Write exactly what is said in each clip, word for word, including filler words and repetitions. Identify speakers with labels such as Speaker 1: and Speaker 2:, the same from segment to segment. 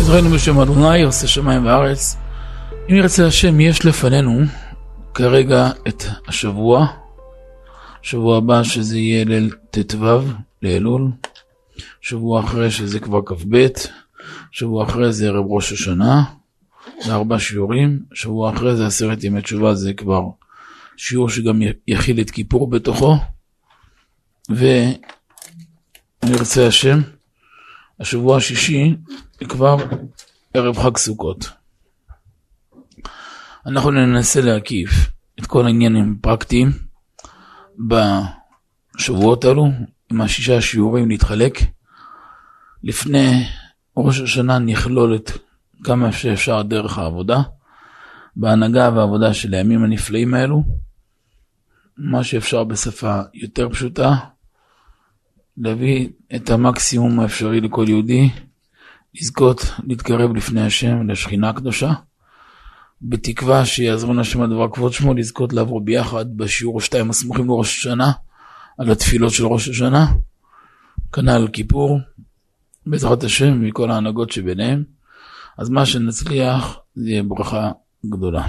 Speaker 1: עזרנו בשם אדוני עושה שמיים וארץ. אם ירצה השם, יש לפנינו כרגע את השבוע, שבוע הבא שזה יהיה ליל תתוו לאלול, שבוע אחרי שזה כבר כ"ב, שבוע אחרי זה ערב ראש השנה, זה ארבע שיעורים, שבוע אחרי זה עשרת ימי תשובה, זה כבר שיעור שגם יכיל את כיפור בתוכו. ואם ירצה השם, השבוע השישי כבר ערב חג סוכות. אנחנו ננסה להקיף את כל העניינים פרקטיים בשבועות האלו, עם השישה שיעורים להתחלק. לפני ראש השנה נכלול את כמה שאפשר דרך העבודה, בהנהגה והעבודה של הימים הנפלאים האלו, מה שאפשר בשפה יותר פשוטה, להביא את המקסימום האפשרי לכל יהודי, לזכות להתקרב לפני השם, לשכינה הקדושה, בתקווה שיעזרון השם הדבר כבוד שמו, לזכות לעבור ביחד בשיעור שתיים הסמוכים לראש השנה, על התפילות של ראש השנה, כנ"ל כיפור, בעזרת השם מכל ההנהגות שביניהם. אז מה שנצליח זה יהיה ברכה גדולה.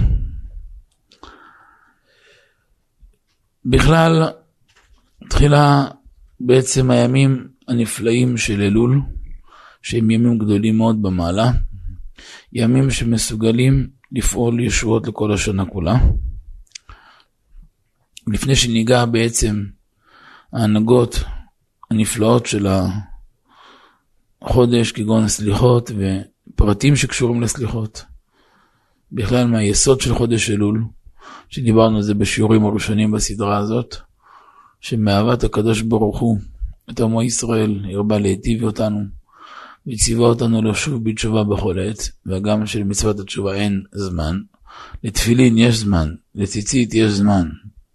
Speaker 1: בכלל, תחילה בעצם הימים הנפלאים של אלול, שהם ימים גדולים מאוד במעלה, ימים שמסוגלים לפעול ישועות לכל השנה כולה. לפני שניגע בעצם ההנהגות הנפלאות של החודש, כגון סליחות ופרטים שקשורים לסליחות, בכלל מהיסוד של חודש אלול, שדיברנו על זה בשיעורים הראשונים בסדרה הזאת, שמאהבת הקדוש ברוך הוא את עמו ישראל הרבה להיטיב אותנו, וציווה אותנו לשוב בתשובה בכל עת, וגם של מצוות התשובה אין זמן. לתפילין יש זמן, לציצית יש זמן,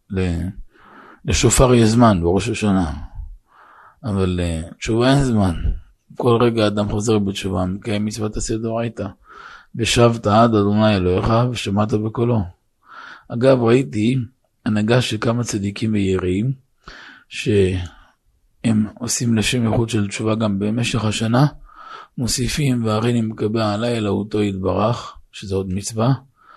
Speaker 1: לשופר יש זמן בראש השנה, אבל לתשובה אין זמן. כל רגע אדם חוזר בתשובה, מקיים מצוות עשה דאורייתא, ושבת עד אדוני אלוהיך ושמעת בקולו. אגב, ראיתי הנהגה של כמה צדיקים ויראים, שהם עושים לשם ייחוד של תשובה גם במשך השנה, מוסיפים והריני מקבע עלי אלוהותו יתברך, שזה עוד מצווה,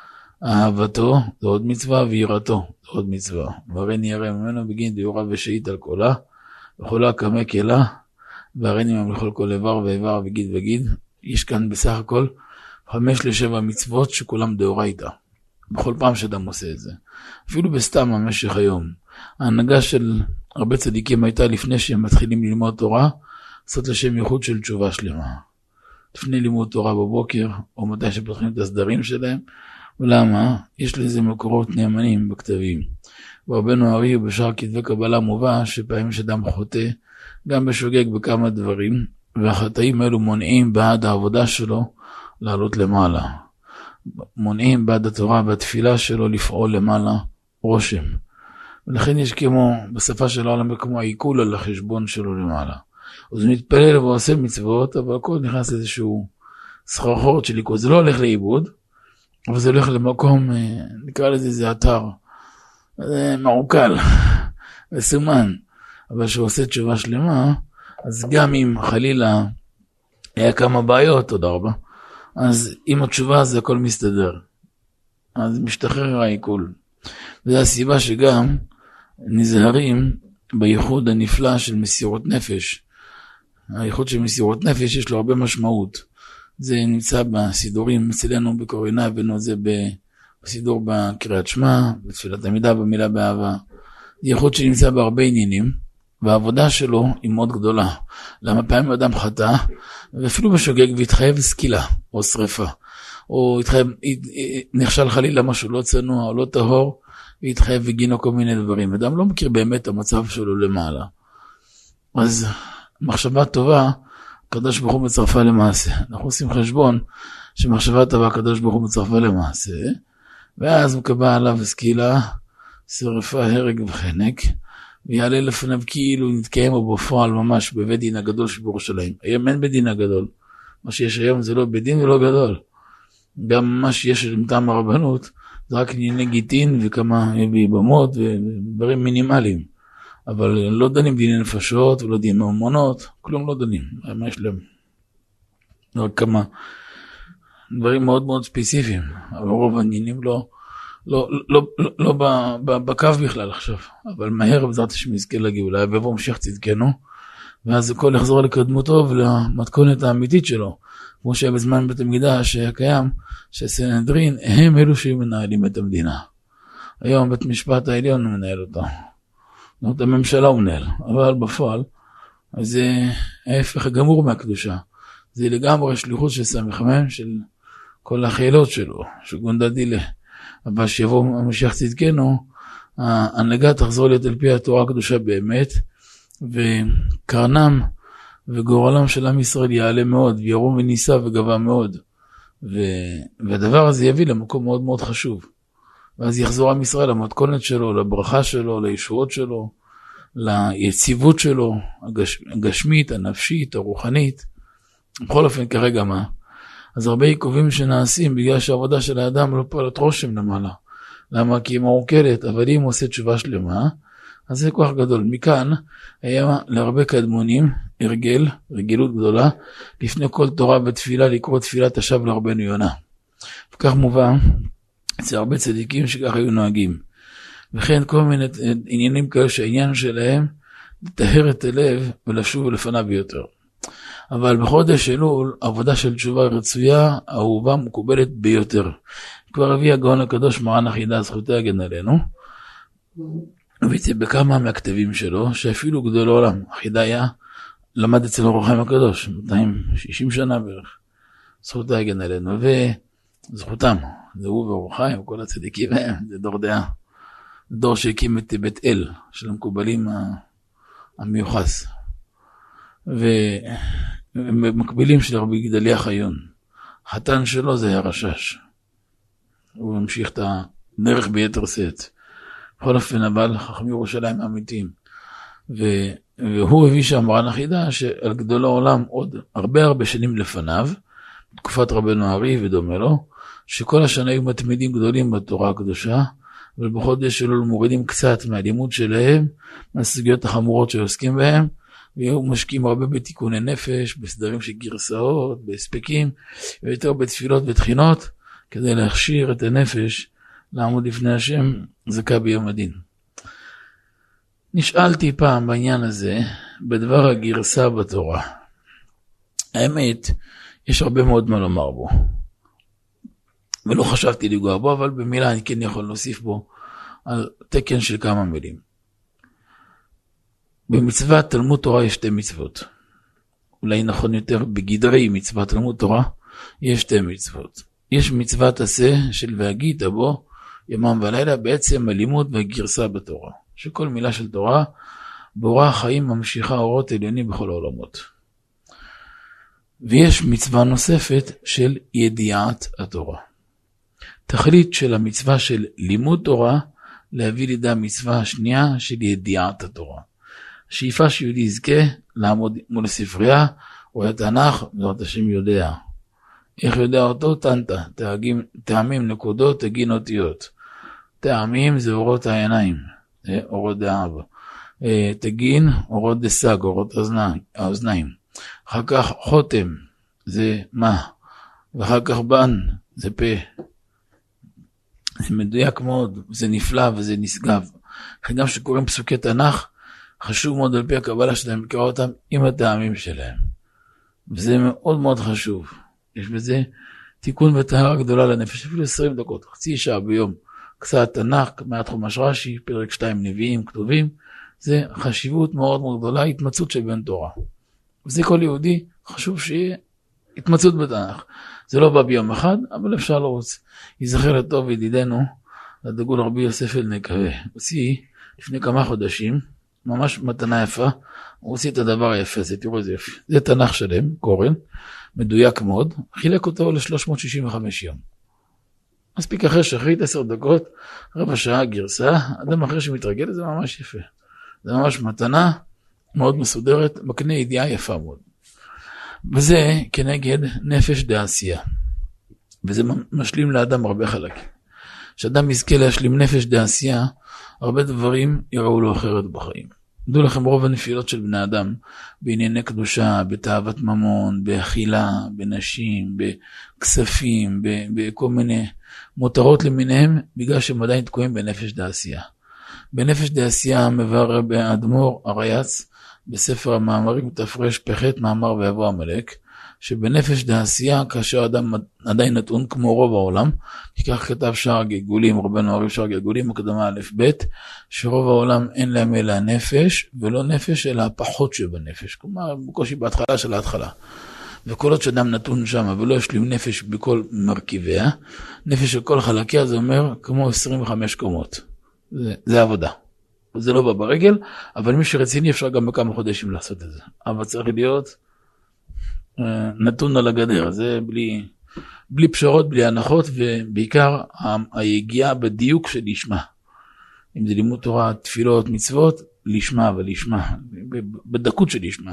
Speaker 1: אהבתו זה עוד מצווה, ויראתו זה עוד מצווה, והריני ירא ממנו בגין דיורה ושאית על קולה, וחולה כמה כלה, והריני ממלכו כל איבר ואיבר וגיד וגיד. יש כאן בסך הכל חמש לשבע מצוות שכולם דאורייתא, בכל פעם שאדם עושה את זה, אפילו בסתם במשך היום. ההנהגה של הרבה צדיקים הייתה לפני שהם מתחילים ללמוד תורה, לעשות לשם ייחוד של תשובה שלמה. לפני לימוד תורה בבוקר, או מתי שפותחים את הסדרים שלהם. ולמה? יש לזה מקורות נאמנים בכתבים. ורבנו הארי בשאר כתבי קבלה מובא שפעמים שאדם חוטא, גם בשוגג בכמה דברים, והחטאים האלו מונעים בעד העבודה שלו לעלות למעלה. מונעים בעד התורה והתפילה שלו לפעול למעלה רושם. ולכן יש כמו, בשפה של העולם, כמו העיכול על החשבון שלו למעלה. אז הוא מתפלל ועושה מצוות, אבל הכל נכנס לאיזשהו סחרחורת של עיכול. זה לא הולך לאיבוד, אבל זה הולך למקום, נקרא לזה זה אתר, זה מעוקל, וסימן. אבל שהוא עושה תשובה שלמה, אז גם אם חלילה היה כמה בעיות, תודה רבה, אז עם התשובה זה הכל מסתדר. אז משתחרר העיכול. וזו הסיבה שגם נזהרים בייחוד הנפלא של מסירות נפש. הייחוד של מסירות נפש יש לו הרבה משמעות. זה נמצא בסידורים אצלנו בקורינה, הבאנו את זה בסידור בקריאת שמע, בתפילת עמידה, במילה באהבה. זה ייחוד שנמצא בהרבה עניינים, והעבודה שלו היא מאוד גדולה. למה פעמים אדם חטא, ואפילו בשוגג והתחייב סקילה או שריפה, או התחייב, נכשל חלילה משהו לא צנוע או לא טהור, והתחייב וגינו כל מיני דברים. אדם לא מכיר באמת המצב שלו למעלה. אז מחשבה טובה, הקדוש ברוך הוא מצרפה למעשה. אנחנו עושים חשבון שמחשבה טובה הקדוש ברוך הוא מצרפה למעשה, ואז הוא קבע עליו סקילה, שריפה, הרג וחנק, ויעלה לפניו כאילו נתקיים בו בפועל ממש בבית דין הגדול שבירושלים. היום אין בית דין הגדול. מה שיש היום זה לא בית דין ולא גדול. גם מה שיש למטעם הרבנות, זה רק ענייני גיטין וכמה במות ודברים מינימליים. אבל לא דנים דיני נפשות ולא דיני ממונות, כלום לא דנים. מה יש להם? רק כמה דברים מאוד מאוד ספציפיים, אבל רוב העניינים לא, לא, לא, לא, לא בקו בכלל עכשיו, אבל מהר בעזרת השם יזכה לגאולה, ויבוא משיח צדקנו, ואז הכל יחזור לקדמותו ולמתכונת האמיתית שלו, כמו שהיה בזמן בית המקדש שקיים, שסנהדרין הם אלו שמנהלים את המדינה. היום בית משפט העליון מנהל אותה, זאת הממשלה הוא מנהל, אבל בפועל, אז זה ההפך הגמור מהקדושה, זה לגמרי שליחות של סמ"ם, של כל החילות שלו, של גונדה דילה, אבל שיבוא המשיח צדקנו, ההנהגה תחזור להיות על פי התורה הקדושה באמת, וקרנם וגורלם של עם ישראל יעלה מאוד, וירום וניסה וגבה מאוד, ו... והדבר הזה יביא למקום מאוד מאוד חשוב, ואז יחזור עם ישראל למתכונת שלו, לברכה שלו, לישועות שלו, ליציבות שלו, הגש... הגשמית, הנפשית, הרוחנית, בכל אופן כרגע מה? אז הרבה עיכובים שנעשים בגלל שהעבודה של האדם לא פועלת רושם למעלה. למה? כי היא מעוקלת, אבל אם הוא עושה תשובה שלמה, אז זה כוח גדול. מכאן היה להרבה קדמונים, הרגל, רגילות גדולה, לפני כל תורה ותפילה לקרוא תפילת השב לרבנו יונה. וכך מובא, אצל הרבה צדיקים שכך היו נוהגים. וכן כל מיני עניינים כאלה שהעניין שלהם, לטהר את הלב ולשוב לפניו ביותר. אבל בחודש אלול, עבודה של תשובה רצויה, אהובה מקובלת ביותר. כבר הביא הגאון הקדוש מרן החידה, זכותי הגן עלינו, וזה בכמה מהכתבים שלו, שאפילו גדול העולם, החידה היה, למד אצל אור החיים הקדוש, מאתיים ושישים שנה בערך, זכותי הגן עלינו, וזכותם, זה הוא ואור החיים, כל הצדיקים הם, זה דור דעה, דור שהקים את בית אל, של המקובלים המיוחס. ומקבילים של רבי גדליה חיון, חתן שלו זה הרשש, הוא המשיך את הדרך ביתר שאת, בכל אופן אבל חכמי ירושלים אמיתיים, והוא הביא שם מרן החידה שעל גדול העולם עוד הרבה הרבה שנים לפניו, תקופת רבנו הארי ודומה לו, שכל השנה היו מתמידים גדולים בתורה הקדושה, אבל בחודש שלו מורידים קצת מהלימוד שלהם, מהסוגיות החמורות שעוסקים בהם, והיו משקיעים הרבה בתיקוני נפש, בסדרים של גרסאות, בהספקים, ויותר בתפילות ותחינות, כדי להכשיר את הנפש, לעמוד לפני השם, זכה ביום הדין. נשאלתי פעם בעניין הזה, בדבר הגרסה בתורה. האמת, יש הרבה מאוד מה לומר בו. ולא חשבתי לגוע בו, אבל במילה אני כן יכול להוסיף בו, על תקן של כמה מילים. במצוות תלמוד תורה יש שתי מצוות. אולי נכון יותר, בגדרי מצוות תלמוד תורה יש שתי מצוות. יש מצוות עשה של והגית בו ימם ולילה, בעצם הלימוד והגרסה בתורה. שכל מילה של תורה בורא החיים ממשיכה אורות עליונים בכל העולמות. ויש מצווה נוספת של ידיעת התורה. תכלית של המצווה של לימוד תורה להביא לידי המצווה השנייה של ידיעת התורה. השאיפה שיהודי יזכה לעמוד מול הספרייה, רואה תנ"ך, בעזרת השם יודע. איך יודע אותו? תנתא, טעמים, נקודות, תגין אותיות. טעמים זה אורות העיניים, זה אורות דאב. תגין, אורות דסג, אורות האוזניים. אחר כך חותם, זה מה. ואחר כך בן, זה פה. זה מדויק מאוד, זה נפלא וזה נשגב. גם שקוראים פסוקי תנ"ך, חשוב מאוד על פי הקבלה שלהם לקרוא אותם עם הטעמים שלהם. וזה מאוד מאוד חשוב. יש בזה תיקון וטהרה גדולה לנפש, אפילו עשרים דקות, חצי שעה ביום. קצת תנ"ך, מעט חומש רש"י, פרק שתיים נביאים, כתובים. זה חשיבות מאוד מאוד גדולה, התמצאות של בן תורה. וזה כל יהודי חשוב שיהיה התמצאות בתנ"ך. זה לא בא ביום אחד, אבל אפשר לרוץ. יזכר לטוב ידידנו, לדגול רבי יוסף אלנקווה. הוציא לפני כמה חודשים, ממש מתנה יפה, הוא הוציא את הדבר היפה הזה, תראו איזה יפה. זה תנ"ך שלם, קורן, מדויק מאוד, חילק אותו ל-שלוש מאות שישים וחמש יום. מספיק אחרי שחרית עשר דקות, רבע שעה גרסה, אדם אחרי שמתרגל, זה ממש יפה. זה ממש מתנה מאוד מסודרת, מקנה ידיעה יפה מאוד. וזה כנגד נפש דעשייה. וזה משלים לאדם הרבה חלקים. כשאדם יזכה להשלים נפש דעשייה, הרבה דברים יראו לו אחרת בחיים. דעו לכם רוב הנפילות של בני אדם, בענייני קדושה, בתאוות ממון, באכילה, בנשים, בכספים, בכל מיני מותרות למיניהם, בגלל שהם עדיין תקועים בנפש דעשייה. בנפש דעשייה מבאר באדמו"ר הרייץ, בספר המאמרים תפרש פחת מאמר ויבוא המלך, שבנפש דעשייה, כאשר אדם עדיין נתון כמו רוב העולם, כי כך כתב שער גלגולים, רבנו הרי"ף שער גלגולים, הקדמה א' ב', שרוב העולם אין להם אלא נפש, ולא נפש אלא הפחות שבנפש, כלומר בקושי בהתחלה של ההתחלה. וכל עוד שאדם נתון שם ולא ישלים נפש בכל מרכיביה, נפש של כל חלקיה זה אומר כמו עשרים וחמש קומות. זה, זה עבודה. זה לא בא ברגל, אבל מי שרציני אפשר גם בכמה חודשים לעשות את זה. אבל צריך להיות נתון על הגדר, זה בלי, בלי פשרות, בלי הנחות, ובעיקר היגיעה בדיוק של לשמה. אם זה לימוד תורה, תפילות, מצוות, לשמה ולשמה, בדקות של לשמה.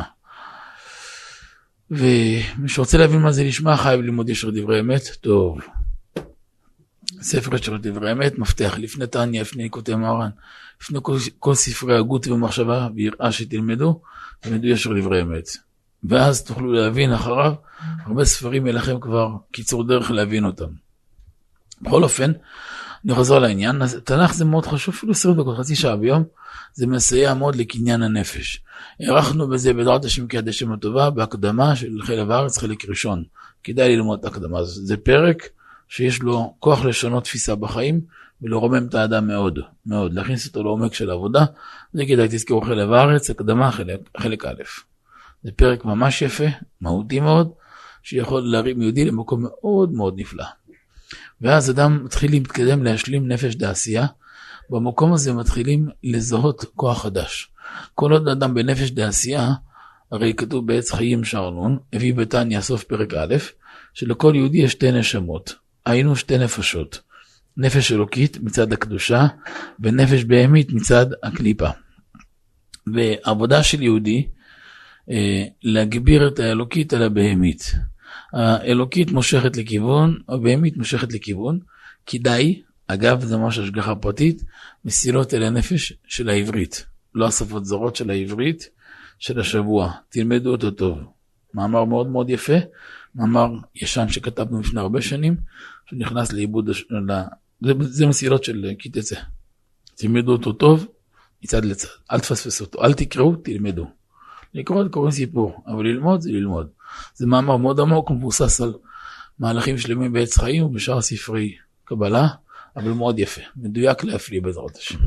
Speaker 1: ומי שרוצה להבין מה זה לשמה, חייב ללמוד ישר דברי אמת, טוב. ספר ישר דברי אמת, מפתח, לפני תניא, לפני כותב מוהר"ן, לפני כל, כל ספרי הגות ומחשבה, ויראה שתלמדו, תלמדו ישר דברי אמת. ואז תוכלו להבין אחריו, הרבה ספרים אליכם כבר קיצור דרך להבין אותם. בכל אופן, אני חוזר לעניין, אז תנ"ך זה מאוד חשוב, אפילו עשרים דקות, חצי שעה ביום, זה מסייע מאוד לקניין הנפש. ערכנו בזה בעזרת השם כיד השם הטובה, בהקדמה של חלב הארץ, חלק ראשון. כדאי ללמוד את ההקדמה הזאת. זה פרק שיש לו כוח לשנות תפיסה בחיים, ולרומם את האדם מאוד, מאוד. להכניס אותו לעומק של העבודה, זה כדאי תזכרו חלב הארץ, הקדמה, חלק, חלק א'. זה פרק ממש יפה, מהותי מאוד, שיכול להרים יהודי למקום מאוד מאוד נפלא. ואז אדם מתחיל להתקדם להשלים נפש דעשייה, במקום הזה מתחילים לזהות כוח חדש. כל עוד אדם בנפש דעשייה, הרי כתוב בעץ חיים שרנון, הביא בתניא סוף פרק א', שלכל יהודי יש שתי נשמות, היינו שתי נפשות, נפש אלוקית מצד הקדושה, ונפש בהמית מצד הקליפה. והעבודה של יהודי, להגביר את האלוקית על הבהמית. האלוקית מושכת לכיוון, הבהמית מושכת לכיוון, כדאי, אגב זה ממש השגחה פרטית, מסילות אל הנפש של העברית, לא השפות זרות של העברית, של השבוע, תלמדו אותו טוב. מאמר מאוד מאוד יפה, מאמר ישן שכתבנו לפני הרבה שנים, שנכנס לאיבוד, זה, זה מסילות של קיטצה. תלמדו אותו טוב, מצד לצד, אל תפספסו אותו, אל תקראו, תלמדו. לקרוא את קוראים סיפור, אבל ללמוד זה ללמוד. זה מאמר מאוד עמוק, מבוסס על מהלכים שלמים בעץ חיים ובשאר ספרי קבלה, אבל מאוד יפה, מדויק להפליא בעזרת השם.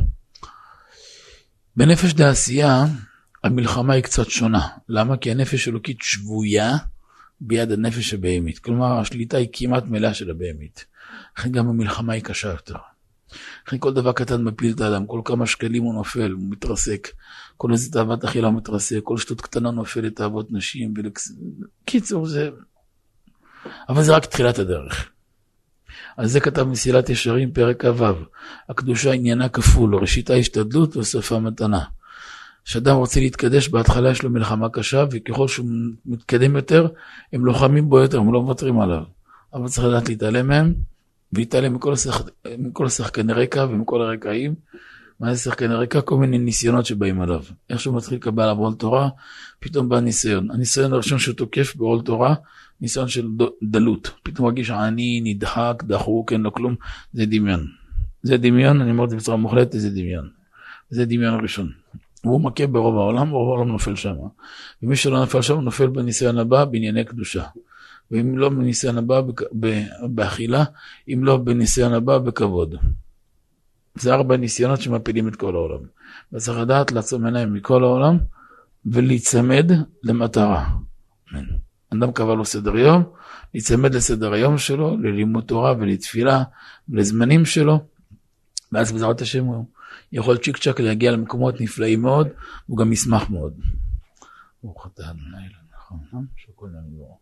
Speaker 1: בנפש דעשייה, המלחמה היא קצת שונה. למה? כי הנפש אלוקית שבויה ביד הנפש הבהמית. כלומר, השליטה היא כמעט מלאה של הבהמית. לכן גם המלחמה היא קשה יותר. לכן כל דבר קטן מפיל את האדם, כל כמה שקלים הוא נופל, הוא מתרסק, כל איזה תאוות אכילה הוא מתרסק, כל שטות קטנה נופלת תאוות נשים, ולקס... קיצור זה... אבל זה רק תחילת הדרך. על זה כתב מסילת ישרים פרק ו', הקדושה עניינה כפול, ראשיתה השתדלות וסופה מתנה. כשאדם רוצה להתקדש, בהתחלה יש לו מלחמה קשה, וככל שהוא מתקדם יותר, הם לוחמים בו יותר, הם לא מוותרים עליו. אבל צריך לדעת להתעלם מהם, והתעלם מכל, השח... מכל השחקני רקע ומכל הרקעים. מה זה שחקני רקע? כל מיני ניסיונות שבאים עליו. איך שהוא מתחיל לקבל עליו עול תורה, פתאום בא ניסיון. הניסיון הראשון שהוא תוקף בעול תורה, ניסיון של דלות. פתאום מרגיש עני, נדחק, דחוק, אין לו כלום. זה דמיון. זה דמיון, אני אומר את זה בצורה מוחלטת, זה דמיון. זה דמיון הראשון. והוא מכה ברוב העולם, ורוב העולם נופל שם. ומי שלא נפל שם, נופל בניסיון הבא בענייני קדושה. ואם לא בניסיון הבא באכילה, אם לא בניסיון הבא בכבוד. זה ארבע ניסיונות שמפילים את כל העולם. וצריך לדעת לעצום עיניים מכל העולם, ולהצמד למטרה. אדם קבע לו סדר יום, להצמד לסדר היום שלו, ללימוד תורה ולתפילה, ולזמנים שלו, ואז בעזרת השם הוא יכול צ'יק צ'ק להגיע למקומות נפלאים מאוד, הוא גם ישמח מאוד. ברוך אתה ה' נכון, שכל נאמר.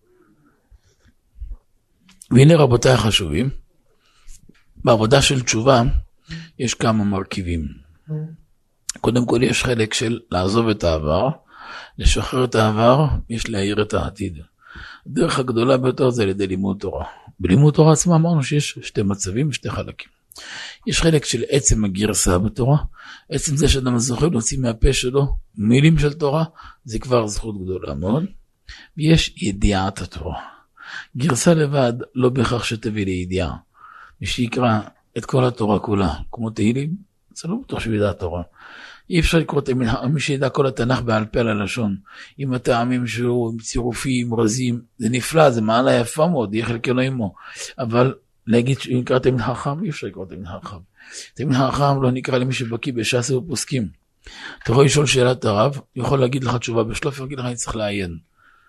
Speaker 1: והנה רבותיי החשובים, בעבודה של תשובה יש כמה מרכיבים. קודם כל יש חלק של לעזוב את העבר, לשחרר את העבר, יש להעיר את העתיד. הדרך הגדולה ביותר זה על ידי לימוד תורה. בלימוד תורה עצמה אמרנו שיש שתי מצבים, שתי חלקים. יש חלק של עצם הגרסה בתורה, עצם זה שאדם זוכה להוציא מהפה שלו מילים של תורה, זה כבר זכות גדולה מאוד. ויש ידיעת התורה. גרסה לבד לא בהכרח שתביא לידיעה. מי שיקרא את כל התורה כולה, כמו תהילים, זה לא בטוח שהוא ידע התורה. אי אפשר לקרוא את המנהג, מי שידע כל התנ"ך בעל פה על הלשון, עם הטעמים שלו, עם צירופים, רזים, זה נפלא, זה מעלה יפה מאוד, יהיה חלקנו עמו. אבל להגיד שאם נקרא את המנהג חכם, אי אפשר לקרוא את המנהג חכם. את המנהג חכם לא נקרא למי שבקיא בש"ס ופוסקים. אתה יכול לשאול שאלת הרב, הוא יכול להגיד לך תשובה בשלוף, ויגיד לך אני צריך לעיין.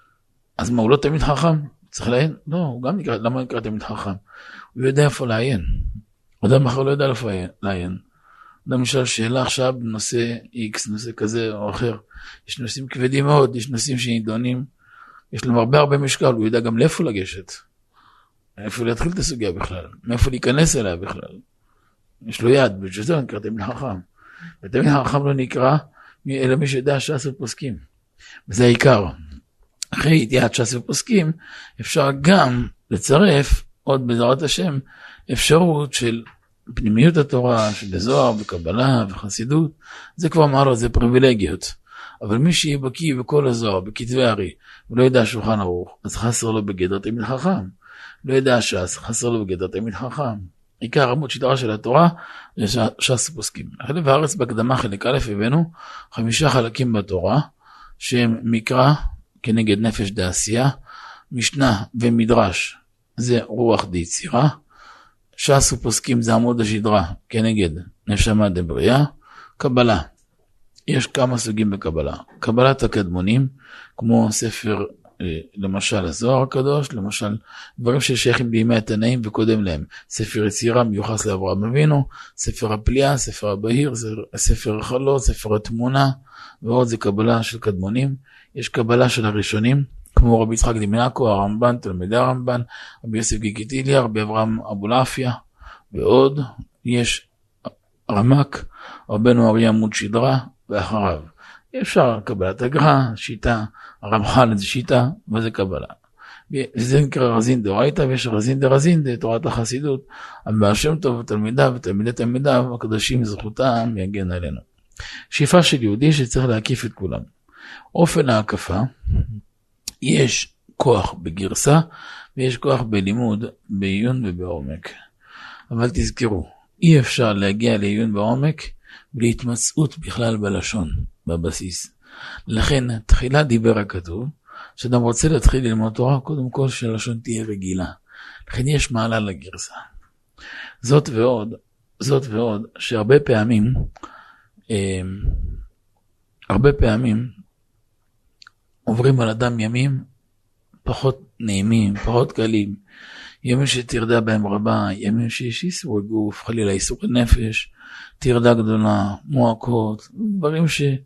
Speaker 1: אז מה, הוא לא תמיד חכם? צריך לעיין? לא, הוא גם נקרא, למה נקרא תמיד חכם? הוא יודע איפה לעיין. אדם אחר לא יודע איפה לעיין. אדם משאל שאלה עכשיו בנושא X, נושא כזה או אחר. יש נושאים כבדים מאוד, יש נושאים שנידונים, יש להם הרבה הרבה משקל, הוא יודע גם לאיפה לגשת. איפה להתחיל את הסוגיה בכלל, מאיפה להיכנס אליה בכלל. יש לו יד, בשביל זה נקרא תמיד חכם. ותמיד חכם לא נקרא, אלא מי שיודע ש"ס ופוסקים. וזה העיקר. אחרי ידיעת ש"ס ופוסקים, אפשר גם לצרף, עוד בעזרת השם, אפשרות של פנימיות התורה, של זוהר וקבלה וחסידות, זה כבר אמר לו, זה פריבילגיות. אבל מי שיהיה בקיא בכל הזוהר, בכתבי הארי, ולא ידע שולחן ערוך, אז חסר לו בגדר תלמיד חכם. לא ידע ש"ס, חסר לו בגדר תלמיד חכם. עיקר עמוד שדרה של התורה, זה ש"ס ופוסקים. חלק הארץ בהקדמה חלק א' הבאנו, חמישה חלקים בתורה, שהם מקרא, כנגד נפש דעשייה, משנה ומדרש זה רוח דיצירה, ש"ס ופוסקים זה עמוד השדרה כנגד נשמה דבריאה, קבלה, יש כמה סוגים בקבלה, קבלת הקדמונים, כמו ספר למשל הזוהר הקדוש, למשל דברים ששייכים בימי התנאים וקודם להם, ספר יצירה מיוחס לאברהם אבינו, ספר הפליאה, ספר הבהיר, ספר החלות, ספר התמונה, ועוד זה קבלה של קדמונים. יש קבלה של הראשונים, כמו רבי יצחק דמיאקו, הרמב"ן, תלמידי הרמב"ן, רבי יוסף גיקיטיליה, רבי אברהם אבולעפיה, ועוד יש רמק, רבנו אריה עמוד שדרה, ואחריו. אפשר קבלת הגר"א, שיטה, הרמח"ל זה שיטה, וזה קבלה. וזה נקרא רזין דאורייתא, ויש רזין דרזין, זה תורת החסידות, הבעל שם טוב, תלמידיו ותלמידי תלמידיו, הקדושים זכותם יגן עלינו. שאיפה של יהודי שצריך להקיף את כולם. אופן ההקפה, יש כוח בגרסה, ויש כוח בלימוד, בעיון ובעומק. אבל תזכרו, אי אפשר להגיע לעיון בעומק, בלי התמצאות בכלל בלשון, בבסיס. לכן, תחילה דיבר הכתוב, שאדם רוצה להתחיל ללמוד תורה, קודם כל שהלשון תהיה רגילה. לכן יש מעלה לגרסה. זאת ועוד, זאת ועוד, שהרבה פעמים, אה, הרבה פעמים, עוברים על אדם ימים פחות נעימים, פחות קלים, ימים שתרדה בהם רבה, ימים שיש איסור גוף, חלילה איסור נפש, תרדה גדולה, מועקות, דברים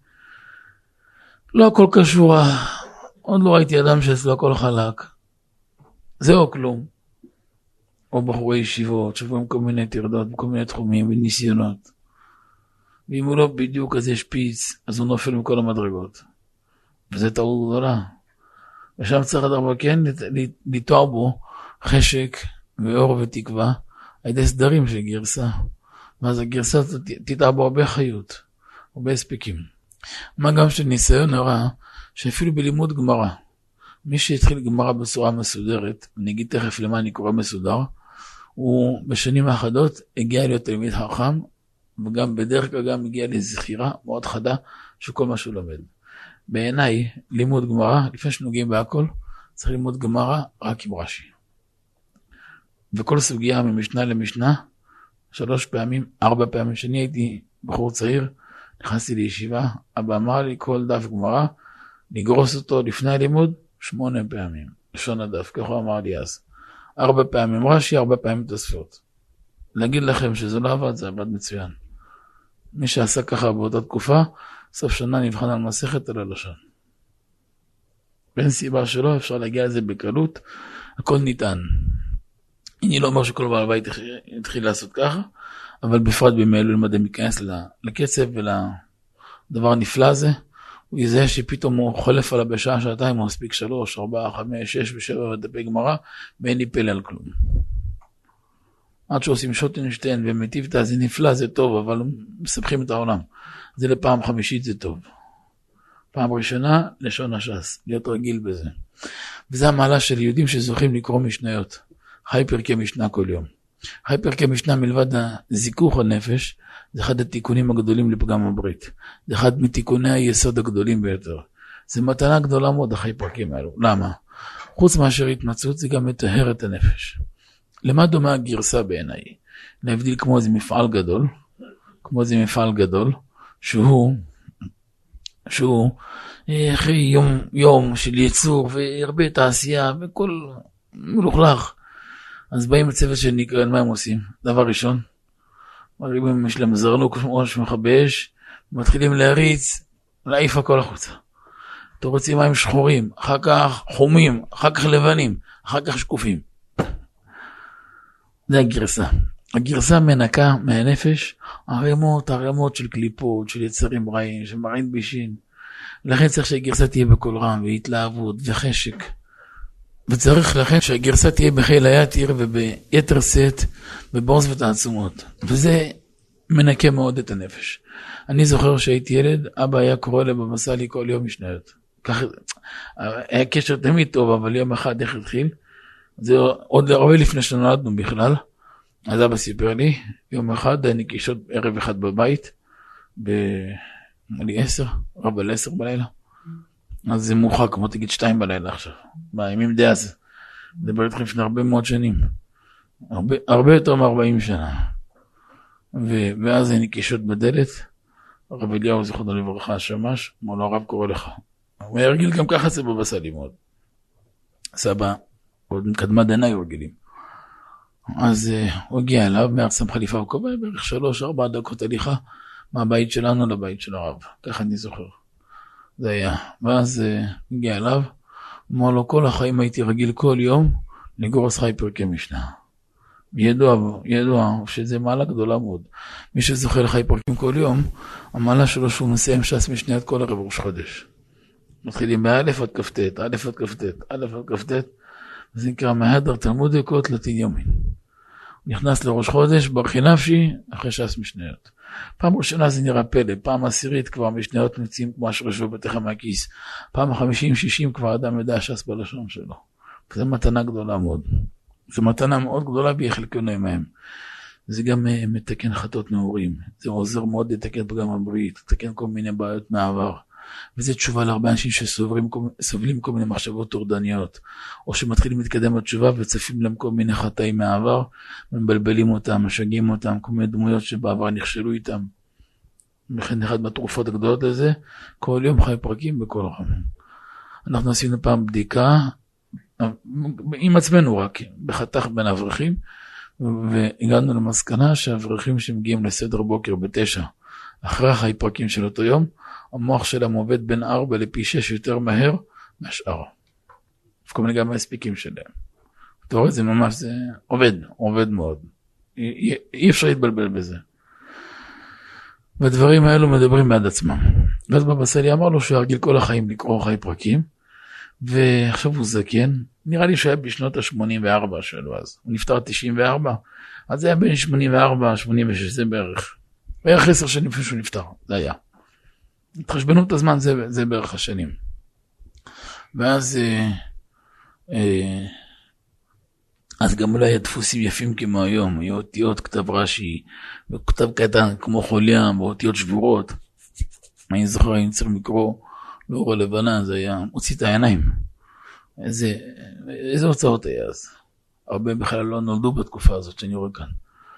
Speaker 1: שלא הכל קשור, עוד לא ראיתי אדם שאצלו הכל חלק, זה או כלום, או בחורי ישיבות, שבועים כל מיני תרדות, כל מיני תחומים וניסיונות, ואם הוא לא בדיוק אז יש פיץ, אז הוא נופל מכל המדרגות, וזה טעות גדולה, ושם צריך אדם כן לתואר בו חשק ואור ותקווה, על ידי סדרים של גרסה, ואז הגרסה תתאה בו הרבה חיות, הרבה הספקים. מה גם שניסיון הרע, שאפילו בלימוד גמרא, מי שהתחיל גמרא בצורה מסודרת, נגיד תכף למה אני קורא מסודר, הוא בשנים האחדות הגיע להיות תלמיד חכם, וגם בדרך כלל גם הגיע לזכירה מאוד חדה של כל מה שהוא לומד. בעיניי, לימוד גמרא, לפני שנוגעים בהכל, צריך ללמוד גמרא רק עם רש"י. וכל סוגיה ממשנה למשנה, שלוש פעמים, ארבע פעמים, שאני הייתי בחור צעיר, נכנסתי לישיבה, אבא אמר לי כל דף גמרא, לגרוס אותו לפני הלימוד, שמונה פעמים, לשון הדף, כך הוא אמר לי אז. ארבע פעמים רש"י, ארבע פעמים תוספות. להגיד לכם שזה לא עבד, זה עבד מצוין. מי שעשה ככה באותה תקופה, סוף שנה נבחן על מסכת על הלשון. בין סיבה שלא, אפשר להגיע לזה בקלות, הכל ניתן. אני לא אומר שכל בעל בית התחיל לעשות ככה, אבל בפרט בימי אלו למדי להיכנס לקצב ולדבר הנפלא הזה, הוא יזהה שפתאום הוא חולף עליו בשעה, שעתיים, הוא מספיק שלוש, ארבע, חמש, שש ושבע דפי גמרא, ואין לי פלא על כלום. עד שעושים שוטנשטיין ומטיבתא זה נפלא, זה טוב, אבל מסבכים את העולם. זה לפעם חמישית זה טוב. פעם ראשונה, לשון הש"ס, להיות רגיל בזה. וזה המעלה של יהודים שזוכים לקרוא משניות. חי פרקי משנה כל יום. חי פרקי משנה מלבד הזיכוך הנפש, זה אחד התיקונים הגדולים לפגם הברית. זה אחד מתיקוני היסוד הגדולים ביותר. זה מתנה גדולה מאוד, החי פרקים האלו. למה? חוץ מאשר התמצאות, זה גם מטהר את הנפש. למה דומה הגרסה בעיניי? להבדיל כמו איזה מפעל גדול, כמו איזה מפעל גדול, שהוא, שהוא, אחרי יום, יום של ייצור, והרבה תעשייה, וכל מלוכלך. אז באים הצוות של נקרן, מה הם עושים? דבר ראשון, מרימים, יש להם זרנוק, כמו שמכבי אש, מתחילים להריץ, להעיף הכל החוצה. אתם רוצים מים שחורים, אחר כך חומים, אחר כך לבנים, אחר כך שקופים. זה הגרסה. הגרסה מנקה מהנפש הרמות, הרמות של קליפות, של יצרים רעים, של מרעין בישין. לכן צריך שהגרסה תהיה בכל רם, והתלהבות, וחשק. וצריך לכן שהגרסה תהיה בחיל היתיר וביתר שאת, בבורס ותעצומות. וזה מנקה מאוד את הנפש. אני זוכר שהייתי ילד, אבא היה קורא לבבא סאלי כל יום משניות. כך, היה קשר תמיד טוב, אבל יום אחד איך התחיל? זה עוד הרבה לפני שנולדנו בכלל. אז אבא סיפר לי, יום אחד, אני קישות ערב אחד בבית, לי עשר, רב על עשר בלילה. אז זה מאוחר, כמו תגיד שתיים בלילה עכשיו. בימים די אז. דבר איתכם לפני הרבה מאוד שנים. הרבה, הרבה יותר מ-ארבעים שנה. ו, ואז אני קישות בדלת, הרב אליהו זכרונו לברכה השמש, אמר לו, הרב קורא לך. הוא היה רגיל גם ככה זה בבא סאלי מאוד. סבא, עוד מקדמת עיניי רגילים. אז uh, הוא הגיע אליו, מארץ שם חליפה וקובע, בערך שלוש, ארבע דקות הליכה, מהבית שלנו לבית של הרב. ככה אני זוכר. זה היה. ואז uh, הגיע אליו, אמר לו, כל החיים הייתי רגיל כל יום, לגרוס חי פרקי משנה. ידוע, ידוע, שזה מעלה גדולה מאוד. מי שזוכה לחי פרקים כל יום, המעלה שלו שהוא מסיים ש"ס משניות כל ערב ראש חודש. מתחילים מאלף עד כ"ט, אלף עד כ"ט, אלף עד כ"ט, זה נקרא מהדר תלמוד דקות לטין יומין. הוא נכנס לראש חודש, ברכי נפשי, אחרי ש"ס משניות. פעם ראשונה זה נראה פלא, פעם עשירית כבר משניות נצאים כמו השרשו בתיך מהכיס. פעם החמישים, שישים כבר אדם ידע ש"ס בלשון שלו. זו מתנה גדולה מאוד. זו מתנה מאוד גדולה והיא חלקנו עמהם. זה גם מתקן חטאות נעורים. זה עוזר מאוד לתקן פגם הברית, לתקן כל מיני בעיות מהעבר. וזה תשובה להרבה אנשים שסובלים כל מיני מחשבות טורדניות, או שמתחילים להתקדם בתשובה וצפים להם כל מיני חטאים מהעבר, מבלבלים אותם, משגעים אותם, כל מיני דמויות שבעבר נכשלו איתם. וכן אחד מהתרופות הגדולות לזה, כל יום חי פרקים בכל רם. אנחנו עשינו פעם בדיקה, עם עצמנו רק, בחתך בין האברכים, והגענו למסקנה שהאברכים שמגיעים לסדר בוקר בתשע, אחרי החי פרקים של אותו יום, המוח שלהם עובד בין ארבע לפי שש יותר מהר מהשאר. כל מיני גם מהספיקים שלהם. אתה רואה, זה ממש, זה עובד, עובד מאוד. אי, אי אפשר להתבלבל בזה. והדברים האלו מדברים בעד עצמם. ואז בבא סאלי אמר לו שהוא הרגיל כל החיים לקרוא חי פרקים, ועכשיו הוא זקן, נראה לי שהיה בשנות ה-שמונים וארבע שלו אז. הוא נפטר תשעים וארבע, אז זה היה בין שמונים וארבע, שמונים ושש, זה בערך. בערך עשר שנים לפני שהוא נפטר, זה היה. התחשבנות הזמן זה, זה בערך השנים. ואז אה, אה, אז גם אולי הדפוסים יפים כמו היום, היו אותיות כתב רש"י, וכתב קטן כמו חוליה, ואותיות שבורות. אני זוכר, אני צריך לקרוא לאור הלבנה, זה היה מוציא את העיניים. איזה, איזה הוצאות היה אז. הרבה בכלל לא נולדו בתקופה הזאת שאני רואה כאן.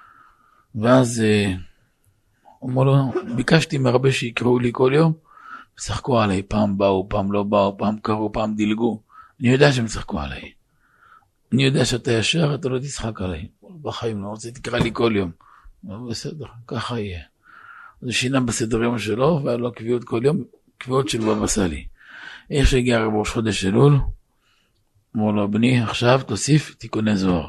Speaker 1: ואז אה, אומר לו, ביקשתי מהרבה שיקראו לי כל יום, ושחקו עליי, פעם באו, פעם לא באו, פעם קראו, פעם דילגו. אני יודע שהם שחקו עליי. אני יודע שאתה ישר, אתה לא תשחק עליי. בחיים לא רוצה, תקרא לי כל יום. בסדר, ככה יהיה. זה שינה בסדר יום שלו, והיה לו קביעות כל יום, קביעות של בבא סאלי. איך שהגיע ראש חודש אלול, אמר לו, בני, עכשיו תוסיף תיקוני זוהר.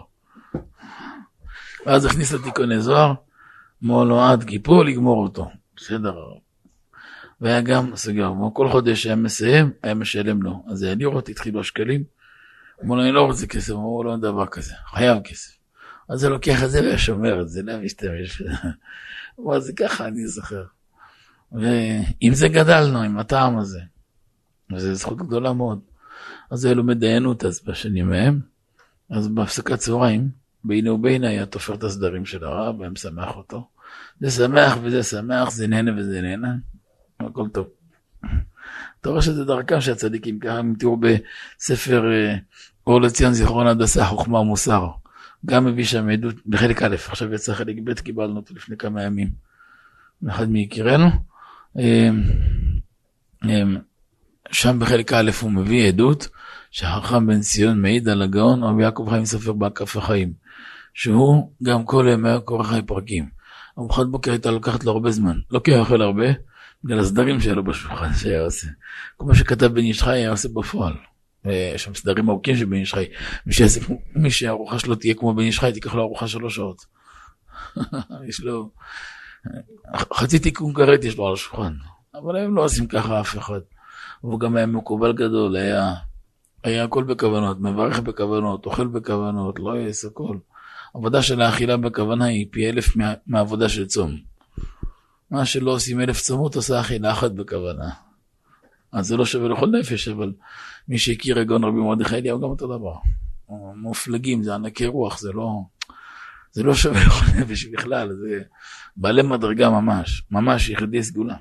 Speaker 1: ואז הכניס לתיקוני זוהר, אמר לו, עד כיפור לגמור אותו. בסדר. והיה גם סגר, כל חודש היה מסיים, היה משלם לו. אז היה לירות, התחילו השקלים. אמר לו, אני לא רוצה כסף, אמר לו, אין דבר כזה, חייב כסף. אז זה לוקח את זה ושומר את זה, לא משתמש. אבל זה ככה אני זוכר. ואם זה גדלנו, עם הטעם הזה, וזו זכות גדולה מאוד. אז זה לומד דיינות אז בשנים מהם, אז בהפסקת צהריים, ביני וביני היה תופר את הסדרים של הרב, והם שמח אותו. זה שמח וזה שמח, זה נהנה וזה נהנה, הכל טוב. אתה רואה שזה דרכם שהצדיקים, ככה אם תראו בספר אור לציון זיכרון הדסה, חוכמה ומוסר, גם מביא שם עדות בחלק א', עכשיו יצא חלק ב', קיבלנו אותו לפני כמה ימים, אחד מיקירנו, שם בחלק א' הוא מביא עדות, שהחכם בן ציון מעיד על הגאון, רבי יעקב חיים סופר בהקף החיים, שהוא גם כל ימי קורא חי פרקים. ארוחת בוקר הייתה לוקחת לו הרבה זמן, לא כי הוא אוכל הרבה, בגלל הסדרים שלו בשולחן שהיה עושה. כמו שכתב בן איש חי היה עושה בפועל. יש שם סדרים ארוכים של בן איש חי. מי שהארוחה שלו תהיה כמו בן איש חי, תיקח לו ארוחה שלוש שעות. יש לו... חצי תיקון כרת יש לו על השולחן. אבל הם לא עושים ככה אף אחד. והוא גם היה מקובל גדול, היה... היה הכל בכוונות, מברך בכוונות, אוכל בכוונות, לא יעשה הכל. עבודה של האכילה בכוונה היא פי אלף מה, מהעבודה של צום. מה שלא עושים אלף צומות עושה אכילה אחת בכוונה. אז זה לא שווה לכל נפש, אבל מי שהכיר הגאון רבי מרדכי אליהו גם אותו דבר. מופלגים, זה ענקי רוח, זה לא, זה לא שווה לכל נפש בכלל, זה בעלי מדרגה ממש, ממש יחידי סגולה.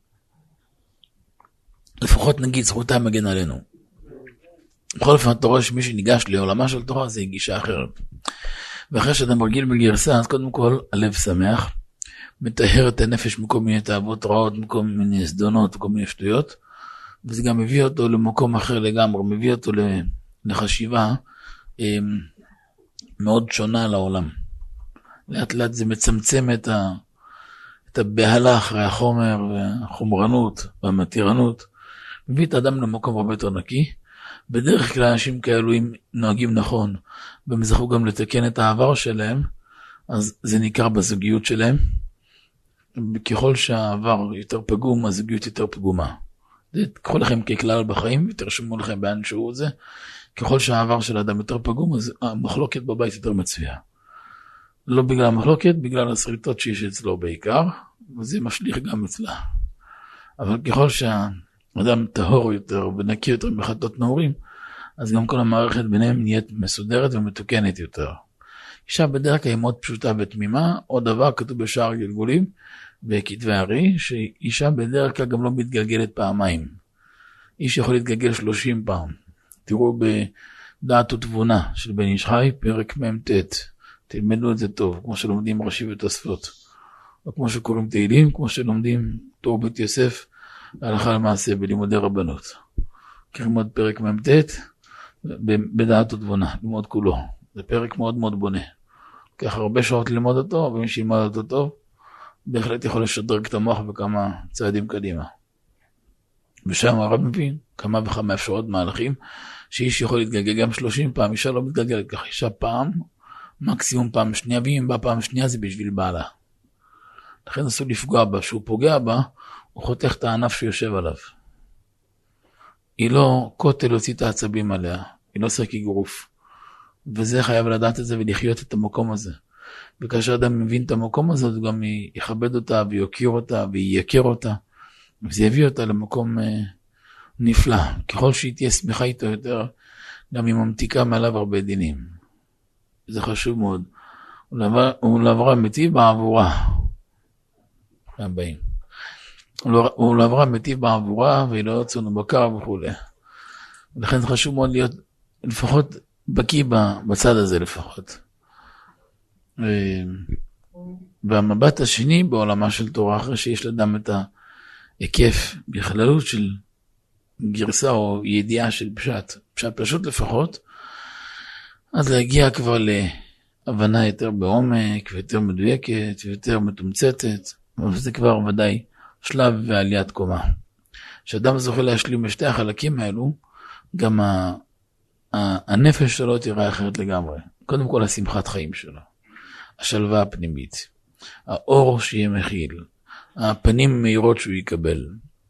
Speaker 1: לפחות נגיד זכותם מגן עלינו. בכל אופן אתה רואה שמי שניגש לעולמה של תורה זה גישה אחרת. ואחרי שאתה מרגיל בגרסה, אז קודם כל הלב שמח, מטהר את הנפש מכל מיני תאוות רעות, מכל מיני סדונות, מכל מיני שטויות, וזה גם מביא אותו למקום אחר לגמרי, מביא אותו לחשיבה מאוד שונה לעולם. לאט לאט זה מצמצם את, ה, את הבהלה אחרי החומר והחומרנות והמתירנות, מביא את האדם למקום הרבה יותר נקי. בדרך כלל אנשים כאלו אם נוהגים נכון, והם זכו גם לתקן את העבר שלהם, אז זה ניכר בזוגיות שלהם. ככל שהעבר יותר פגום, הזוגיות יותר פגומה. זה תקחו לכם ככלל בחיים, ותרשמו לכם באן שהוא זה. ככל שהעבר של האדם יותר פגום, אז המחלוקת בבית יותר מצויה. לא בגלל המחלוקת, בגלל הסריטות שיש אצלו בעיקר, וזה משליך גם אצלה. אבל ככל שהאדם טהור יותר ונקי יותר מחטאות נעורים, אז גם כל המערכת ביניהם נהיית מסודרת ומתוקנת יותר. אישה בדרך כלל היא מאוד פשוטה ותמימה, עוד דבר כתוב בשער גלגולים, בכתבי הארי, שאישה בדרך כלל גם לא מתגלגלת פעמיים. איש יכול להתגלגל שלושים פעם. תראו בדעת ותבונה של בן איש חי, פרק מ"ט. תלמדו את זה טוב, כמו שלומדים רש"י ותוספות. או כמו שקוראים תהילים, כמו שלומדים תור בית יוסף, הלכה למעשה בלימודי רבנות. כלמוד פרק מ"ט, בדעת ותבונה, ללמוד כולו. זה פרק מאוד מאוד בונה. לוקח הרבה שעות ללמוד אותו, ומי שילמד אותו טוב, בהחלט יכול לשדרג את המוח בכמה צעדים קדימה. ושם הרב מבין כמה וכמה אפשרות מהלכים, שאיש יכול להתגלגל גם שלושים פעם, אישה לא מתגלגלת כך, אישה פעם, מקסימום פעם שנייה, ואם בא פעם שנייה זה בשביל בעלה. לכן אסור לפגוע בה, שהוא פוגע בה, הוא חותך את הענף שיושב עליו. היא לא כותל להוציא את העצבים עליה, היא לא שרק אגרוף. וזה חייב לדעת את זה ולחיות את המקום הזה. וכאשר אדם מבין את המקום הזה, הוא גם יכבד אותה ויוקיר אותה ויקר אותה, וזה יביא אותה למקום אה, נפלא. ככל שהיא תהיה שמחה איתו יותר, גם היא ממתיקה מעליו הרבה דינים. זה חשוב מאוד. הוא לעברה מטיב בעבורה. הבאים. הוא לעברה מטיב בעבורה, והיא לא יוצאנו בקר וכו'. ולכן זה חשוב מאוד להיות לפחות בקיא בצד הזה לפחות. והמבט השני בעולמה של תורה, אחרי שיש לאדם את ההיקף בכללות של גרסה או ידיעה של פשט, פשט פשוט לפחות, אז להגיע כבר להבנה יותר בעומק ויותר מדויקת ויותר מתומצתת, וזה כבר ודאי שלב ועליית קומה. כשאדם זוכה להשלים בשתי החלקים האלו, גם הנפש שלו תראה אחרת לגמרי. קודם כל השמחת חיים שלו, השלווה הפנימית, האור שיהיה מכיל, הפנים מהירות שהוא יקבל.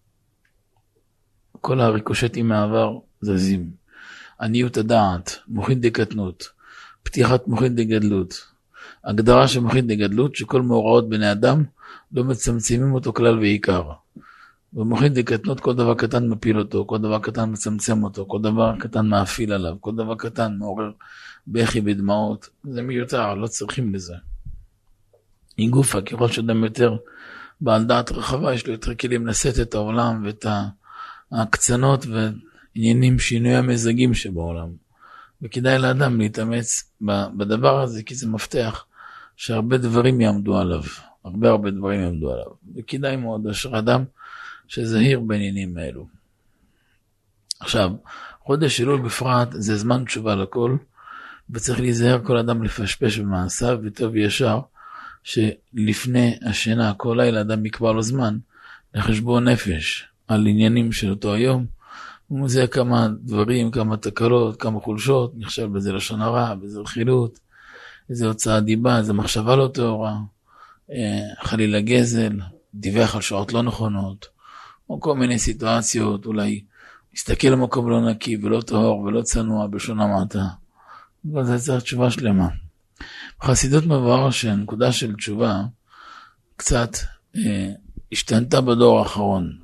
Speaker 1: כל הריקושטים מהעבר זזים. עניות הדעת, מוחין דקטנות, פתיחת מוחין דגדלות, הגדרה שמחית לגדלות, שכל מאורעות בני אדם לא מצמצמים אותו כלל ועיקר. במוחית לקטנות כל דבר קטן מפיל אותו, כל דבר קטן מצמצם אותו, כל דבר קטן מאפיל עליו, כל דבר קטן מעורר בכי בדמעות. זה מיותר, לא צריכים לזה. היא גופה, ככל שאדם יותר בעל דעת רחבה, יש לו יותר כלים לשאת את העולם ואת ההקצנות ועניינים שינוי המזגים שבעולם. וכדאי לאדם להתאמץ בדבר הזה, כי זה מפתח שהרבה דברים יעמדו עליו. הרבה הרבה דברים יעמדו עליו. וכדאי מאוד אשר אדם שזהיר בעניינים האלו. עכשיו, חודש אלול בפרט זה זמן תשובה לכל, וצריך להיזהר כל אדם לפשפש במעשיו, וטוב ישר שלפני השינה כל לילה אדם יקבע לו זמן לחשבון נפש על עניינים של אותו היום. הוא מוזע כמה דברים, כמה תקלות, כמה חולשות, נחשב בזה לשון הרע, בזה רכילות, איזה הוצאה דיבה, איזה מחשבה לא טהורה, חלילה גזל, דיווח על שעות לא נכונות, או כל מיני סיטואציות, אולי הסתכל למקום לא נקי ולא טהור ולא צנוע בשון המעטה. אבל זה צריך תשובה שלמה. בחסידות מבואר שהנקודה של תשובה קצת אה, השתנתה בדור האחרון.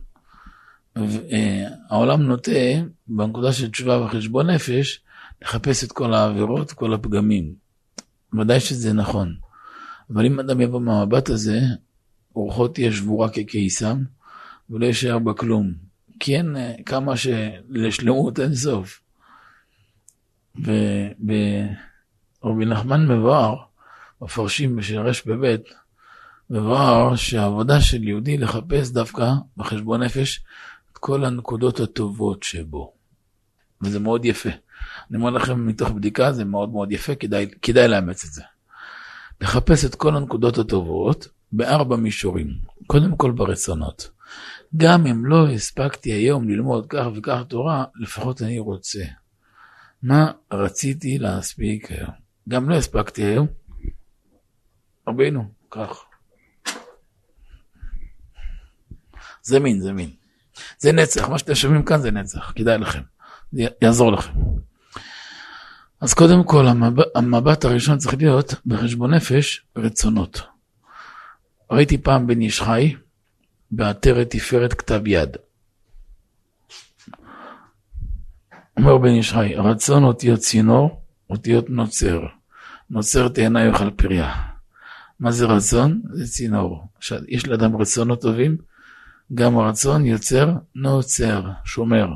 Speaker 1: העולם נוטה בנקודה של תשובה וחשבון נפש לחפש את כל העבירות, כל הפגמים. ודאי שזה נכון. אבל אם אדם יבוא מהמבט הזה, אורחו תהיה שבורה כקיסם, ולא יישאר בה כלום. כי אין כמה שלשלמות אין סוף. ורבי נחמן מבואר, מפרשים בשרש בבית, מבואר שהעבודה של יהודי לחפש דווקא בחשבון נפש את כל הנקודות הטובות שבו. וזה מאוד יפה. אני אומר לכם מתוך בדיקה, זה מאוד מאוד יפה, כדאי, כדאי לאמץ את זה. לחפש את כל הנקודות הטובות בארבע מישורים. קודם כל ברצונות. גם אם לא הספקתי היום ללמוד כך וכך תורה, לפחות אני רוצה. מה רציתי להספיק היום? גם לא הספקתי היום. רבינו, כך. זה מין, זה מין. זה נצח, מה שאתם שומעים כאן זה נצח, כדאי לכם. זה יעזור לכם. אז קודם כל, המבט, המבט הראשון צריך להיות בחשבון נפש, רצונות. ראיתי פעם בן איש חי, בעטרת תפארת כתב יד. אומר בן איש חי, רצון אותיות צינור, אותיות נוצר. נוצר תאנה יאכל פריה. מה זה רצון? זה צינור. יש לאדם רצונות טובים, גם הרצון יוצר נוצר, שומר.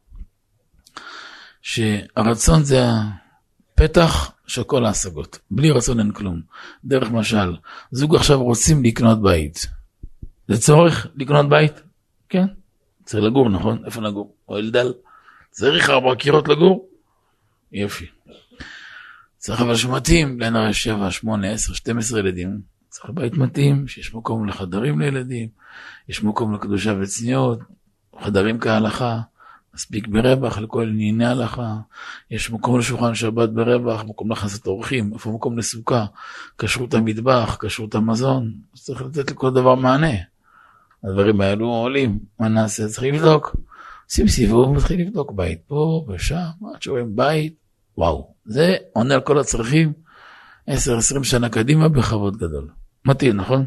Speaker 1: שהרצון זה הפתח של כל ההשגות. בלי רצון אין כלום. דרך משל, זוג עכשיו רוצים לקנות בית. זה צורך לקנות בית? כן. צריך לגור, נכון? איפה לגור? או אלדל. צריך ארבע קירות לגור? יופי. צריך אבל שמתאים, לנראה שבע, שמונה, עשר, שתים עשרה ילדים. צריך בית מתאים, שיש מקום לחדרים לילדים, יש מקום לקדושה וצניעות, חדרים כהלכה, מספיק ברווח לכל ענייני הלכה, יש מקום לשולחן שבת ברווח, מקום לחסת אורחים, איפה מקום לסוכה, כשרות המטבח, כשרות המזון, צריך לתת לכל דבר מענה. הדברים האלו עולים, מה נעשה? צריך לבדוק. עושים סיבוב, מתחיל לבדוק בית פה ושם, עד שרואים בית, וואו, זה עונה על כל הצרכים, עשר עשרים שנה קדימה בכבוד גדול. מתאים, נכון?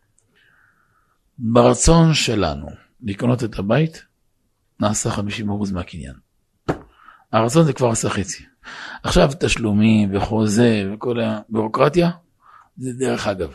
Speaker 1: ברצון שלנו לקנות את הבית, נעשה חמישים אחוז מהקניין. הרצון זה כבר עשה חצי. עכשיו תשלומים וחוזה וכל הבירוקרטיה, זה דרך אגב.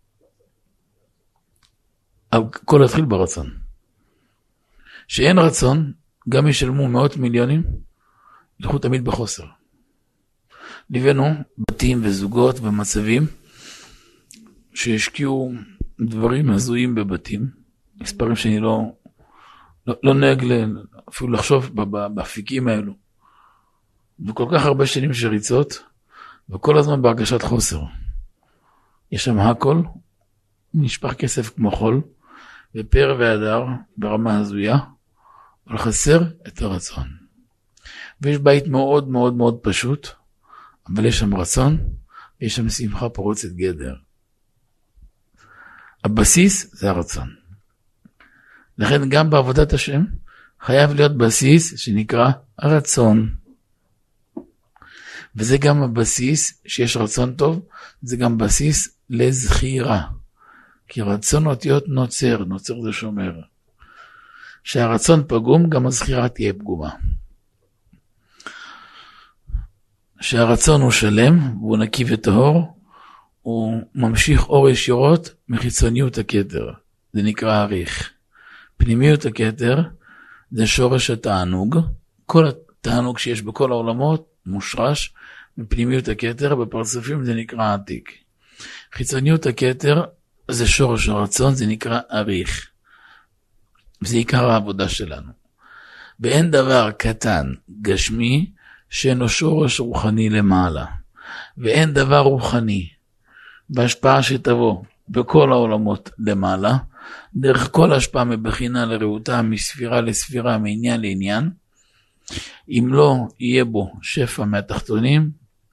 Speaker 1: הכל התחיל ברצון. שאין רצון, גם ישלמו מאות מיליונים, ילכו תמיד בחוסר. ליווינו בתים וזוגות ומצבים, שהשקיעו דברים הזויים בבתים, מספרים שאני לא, לא, לא נהג אפילו לחשוב באפיקים האלו. וכל כך הרבה שנים של ריצות, וכל הזמן בהרגשת חוסר. יש שם הכל, נשפך כסף כמו חול, ופר והדר ברמה הזויה, אבל חסר את הרצון. ויש בית מאוד מאוד מאוד פשוט, אבל יש שם רצון, ויש שם שמחה פורצת גדר. הבסיס זה הרצון. לכן גם בעבודת השם חייב להיות בסיס שנקרא הרצון. וזה גם הבסיס, שיש רצון טוב, זה גם בסיס לזכירה. כי רצון אותיות נוצר, נוצר זה שומר. שהרצון פגום, גם הזכירה תהיה פגומה. שהרצון הוא שלם, והוא נקי וטהור, הוא ממשיך אור ישירות מחיצוניות הכתר. זה נקרא עריך. פנימיות הכתר, זה שורש התענוג. כל התענוג שיש בכל העולמות, מושרש מפנימיות הכתר, בפרצופים זה נקרא עתיק. חיצוניות הכתר, זה שורש הרצון, זה נקרא עריך. זה עיקר העבודה שלנו. ואין דבר קטן, גשמי, שאינו שורש רוחני למעלה. ואין דבר רוחני, בהשפעה שתבוא בכל העולמות למעלה, דרך כל השפעה מבחינה לרעותה, מספירה לספירה, מעניין לעניין, אם לא יהיה בו שפע מהתחתונים,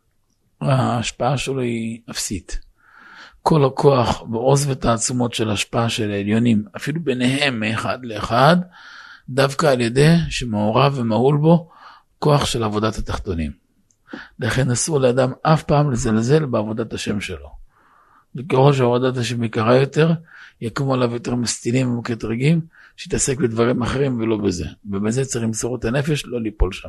Speaker 1: ההשפעה שלו היא אפסית. כל הכוח ועוז ותעצומות של השפעה של העליונים, אפילו ביניהם מאחד לאחד, דווקא על ידי שמעורב ומהול בו כוח של עבודת התחתונים. לכן אסור לאדם אף פעם לזלזל בעבודת השם שלו. וככל שעבודת השם יקרה יותר, יקומו עליו יותר מסתינים ומקטרגים, שיתעסק בדברים אחרים ולא בזה. ובזה צריך למסור את הנפש, לא ליפול שם.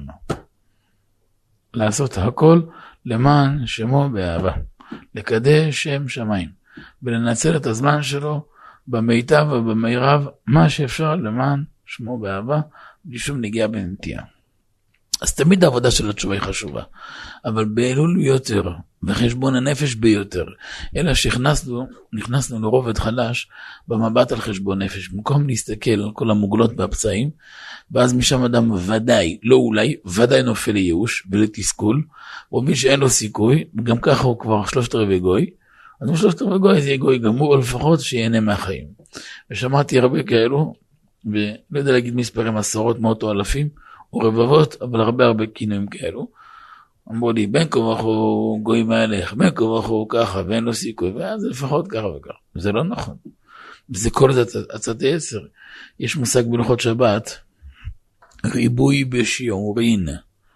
Speaker 1: לעשות הכל למען שמו באהבה. לקדש שם שמיים. ולנצל את הזמן שלו במיטב ובמירב, מה שאפשר למען שמו באהבה, בלי שום נגיעה בנטייה. אז תמיד העבודה של התשובה היא חשובה, אבל באלול יותר, בחשבון הנפש ביותר, אלא שהכנסנו, נכנסנו לרובד חדש, במבט על חשבון נפש, במקום להסתכל על כל המוגלות והפצעים, ואז משם אדם ודאי, לא אולי, ודאי נופל לייאוש ולתסכול, ומבין שאין לו סיכוי, וגם ככה הוא כבר שלושת רבעי גוי, אז משלושת רבעי גוי זה יהיה גוי גמור, או לפחות שיהנה מהחיים. ושמעתי הרבה כאלו, ולא יודע להגיד מספרים עשרות, מאות או אלפים, או רבבות, אבל הרבה הרבה כינויים כאלו. אמרו לי, בין כה וכה הוא גוי מהלך, בין כה וכה הוא ככה, ואין לו סיכוי, ואז זה לפחות ככה וככה. זה לא נכון. זה כל זה עצת עשר. יש מושג בלוחות שבת, ריבוי בשיעורין.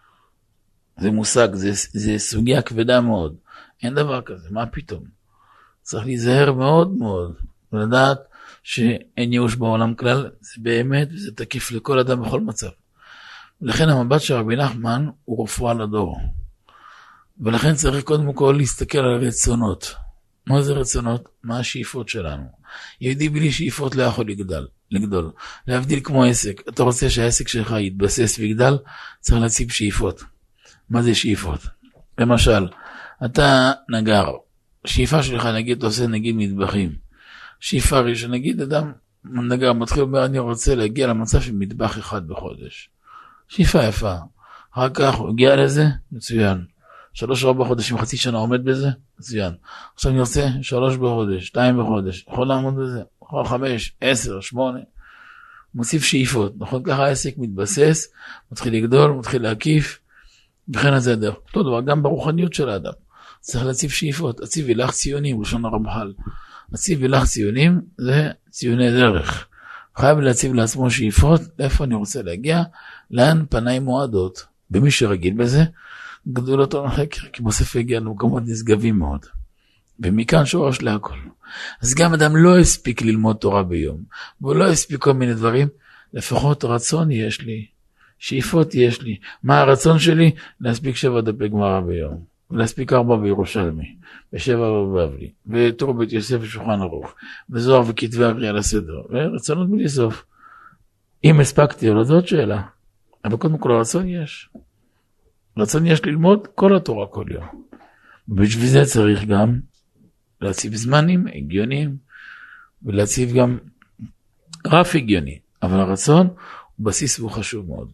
Speaker 1: זה מושג, זה, זה סוגיה כבדה מאוד. אין דבר כזה, מה פתאום? צריך להיזהר מאוד מאוד, ולדעת שאין ייאוש בעולם כלל, זה באמת, וזה תקיף לכל אדם בכל מצב. ולכן המבט של רבי נחמן הוא רפואה לדור. ולכן צריך קודם כל להסתכל על רצונות. מה זה רצונות? מה השאיפות שלנו? יהודי בלי שאיפות לא יכול לגדל, לגדול. להבדיל כמו עסק. אתה רוצה שהעסק שלך יתבסס ויגדל, צריך להציב שאיפות. מה זה שאיפות? למשל, אתה נגר. שאיפה שלך, נגיד, אתה עושה נגיד מטבחים. שאיפה ראשונה, נגיד אדם נגר, מתחיל אומר, אני רוצה להגיע למצב של מטבח אחד בחודש. שאיפה יפה. אחר כך הוא הגיע לזה, מצוין. שלוש ארבע חודשים, חצי שנה עומד בזה, מצוין. עכשיו אני רוצה שלוש בחודש, שתיים בחודש, יכול לעמוד בזה, יכול חמש, עשר, שמונה. מוסיף שאיפות, נכון? ככה העסק מתבסס, מתחיל לגדול, מתחיל להקיף, וכן הזה הדרך. אותו דבר, גם ברוחניות של האדם. צריך להציב שאיפות, הציבי לך ציונים, לשון הרמח"ל. הציבי לך ציונים, זה ציוני דרך. חייב להציב לעצמו שאיפות, לאיפה אני רוצה להגיע, לאן פניים מועדות. במי שרגיל בזה, גדולתו לחקר, כי בסוף הגיע למקומות נשגבים מאוד. ומכאן שורש להכל. אז גם אדם לא הספיק ללמוד תורה ביום, והוא לא הספיק כל מיני דברים, לפחות רצון יש לי, שאיפות יש לי. מה הרצון שלי? להספיק שבע דפי גמרא ביום, ולהספיק ארבע בירושלמי, ושבע בבבלי, ותור בית יוסף ושולחן ערוך, וזוהר וכתבי הקריאה לסדר, ורצונות בלי סוף. אם הספקתי, אבל זאת שאלה. אבל קודם כל הרצון יש. רצון יש ללמוד כל התורה כל יום. ובשביל זה צריך גם להציב זמנים הגיוניים, ולהציב גם רף הגיוני. אבל הרצון הוא בסיס והוא חשוב מאוד.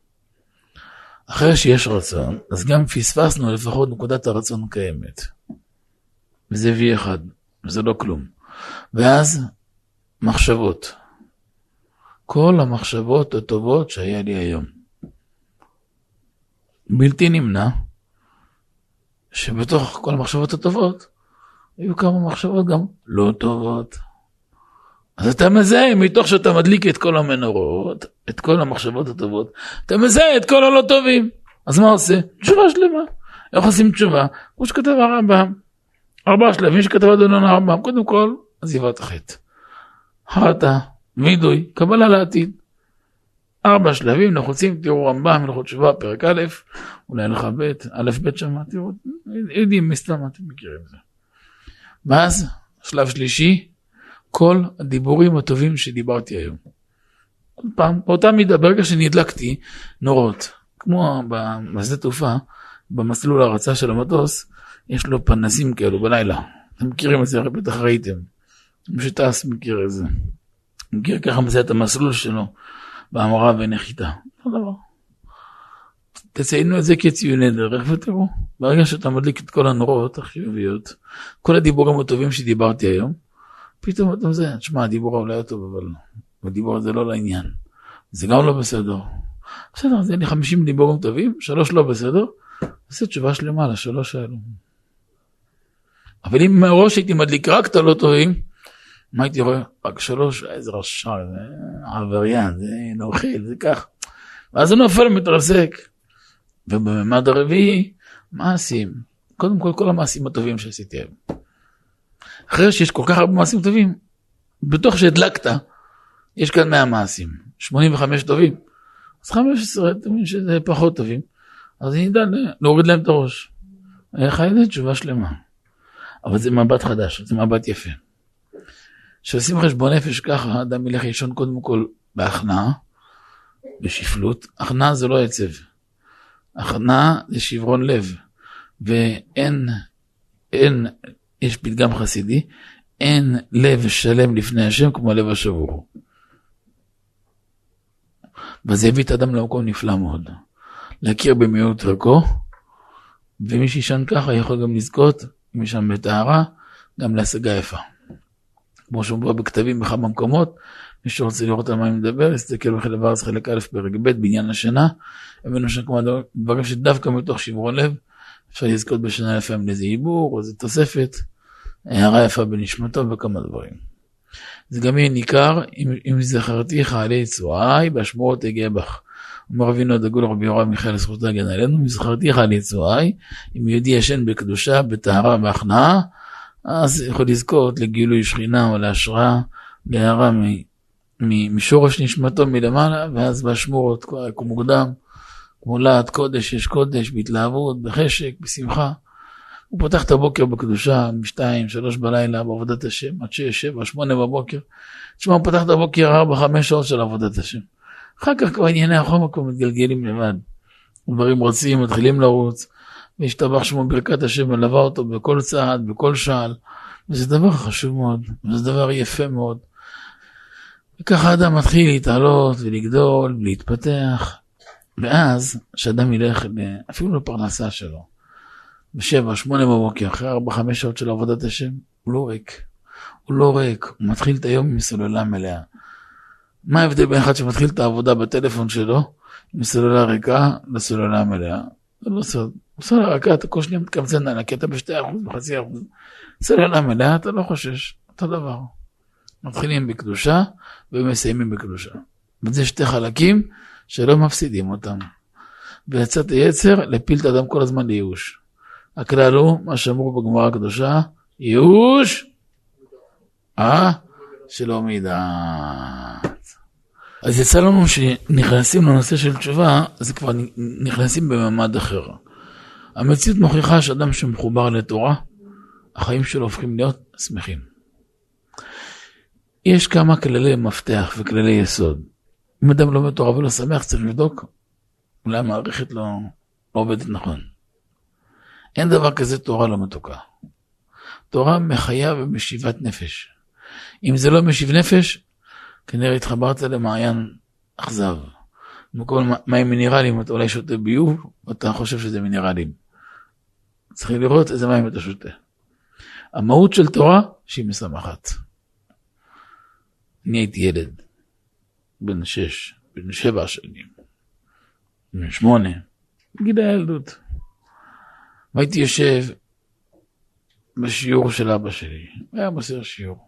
Speaker 1: אחרי שיש רצון, אז גם פספסנו לפחות נקודת הרצון קיימת. וזה וי אחד, וזה לא כלום. ואז מחשבות. כל המחשבות הטובות שהיה לי היום. בלתי נמנע, שבתוך כל המחשבות הטובות, היו כמה מחשבות גם לא טובות. אז אתה מזהה, מתוך שאתה מדליק את כל המנורות, את כל המחשבות הטובות, אתה מזהה את כל הלא טובים. אז מה עושה? תשובה שלמה. איך עושים תשובה? כמו שכתב הרמב"ם. ארבעה שלבים שכתב אדונן הרמב"ם. קודם כל, עזיבת החטא. חרטה, וידוי, קבלה לעתיד. ארבע שלבים נחוצים, תראו רמב"ם, הלכות תשובה, פרק א', אולי הלכה ב', א' ב' שמה, תראו, יודעים מסתם, אתם מכירים את זה. ואז, שלב שלישי, כל הדיבורים הטובים שדיברתי היום. עוד פעם, באותה מידה, ברגע שנדלקתי, נורות, כמו בשדה תעופה, במסלול הרצה של המטוס, יש לו פנסים כאלו בלילה. אתם מכירים את זה, הרי בטח ראיתם. מי שטס מכיר את זה. מכיר ככה מזה את המסלול שלו, בהמרה ונחיתה. לא דבר. תציינו את זה כציוני דרך, ותראו, ברגע שאתה מדליק את כל הנורות החיוביות, כל הדיבורים הטובים שדיברתי היום, פתאום אתם זה, תשמע, הדיבור אולי לא טוב, אבל הדיבור הזה לא לעניין. זה גם לא בסדר. בסדר, זה לי חמישים דיבורים טובים, שלוש לא בסדר, עושה תשובה שלמה לשלוש האלו. אבל אם מראש הייתי מדליק רק את הלא טובים, מה הייתי רואה? רק שלוש, איזה רשע, זה עבריין, זה נוכל, זה כך. ואז זה נופל מתרסק. ובממד הרביעי, מעשים. קודם כל, כל המעשים הטובים שעשיתי היום. אחרי שיש כל כך הרבה מעשים טובים, בתוך שהדלקת, יש כאן מאה מעשים. שמונים וחמש טובים. אז חמש עשרה, אתה מבין שזה פחות טובים. אז אני יודע להוריד להם את הראש. איך הייתה תשובה שלמה. אבל זה מבט חדש, זה מבט יפה. שעושים חשבון נפש ככה, אדם ילך לישון קודם כל בהכנעה, בשפלות. הכנעה זה לא עצב. הכנעה זה שברון לב. ואין, אין, יש פתגם חסידי, אין לב שלם לפני השם כמו לב השבור. וזה הביא את אדם למקום נפלא מאוד. להכיר במיעוט דרכו, ומי שישן ככה יכול גם לזכות, מי שם בטהרה, גם להשגה יפה. כמו שאומר בכתבים בכמה מקומות, מי שרוצה לראות על מה אני מדבר, יסתכל בחלק א' חלק א' פרק ב' בעניין השינה, הבאנו שם כמה דברים שדווקא מתוך שברון לב, אפשר לזכות בשנה יפה עם איזה עיבור, או איזה תוספת, הערה יפה בנשמתו וכמה דברים. זה גם יהיה ניכר, אם, אם זכרתיך עלי צועי, בהשמורות תגע בך. אומר רבינו הדגול רבי יורם מיכאל זכות להגן עלינו, אם זכרתיך עלי צועי, אם יהודי ישן בקדושה, בטהרה, בהכנעה, אז יכול לזכות לגילוי שכינה או להשראה, להערה משורש נשמתו מלמעלה, ואז בהשמורות כמו מוקדם, כמו לעד קודש, יש קודש, בהתלהבות, בחשק, בשמחה. הוא פותח את הבוקר בקדושה, משתיים, שלוש בלילה, בעבודת השם, עד שש, שבע, שמונה בבוקר. תשמע, הוא פותח את הבוקר ארבע, חמש שעות של עבודת השם. אחר כך כבר ענייני החומר כבר מתגלגלים לבד. דברים רוצים, מתחילים לרוץ, והשתבח שמו ברכת השם, מלווה אותו בכל צעד, בכל שעל. וזה דבר חשוב מאוד, וזה דבר יפה מאוד. וככה אדם מתחיל להתעלות ולגדול, ולהתפתח. ואז, שאדם ילך אפילו לפרנסה שלו, בשבע, שמונה בבוקר, אחרי ארבע, חמש שעות של עבודת השם, הוא לא ריק. הוא לא ריק, הוא מתחיל את היום עם סוללה מלאה. מה ההבדל בין אחד שמתחיל את העבודה בטלפון שלו, עם סוללה ריקה לסוללה מלאה? זה לא סוד. סוללה ריקה, אתה כל שניה מתקמצן עליה, כי אתה בשתי אחוז, בחצי אחוז. סוללה מלאה, אתה לא חושש, אותו דבר. מתחילים בקדושה, ומסיימים בקדושה. וזה שתי חלקים שלא מפסידים אותם. ויצאת יצר, להפיל את האדם כל הזמן לייאוש. הכלל הוא, מה שאמרו בגמרא הקדושה, ייאוש, אה? שלא מידעת. אז יצא לנו שנכנסים לנושא של תשובה, אז כבר נכנסים במעמד אחר. המציאות מוכיחה שאדם שמחובר לתורה, החיים שלו הופכים להיות שמחים. יש כמה כללי מפתח וכללי יסוד. אם אדם לא בתורה ולא שמח, צריך לבדוק, אולי המערכת לא, לא עובדת נכון. אין דבר כזה תורה לא מתוקה. תורה מחיה ומשיבת נפש. אם זה לא משיב נפש, כנראה התחברת למעיין אכזב. מכל מים מינרלים, אתה אולי שותה ביוב, ואתה חושב שזה מינרלים. צריך לראות איזה מים אתה שותה. המהות של תורה, שהיא משמחת. אני הייתי ילד, בן שש, בן שבע שנים, בן שמונה, גיל הילדות. והייתי יושב בשיעור של אבא שלי, היה מסיר שיעור.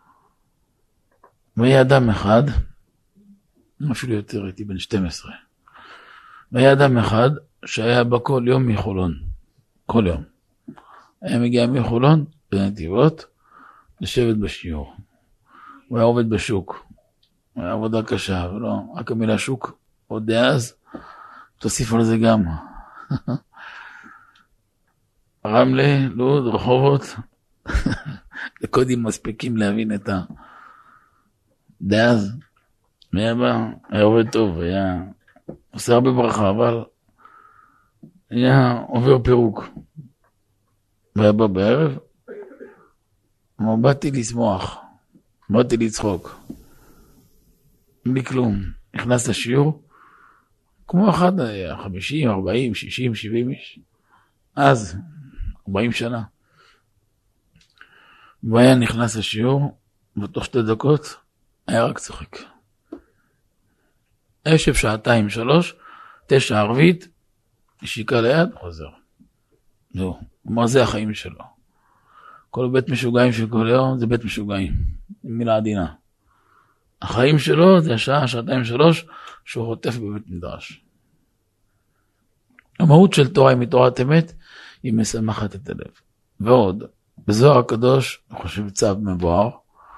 Speaker 1: והיה אדם אחד, אפילו יותר, הייתי בן שתים עשרה. והיה אדם אחד שהיה בא כל יום מחולון. כל יום. היה מגיע מחולון, בנתיבות, לשבת בשיעור. הוא היה עובד בשוק. הוא היה עבודה קשה, ולא, רק המילה שוק, עוד דאז, תוסיף על זה גם. רמלה, לוד, רחובות, לקודים מספיקים להבין את ה... דאז, היה בא, היה עובד טוב, היה עושה הרבה ברכה, אבל היה עובר פירוק. והיה בא בערב, אמר, באתי לשמוח, באתי לצחוק. בלי כלום. נכנס לשיעור, כמו אחד, חמישים, ארבעים, שישים, שבעים איש. אז, ארבעים שנה. והיה נכנס לשיעור, בתוך שתי דקות, היה רק צוחק. ישב שעתיים, שלוש, תשע ערבית, נשיקה ליד, חוזר. זהו, כלומר זה החיים שלו. כל בית משוגעים של כל יום, זה בית משוגעים. מילה עדינה. החיים שלו זה השעה, שעתיים, שלוש, שהוא חוטף בבית מדרש. המהות של תורה היא מתורת אמת, היא משמחת את הלב. ועוד, בזוהר הקדוש, אני חושב צו מבואר,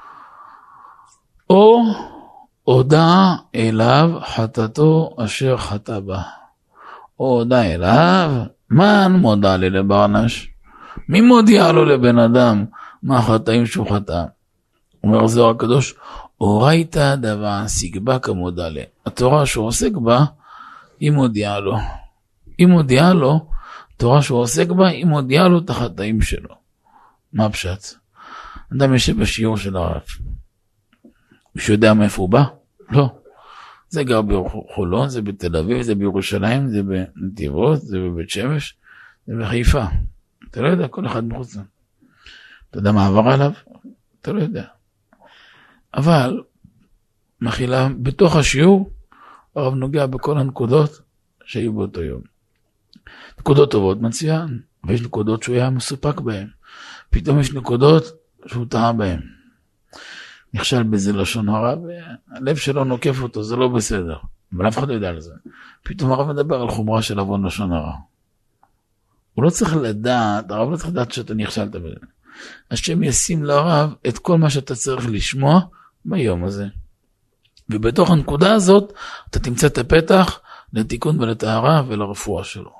Speaker 1: או הודע אליו חטאתו אשר חטא בה. או הודע אליו, מן מודע לי לברנש? מי מודיע לו לבן אדם מה החטאים שהוא חטא? אומר זוהר הקדוש, אורייתא דבר סיגבה כמודע לי. התורה שהוא עוסק בה, היא מודיעה לו. היא מודיעה לו, התורה שהוא עוסק בה, היא מודיעה לו את החטאים שלו. מה הפשט? אדם יושב בשיעור של הרב. מישהו יודע מאיפה הוא בא? לא. זה גר בחולון, זה בתל אביב, זה בירושלים, זה בנתיבות, זה בבית שמש, זה בחיפה. אתה לא יודע, כל אחד מחוץ. אתה יודע מה עבר עליו? אתה לא יודע. אבל, מכילה, בתוך השיעור, הרב נוגע בכל הנקודות שהיו באותו יום. נקודות טובות מצוין, ויש נקודות שהוא היה מסופק בהן. פתאום יש נקודות שהוא טעה בהן. נכשל בזה לשון הרע, והלב שלו נוקף אותו, זה לא בסדר. אבל אף אחד לא יודע על זה. פתאום הרב מדבר על חומרה של עוון לשון הרע. הוא לא צריך לדעת, הרב לא צריך לדעת שאתה נכשלת בזה. השם ישים לרב את כל מה שאתה צריך לשמוע ביום הזה. ובתוך הנקודה הזאת, אתה תמצא את הפתח לתיקון ולטהרה ולרפואה שלו.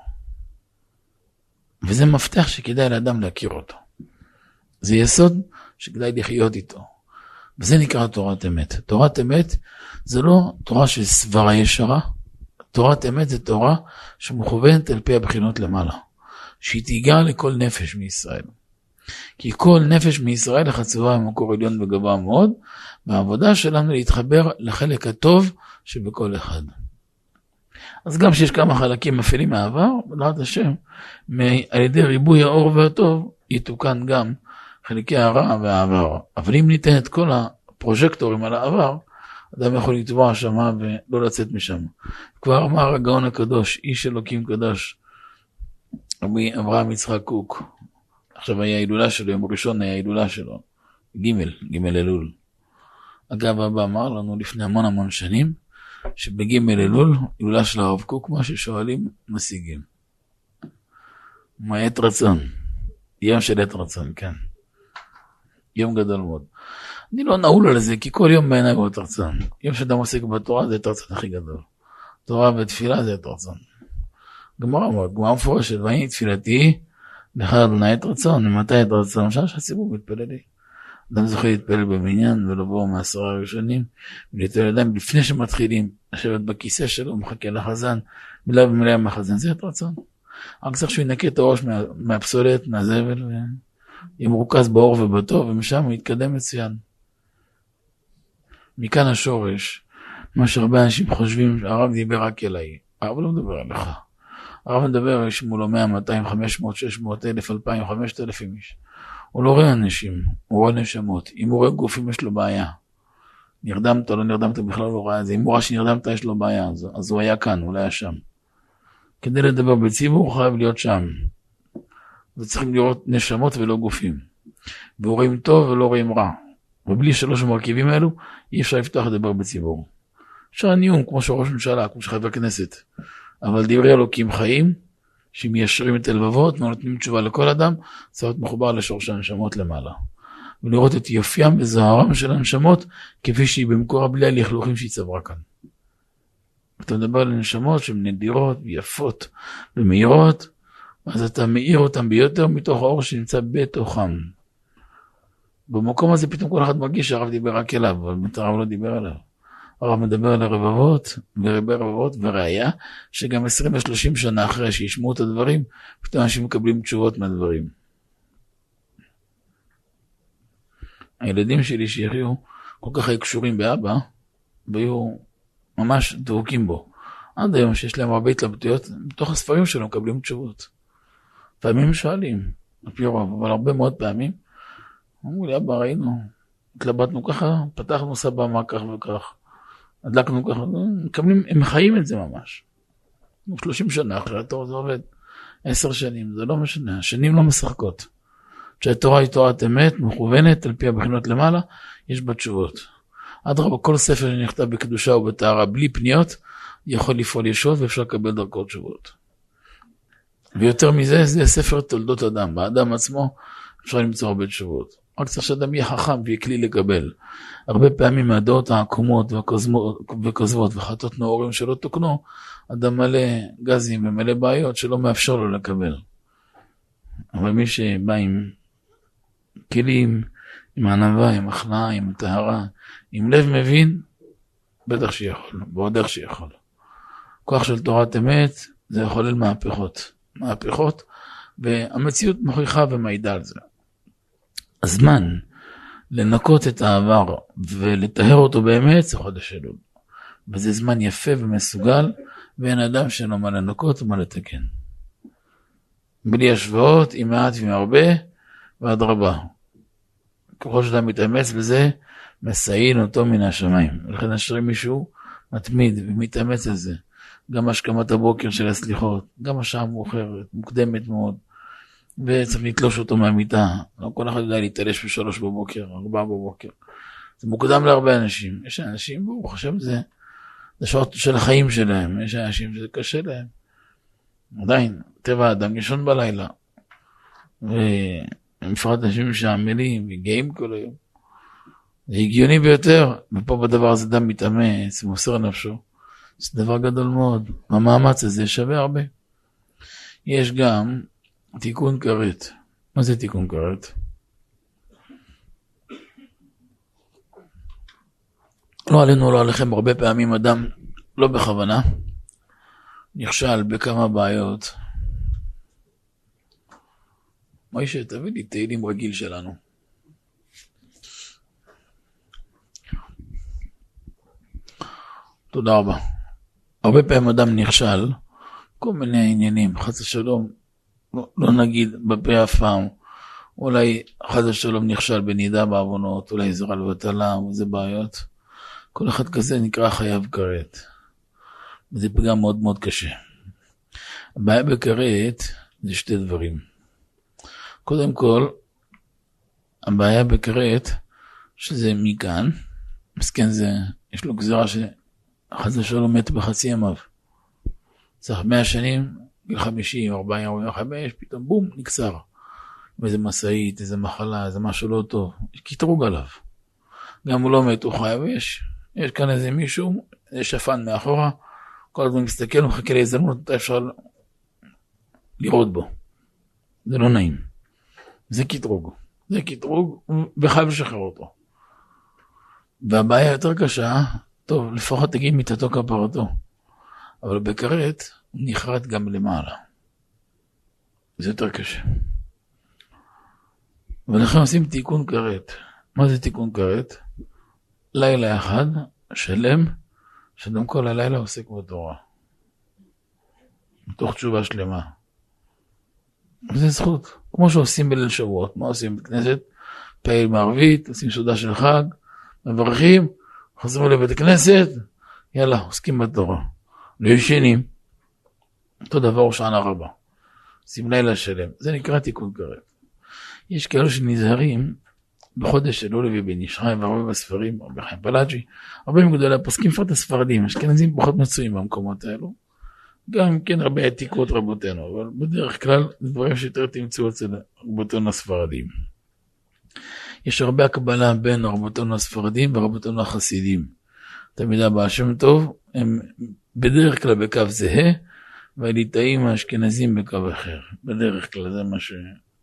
Speaker 1: וזה מפתח שכדאי לאדם להכיר אותו. זה יסוד שכדאי לחיות איתו. וזה נקרא תורת אמת. תורת אמת זה לא תורה של סברה ישרה. תורת אמת זה תורה שמכוונת על פי הבחינות למעלה. שהיא תיגע לכל נפש מישראל. כי כל נפש מישראל החצובה במקור עליון וגבוה מאוד, והעבודה שלנו להתחבר לחלק הטוב שבכל אחד. אז גם שיש כמה חלקים אפלים מהעבר, בעזרת השם, על ידי ריבוי האור והטוב, יתוקן גם חלקי הרע והעבר. אבל אם ניתן את כל הפרוז'קטורים על העבר, אדם יכול לתבוע שמה ולא לצאת משם. כבר אמר הגאון הקדוש, איש אלוקים קדוש, רבי אברהם יצחק קוק, עכשיו היה ההילולה שלו, יום ראשון היה ההילולה שלו, ג' ג' אלול. אגב, אבא אמר לנו לפני המון המון שנים, שבג' אלול, הילולה של הרב קוק, מה ששואלים, משיגים. מה עת רצון? יום של עת רצון, כן. יום גדול מאוד. אני לא נעול על זה, כי כל יום בעיניי הוא עת רצון. יום שאדם עוסק בתורה, זה עת רצון הכי גדול. תורה ותפילה זה עת רצון. גמרא מאוד, גמרא מפורשת, ואני תפילתי, לך אדוני עת רצון, ומתי עת רצון? אפשר שהציבור מתפלל לי. אדם זוכה להתפלל במניין, ולבוא מעשרה הראשונים, ולהתפלל אדם לפני שמתחילים, לשבת בכיסא שלו, מחכה לחזן, מילה במילה מהחזן, זה עת רצון. רק צריך שהוא ינקה את הראש מה, מהפסולת, מהזבל, ויהיה מרוכז באור ובטוב, ומשם הוא יתקדם מצוין. מכאן השורש, מה שהרבה אנשים חושבים, הרב דיבר רק אליי, הרב לא מדבר עליך. הרב מדבר, יש מולו מאה, מאתיים, חמש מאות, שש מאות, אלף, אלפיים, חמשת אלפים איש. הוא לא רואה אנשים, הוא רואה נשמות. אם הוא רואה גופים, יש לו בעיה. נרדמת או לא נרדמת, בכלל לא רואה את זה. אם הוא רואה שנרדמת, יש לו בעיה. אז, אז הוא היה כאן, הוא לא היה שם. כדי לדבר בציבור, הוא חייב להיות שם. וצריכים לראות נשמות ולא גופים. והוא רואים טוב ולא רואים רע. ובלי שלוש המרכיבים האלו, אי אפשר לפתוח לדבר בציבור. אפשר ניום, כמו שראש ממשלה, כמו שחבר כנסת. אבל דברי אלוקים חיים, שמיישרים את הלבבות ונותנים תשובה לכל אדם, צריך להיות מחובר לשורש הנשמות למעלה. ולראות את יופיים וזוהרם של הנשמות, כפי שהיא במקור בלי הלכלוכים שהיא צברה כאן. אתה מדבר על נשמות שהן נדירות ויפות ומאירות, אז אתה מאיר אותם ביותר מתוך האור שנמצא בתוכם. במקום הזה פתאום כל אחד מרגיש שהרב דיבר רק אליו, אבל הרב לא דיבר עליו. הרב מדבר על הרבבות, ורבי רבבות, וראיה, שגם עשרים ושלושים שנה אחרי שישמעו את הדברים, פתאום אנשים מקבלים תשובות מהדברים. הילדים שלי שיחיו כל כך היו קשורים באבא, והיו ממש דבוקים בו. עד היום שיש להם הרבה התלבטויות, בתוך הספרים שלו מקבלים תשובות. פעמים שואלים, על פי רוב, אבל הרבה מאוד פעמים, אמרו לי, אבא, ראינו, התלבטנו ככה, פתחנו סבא מה כך וכך, הדלקנו ככה, מקבלים, הם חיים את זה ממש. שלושים שנה אחרי התורה זה עובד, עשר שנים, זה לא משנה, השנים לא משחקות. כשהתורה היא תורת אמת, מכוונת, על פי הבחינות למעלה, יש בה תשובות. אדרבה, כל ספר שנכתב בקדושה ובטהרה, בלי פניות, יכול לפעול ישות ואפשר לקבל דרכו תשובות. ויותר מזה, זה ספר תולדות אדם. באדם עצמו אפשר למצוא הרבה תשובות. רק צריך שאדם יהיה חכם ויהיה כלי לקבל. הרבה פעמים מהדעות העקומות וכוזבות וחטאות נאורים שלא תוקנו, אדם מלא גזים ומלא בעיות שלא מאפשר לו לקבל. אבל מי שבא עם כלים, עם ענווה, עם הכנעה, עם טהרה, עם לב מבין, בטח שיכול, ועוד איך שיכול. כוח של תורת אמת, זה יכולל מהפכות. מהפכות, והמציאות מוכיחה ומעידה על זה. הזמן לנקות את העבר ולטהר אותו באמת, זה חודש אלול. וזה זמן יפה ומסוגל, ואין אדם שאין לו מה לנקות ומה לתקן. בלי השוואות, עם מעט ועם הרבה, ועד רבה. ככל שאתה מתאמץ בזה, מסעין אותו מן השמיים. ולכן אשרי מישהו מתמיד ומתאמץ על זה. גם השכמת הבוקר של הסליחות, גם השעה מאוחרת, מוקדמת מאוד, וצריך לתלוש אותו מהמיטה. לא כל אחד יודע להתעלש בשלוש בבוקר, ארבע בבוקר. זה מוקדם להרבה אנשים. יש אנשים, ברוך השם, זה, זה שעות של החיים שלהם. יש אנשים שזה קשה להם. עדיין, טבע האדם ישון בלילה. ומפרט אנשים שעמלים וגאים כל היום. זה הגיוני ביותר, ופה בדבר הזה דם מתאמץ, מוסר נפשו. זה דבר גדול מאוד. המאמץ הזה שווה הרבה. יש גם תיקון כרת. מה זה תיקון כרת? לא עלינו, לא עליכם, הרבה פעמים אדם לא בכוונה נכשל בכמה בעיות. מוישה, תביא לי תהילים רגיל שלנו. תודה רבה. הרבה פעמים אדם נכשל, כל מיני עניינים, חס ושלום, לא, לא נגיד בפה אף פעם, אולי חס ושלום נכשל בנידה בעוונות, אולי זרע לבטלה, וזה בעיות. כל אחד כזה נקרא חייב כרת. וזה פגם מאוד מאוד קשה. הבעיה בכרת זה שתי דברים. קודם כל, הבעיה בכרת, שזה מכאן, מסכן זה, יש לו גזירה שחס ושלום מת בחצי ימיו. צריך מאה שנים, גיל חמישים, ארבעים, ארבעים וחמש, פתאום בום, נקצר. איזה מסעית, איזה מחלה, איזה משהו לא טוב. יש קטרוג עליו. גם הוא לא מת, הוא חייב, יש. יש כאן איזה מישהו, איזה שפן מאחורה, כל הזמן מסתכל, הוא מחכה להזדמנות, אתה אפשר לראות בו. זה לא נעים. זה קטרוג. זה קטרוג, וחייב לשחרר אותו. והבעיה יותר קשה, טוב, לפחות תגיד מיתתו כפרתו. אבל בכרת, הוא נחרט גם למעלה. זה יותר קשה. ולכן עושים תיקון כרת. מה זה תיקון כרת? לילה אחד, שלם, שדם כל הלילה עוסק בתורה. מתוך תשובה שלמה. וזה זכות. כמו שעושים בליל שבועות. מה עושים בכנסת? פעיל מערבית, עושים סעודה של חג, מברכים, חוזרים לבית הכנסת, יאללה, עוסקים בתורה. לא ישנים. אותו דבר הוא שענה רבה. עושים לילה שלם. זה נקרא תיקון כרת. יש כאלו שנזהרים בחודש של לולי ובן ישחי, והרבה בספרים, הרבה חיים פלאג'י, הרבה מגדולי הפוסקים, פרט הספרדים, אשכנזים פחות מצויים במקומות האלו. גם כן הרבה עתיקות רבותינו, אבל בדרך כלל דברים שיותר תמצאו אצל רבותינו הספרדים. יש הרבה הקבלה בין רבותינו הספרדים ורבותינו החסידים. תמיד הבא שם טוב, הם בדרך כלל בקו זהה, והליטאים האשכנזים בקו אחר. בדרך כלל זה מה ש...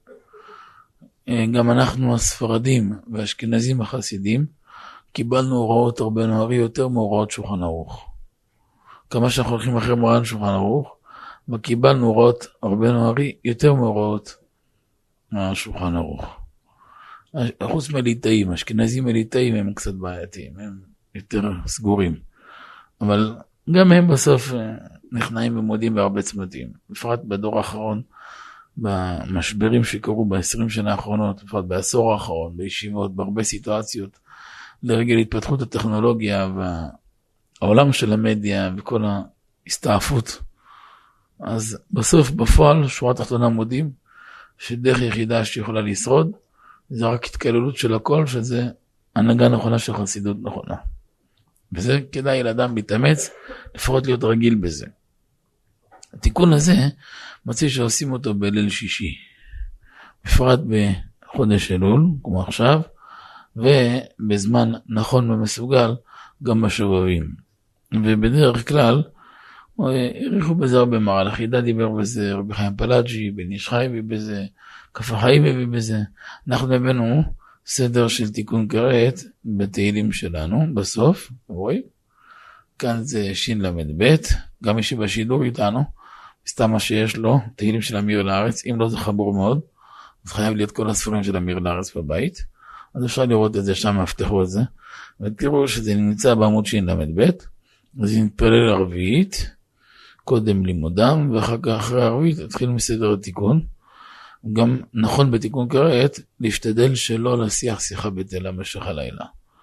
Speaker 1: גם אנחנו הספרדים והאשכנזים החסידים, קיבלנו הוראות רבנו הרי יותר מהוראות שולחן ערוך. כמה שאנחנו הולכים אחרי מרן שולחן ערוך, וקיבלנו הוראות רבנו הרי יותר מהוראות שולחן ערוך. חוץ מהליטאים, אשכנזים הליטאים הם קצת בעייתיים, הם יותר סגורים. אבל גם הם בסוף נכנעים ומודים בהרבה צמתים. בפרט בדור האחרון, במשברים שקרו ב-עשרים שנה האחרונות, בפרט בעשור האחרון, בישיבות, בהרבה סיטואציות, לרגל התפתחות הטכנולוגיה והעולם של המדיה וכל ההסתעפות. אז בסוף בפועל שורה תחתונה מודים שדרך יחידה שיכולה לשרוד זה רק התקללות של הכל, שזה הנהגה נכונה של חסידות נכונה. וזה כדאי לאדם להתאמץ, לפחות להיות רגיל בזה. התיקון הזה מצא שעושים אותו בליל שישי, בפרט בחודש אלול, כמו עכשיו, ובזמן נכון ומסוגל גם בשובבים. ובדרך כלל, העריכו בזה הרבה מרן החידה דיבר בזה, רבי חיים פלאג'י, בן איש חי ובזה, כפה חיים ובזה. אנחנו הבאנו סדר של תיקון כרת בתהילים שלנו, בסוף, רואים? כאן זה שין למד בית, גם מי שבשידור איתנו, סתם מה שיש לו, תהילים של אמיר לארץ, אם לא זה חבור מאוד, אז חייב להיות כל הספרים של אמיר לארץ בבית, אז אפשר לראות את זה שם, הפתחו את זה, ותראו שזה נמצא בעמוד שין למד בית, אז נתפלל ערבית, קודם לימודם, ואחר כך אחרי הערבית, התחיל מסדר התיקון, גם נכון בתיקון כרת, להשתדל שלא להשיח שיחה בטלה במשך הלילה.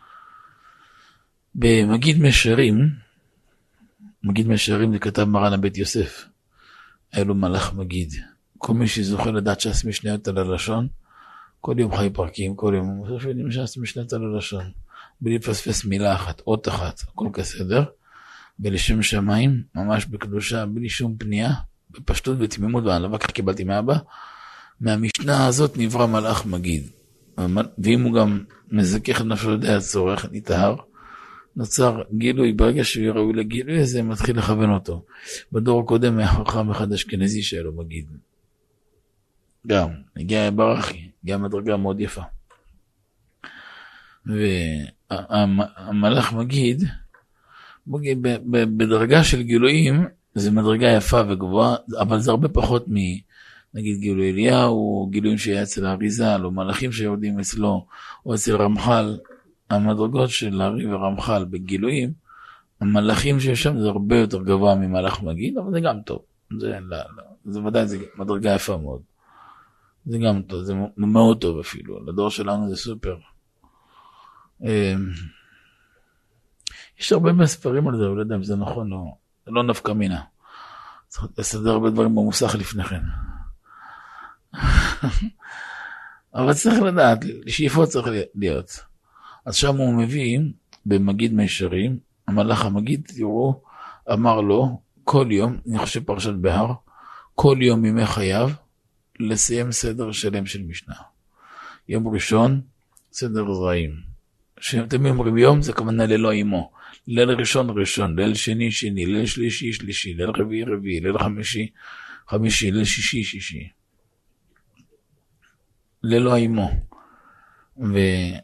Speaker 1: במגיד משרים, מגיד משרים זה כתב מרן הבית יוסף, היה לו מלאך מגיד. כל מי שזוכה לדעת ש"ס משניות על הלשון, כל יום חי פרקים, כל יום הוא מוסף יודעים ש"ס משניות על הלשון, בלי לפספס מילה אחת, אות אחת, הכל כסדר, ולשם שמיים, ממש בקדושה, בלי שום פנייה, בפשטות ותמימות וענווה, כך קיבלתי מאבא, מהמשנה הזאת נברא מלאך מגיד. ואם הוא גם מזכך את נפשו לידי הצורך, נטהר, נוצר גילוי, ברגע שהוא ראוי לגילוי הזה, מתחיל לכוון אותו. בדור הקודם היה חכם אחד אשכנזי שהיה לו מגיד. גם, הגיע ברכי, גם מדרגה מאוד יפה. והמלאך מגיד, בדרגה של גילויים, זה מדרגה יפה וגבוהה, אבל זה הרבה פחות מ... נגיד גילוי אליהו, גילויים שהיה אצל האריזל, או מלאכים שיורדים אצלו, או אצל רמח"ל, המדרגות של הארי ורמח"ל בגילויים, המלאכים שיש שם זה הרבה יותר גבוה ממלאך מגיד, אבל זה גם טוב. זה, לא, לא, זה ודאי, זה מדרגה יפה מאוד. זה גם טוב, זה מאוד טוב אפילו. לדור שלנו זה סופר. יש הרבה מספרים על זה, אבל לא יודע אם זה נכון, לא, זה לא נפקא מינה. צריך לסדר הרבה דברים במוסך לפני כן. אבל צריך לדעת, לשאיפות צריך להיות. אז שם הוא מביא, במגיד מישרים, המלאך המגיד, תראו, אמר לו, כל יום, אני חושב פרשת בהר, כל יום ימי חייו, לסיים סדר שלם של משנה. יום ראשון, סדר זרעים. שאתם אומרים יום, זה כמובן ללא אימו. ליל ראשון ראשון, ליל שני שני, ליל שלישי שלישי, ליל רביעי רביעי, ליל חמישי חמישי, ליל שישי שישי. ללא אימו. ו...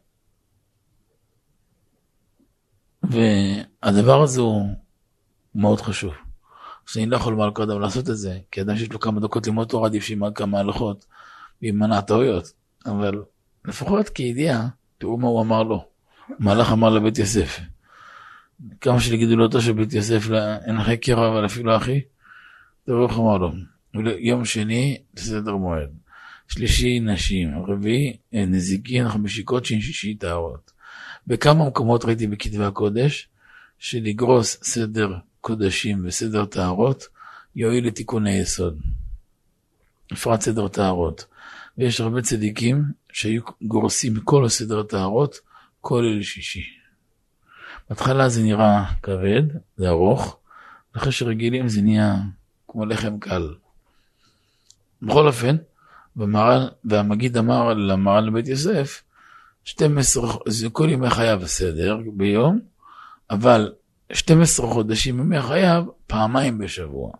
Speaker 1: והדבר הזה הוא מאוד חשוב. שאני לא יכול לומר קודם לעשות את זה, כי אדם שיש לו כמה דקות ללמוד תורה, עדיף שימד כמה הלכות, וימנע טעויות. אבל לפחות כידיעה, תראו מה הוא אמר לו. מלאך אמר לבית יוסף. כמה שלגידולותו של בית יוסף, אין אחי קרע, אבל אפילו אחי, תראו איך אמר לו. יום שני, סדר מועד. שלישי, נשים. רביעי, נזיקין, חמישי קודשין, שישי טהרות. בכמה מקומות ראיתי בכתבי הקודש, שלגרוס סדר קודשים וסדר טהרות, יועיל לתיקוני יסוד. בפרט סדר טהרות. ויש הרבה צדיקים שהיו גורסים כל הסדר טהרות, כל ליל שישי. בהתחלה זה נראה כבד, זה ארוך, אחרי שרגילים זה נהיה כמו לחם קל. בכל אופן, במרן, והמגיד אמר למרן לבית יוסף, שתים עשרה, זה כל ימי חייו בסדר ביום, אבל שנים עשר חודשים ימי חייו פעמיים בשבוע.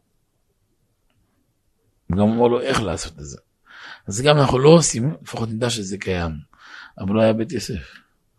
Speaker 1: וגם אמר לו איך לעשות את זה. אז גם אנחנו לא עושים, לפחות נדע שזה קיים. אבל לא היה בית יוסף.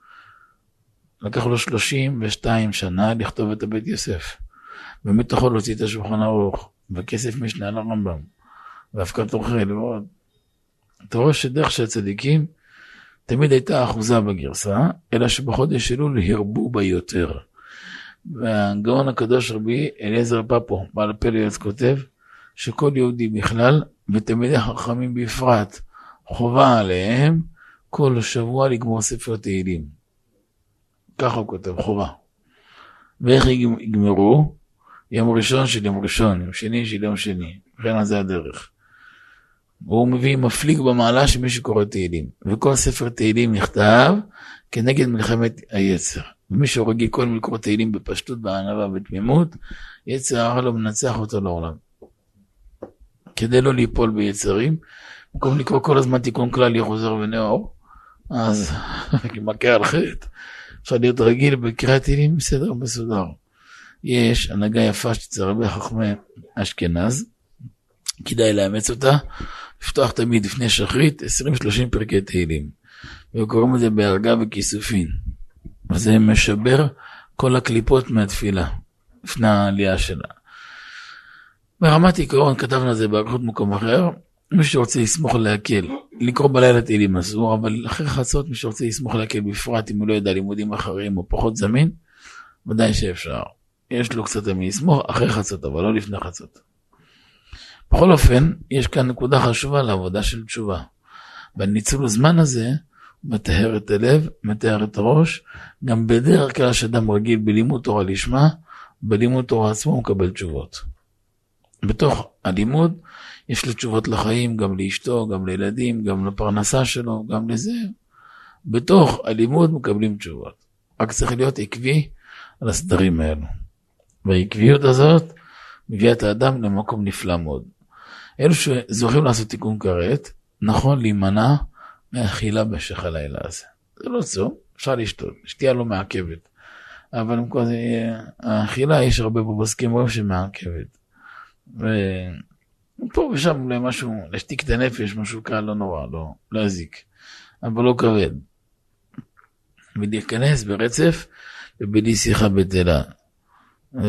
Speaker 1: לקח לו שלושים ושתיים שנה לכתוב את הבית יוסף. ומתוכו להוציא את השולחן ערוך, וכסף משנה על הרמב"ם, והפקת אוכל ועוד. אתה רואה שדרך של הצדיקים תמיד הייתה אחוזה בגרסה, אלא שבחודש אלול הרבו בה יותר. והגאון הקדוש רבי אליעזר פפו, בעל פליאס, כותב שכל יהודי בכלל, ותלמידי חכמים בפרט, חובה עליהם כל שבוע לגמור ספר תהילים. ככה הוא כותב, חובה. ואיך יגמרו? יום ראשון של יום ראשון, יום שני של יום שני. וכן על זה הדרך. והוא מביא מפליג במעלה שמי שקורא תהילים. וכל ספר תהילים נכתב כנגד מלחמת היצר. ומי שרגיל כל מלקור תהילים בפשטות, בענווה ובתמימות, יצר הרע לא מנצח אותו לעולם. כדי לא ליפול ביצרים, במקום לקרוא כל הזמן תיקון כלל יחוזר ונאור, אז מכה על חטא. אפשר להיות רגיל בקריאת תהילים בסדר מסודר. יש הנהגה יפה שצריך הרבה חכמי אשכנז, כדאי לאמץ אותה, לפתוח תמיד לפני שחרית עשרים שלושים פרקי תהילים, וקוראים את זה בהרגה וכיסופין, וזה משבר כל הקליפות מהתפילה, לפני העלייה שלה. ברמת עיקרון כתבנו את זה באגרות מקום אחר, מי שרוצה לסמוך להקל, לקרוא בלילה תהילים אסור, אבל אחרי חצות מי שרוצה לסמוך להקל בפרט, אם הוא לא יודע לימודים אחרים או פחות זמין, ודאי שאפשר. יש לו קצת מי לסמוך אחרי חצות, אבל לא לפני חצות. בכל אופן, יש כאן נקודה חשובה לעבודה של תשובה. בניצול הזמן הזה, מטהר את הלב, מטהר את הראש, גם בדרך כלל שאדם רגיל בלימוד תורה לשמה, בלימוד תורה עצמו הוא מקבל תשובות. בתוך הלימוד, יש לו תשובות לחיים, גם לאשתו, גם לילדים, גם לפרנסה שלו, גם לזה. בתוך הלימוד מקבלים תשובות. רק צריך להיות עקבי על הסדרים האלו. והעקביות הזאת מביאה את האדם למקום נפלא מאוד. אלו שזוכים לעשות תיקון כרת, נכון להימנע מהאכילה במשך הלילה הזה. זה לא צום, אפשר לשתות, שתייה לא מעכבת. אבל האכילה יש הרבה בבוסקים רואים שמעכבת. ופה ושם אולי משהו, להשתיק את הנפש, משהו קל לא נורא, לא להזיק. אבל לא כבד. ולהיכנס ברצף ובלי שיחה בטלה. ו...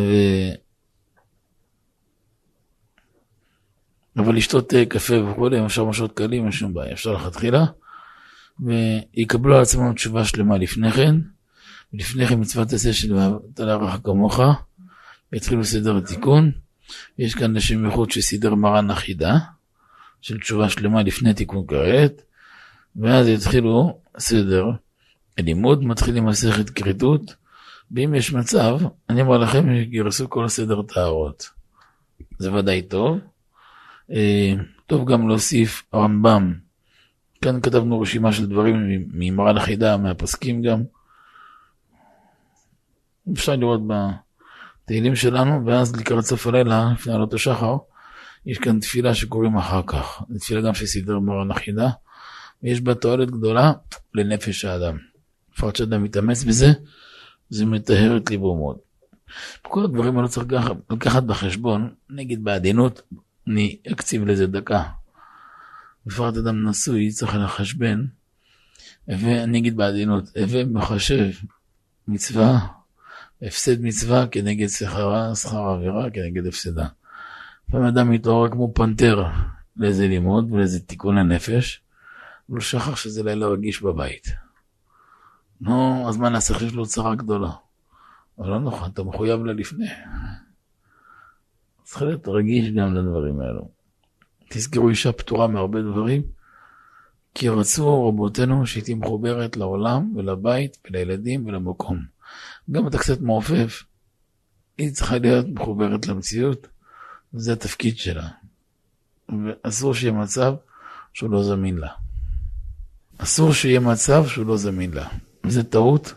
Speaker 1: אבל לשתות קפה וכולי, אפשר משעות קלים, אין שום בעיה, אפשר לכתחילה, ויקבלו על עצמם תשובה שלמה לפני כן, ולפני כן מצוות עשה של ואהבת לרעך כמוך, והתחילו סדר התיקון, יש כאן אנשים מחוץ שסידר מרן אחידה, של תשובה שלמה לפני תיקון כרת, ואז התחילו סדר הלימוד, מתחילים מסכת כריתות, ואם יש מצב, אני אומר לכם, יגרסו כל סדר טהרות. זה ודאי טוב. טוב גם להוסיף הרמב"ם. כאן כתבנו רשימה של דברים ממרן אחידה, מהפסקים גם. אפשר לראות בתהילים שלנו, ואז לקראת סוף הלילה, לפני עלות השחר, יש כאן תפילה שקוראים אחר כך. זו תפילה גם שסידר מרן אחידה, ויש בה תועלת גדולה לנפש האדם. לפחות שאדם מתאמץ בזה, זה מטהר את ליבו מאוד. כל הדברים האלה צריך לקחת בחשבון, נגיד בעדינות, אני אקציב לזה דקה. בפרט אדם נשוי, צריך לחשבן, ואני אגיד בעדינות, ומחשב מצווה, הפסד מצווה כנגד שכרה, שכר עבירה כנגד הפסדה. פעם אדם מתעורר כמו פנתר לאיזה לימוד ולאיזה תיקון הנפש, ולא שכח שזה לילה רגיש בבית. נו, אז מה נעשה? יש לו צרה גדולה. אבל לא נכון, אתה מחויב לה לפני. צריך להיות רגיש גם לדברים האלו. תזכרו, אישה פטורה מהרבה דברים, כי רצו רבותינו שהייתי מחוברת לעולם ולבית ולילדים ולמקום. גם אתה קצת מעופף, היא צריכה להיות מחוברת למציאות, וזה התפקיד שלה. ואסור שיהיה מצב שהוא לא זמין לה. אסור שיהיה מצב שהוא לא זמין לה. וזה טעות,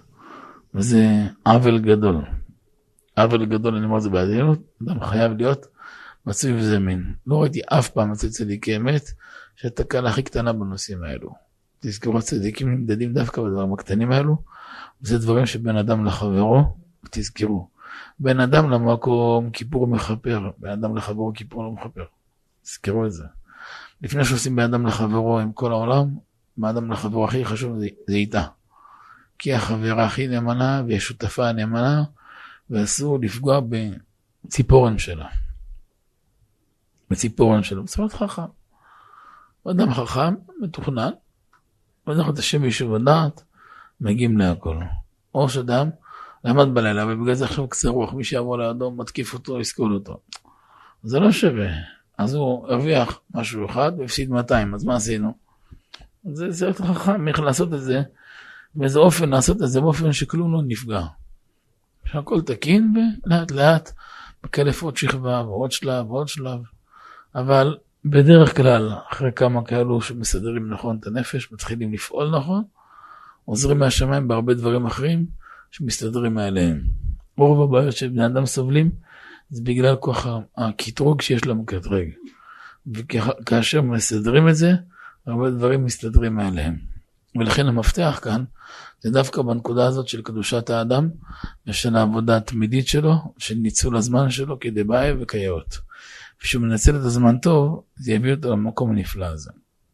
Speaker 1: וזה עוול גדול. עוול גדול, אני אומר זה בעדינות, אדם חייב להיות מצוי וזמין. לא ראיתי אף פעם אצל צדיקי אמת שהתקלה הכי קטנה בנושאים האלו. תזכרו, הצדיקים נמדדים דווקא בדברים הקטנים האלו, וזה דברים שבין אדם לחברו, תזכרו. בין אדם למקום כיפור מכפר, בין אדם לחברו כיפור לא מכפר. תזכרו את זה. לפני שעושים בין אדם לחברו עם כל העולם, בין אדם לחברו הכי חשוב זה, זה איתה. כי החברה הכי נאמנה והיא השותפה הנאמנה, ואסור לפגוע בציפורן שלה. בציפורן שלה. בסופו חכם. אדם חכם, מתוכנן, ודרך את השם בישוב הדעת, מגיעים להכל. או שאדם למד בלילה, ובגלל זה עכשיו קצה רוח, מי שיעבור לידו, מתקיף אותו, יסקול אותו. זה לא שווה. אז הוא הרוויח משהו אחד, והפסיד מאתיים, אז מה עשינו? זה, זה יותר חכם, איך לעשות את זה, באיזה אופן לעשות את זה, באופן שכלום לא נפגע. שהכל תקין, ולאט לאט, בקלף עוד שכבה, ועוד שלב, ועוד שלב. אבל בדרך כלל, אחרי כמה כאלו שמסדרים נכון את הנפש, מתחילים לפעול נכון, עוזרים מהשמיים בהרבה דברים אחרים, שמסתדרים מעליהם. רוב הבעיות שבני אדם סובלים, זה בגלל כוח הקטרוג שיש להם קטרג. וכאשר מסדרים את זה, הרבה דברים מסתדרים מעליהם. ולכן המפתח כאן, זה דווקא בנקודה הזאת של קדושת האדם, ושל העבודה התמידית שלו, של ניצול הזמן שלו כדי בעיה וקייאות. כשהוא מנצל את הזמן טוב, זה יביא אותו למקום הנפלא הזה.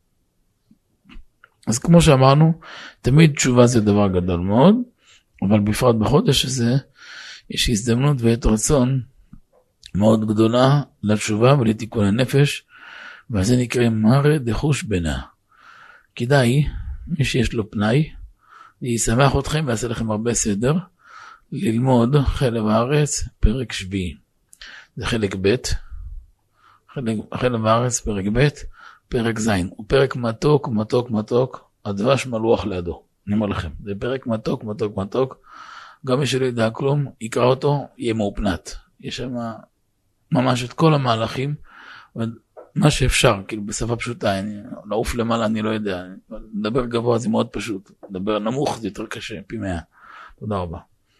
Speaker 1: אז כמו שאמרנו, תמיד תשובה זה דבר גדול מאוד, אבל בפרט בחודש הזה, יש הזדמנות ואת רצון מאוד גדולה לתשובה ולתיקון הנפש, וזה נקרא מרא דחוש בנה. כדאי, מי שיש לו פנאי, ישמח אתכם ויעשה לכם הרבה סדר, ללמוד חלב הארץ, פרק שביעי. זה חלק ב', חלק, חלב הארץ, פרק ב', פרק ז'. הוא פרק מתוק, מתוק, מתוק, הדבש מלוח לידו. אני אומר לכם, זה פרק מתוק, מתוק, מתוק. גם מי שלא ידע כלום, יקרא אותו, יהיה מאופנת. יש שם ממש את כל המהלכים, מה שאפשר, כאילו בשפה פשוטה, אני, לעוף למעלה אני לא יודע, לדבר גבוה זה מאוד פשוט, לדבר נמוך זה יותר קשה, פי מאה. תודה רבה.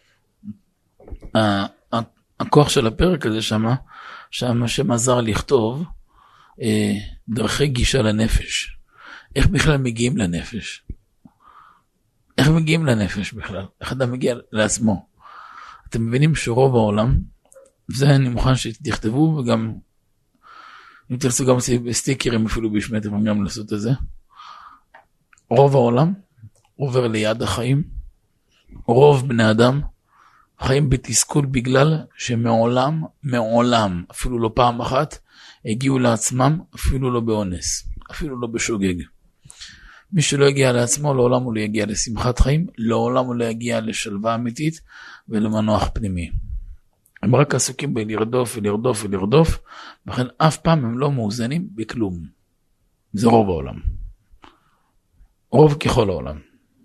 Speaker 1: הכוח של הפרק הזה שמה, שם השם עזר לכתוב דרכי גישה לנפש. איך בכלל מגיעים לנפש? איך מגיעים לנפש בכלל? איך אדם מגיע לעצמו? אתם מבינים שרוב העולם, זה אני מוכן שתכתבו, וגם אם תרצו גם סטיקרים אפילו בשמתם, גם לעשות את זה. רוב העולם עובר ליד החיים. רוב בני אדם חיים בתסכול בגלל שמעולם, מעולם, אפילו לא פעם אחת, הגיעו לעצמם, אפילו לא באונס, אפילו לא בשוגג. מי שלא הגיע לעצמו, לעולם הוא לא יגיע לשמחת חיים, לעולם הוא לא יגיע לשלווה אמיתית ולמנוח פנימי. הם רק עסוקים בלרדוף ולרדוף ולרדוף, וכן אף פעם הם לא מאוזנים בכלום. זה רוב העולם. רוב ככל העולם.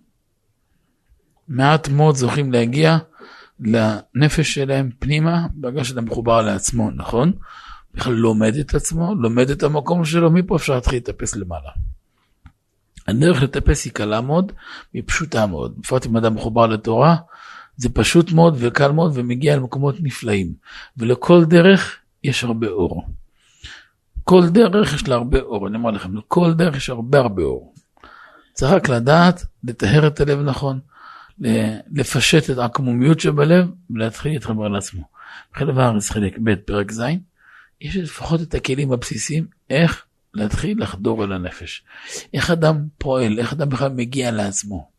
Speaker 1: מעט מאוד זוכים להגיע לנפש שלהם פנימה, בגלל שאתה מחובר לעצמו, נכון? בכלל לומד את עצמו, לומד את המקום שלו, מפה אפשר להתחיל לטפס למעלה. הדרך לטפס היא קלה מאוד, היא פשוטה מאוד. בפרט אם אדם מחובר לתורה, זה פשוט מאוד וקל מאוד ומגיע למקומות נפלאים. ולכל דרך יש הרבה אור. כל דרך יש לה הרבה אור, אני אומר לכם, לכל דרך יש הרבה הרבה אור. צריך רק לדעת, לטהר את הלב נכון, לפשט את העקמומיות שבלב, ולהתחיל להתחבר לעצמו. חלב הארץ חלק ב' פרק ז', יש לפחות את הכלים הבסיסיים, איך להתחיל לחדור אל הנפש. איך אדם פועל, איך אדם בכלל מגיע לעצמו.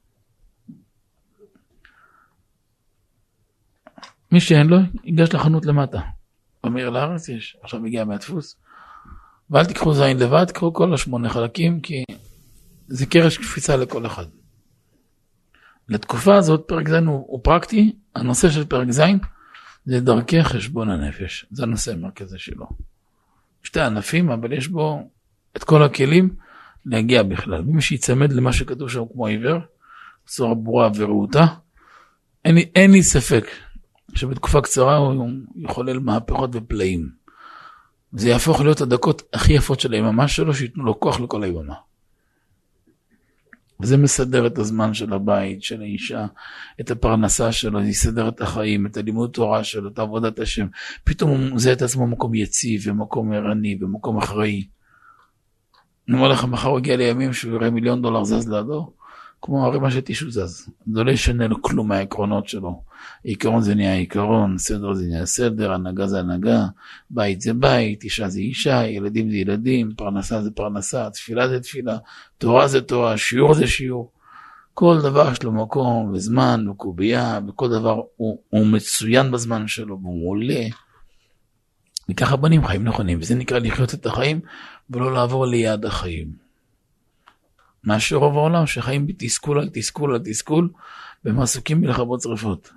Speaker 1: מי שאין לו, ייגש לחנות למטה. במיר לארץ יש, עכשיו מגיע מהדפוס. ואל תיקחו זין לבד, תקחו כל השמונה חלקים, כי זה קרש קפיצה לכל אחד. לתקופה הזאת פרק זין הוא, הוא פרקטי, הנושא של פרק זין זה דרכי חשבון הנפש. זה הנושא המרכזי שלו. שתי ענפים, אבל יש בו את כל הכלים להגיע בכלל. ומי שיצמד למה שכתוב שם כמו עיוור, צורה ברורה ורעותה, אין לי, אין לי ספק שבתקופה קצרה הוא יחולל מהפכות ופלאים. זה יהפוך להיות הדקות הכי יפות של היממה שלו, שיתנו לו כוח לכל היממה. וזה מסדר את הזמן של הבית, של האישה, את הפרנסה שלו, זה יסדר את החיים, את הלימוד תורה שלו, את עבודת השם. פתאום הוא מוזא את עצמו מקום יציב, ומקום ערני, ומקום אחראי. אני אומר לך, מחר הוא הגיע לימים שהוא יראה מיליון דולר זז לידו, כמו הרי מה שתישהו זז. זה לא ישנה לו כלום מהעקרונות שלו. עיקרון זה נהיה עיקרון, סדר זה נהיה סדר, הנהגה זה הנהגה, בית זה בית, אישה זה אישה, ילדים זה ילדים, פרנסה זה פרנסה, תפילה זה תפילה, תורה זה תורה, שיעור זה שיעור. כל דבר יש לו מקום וזמן וקובייה, וכל דבר הוא, הוא מצוין בזמן שלו, והוא עולה. וככה בנים חיים נכונים, וזה נקרא לחיות את החיים, ולא לעבור ליד החיים. מה שרוב העולם שחיים בתסכול על תסכול על תסכול, והם עסוקים בלכבות שריפות.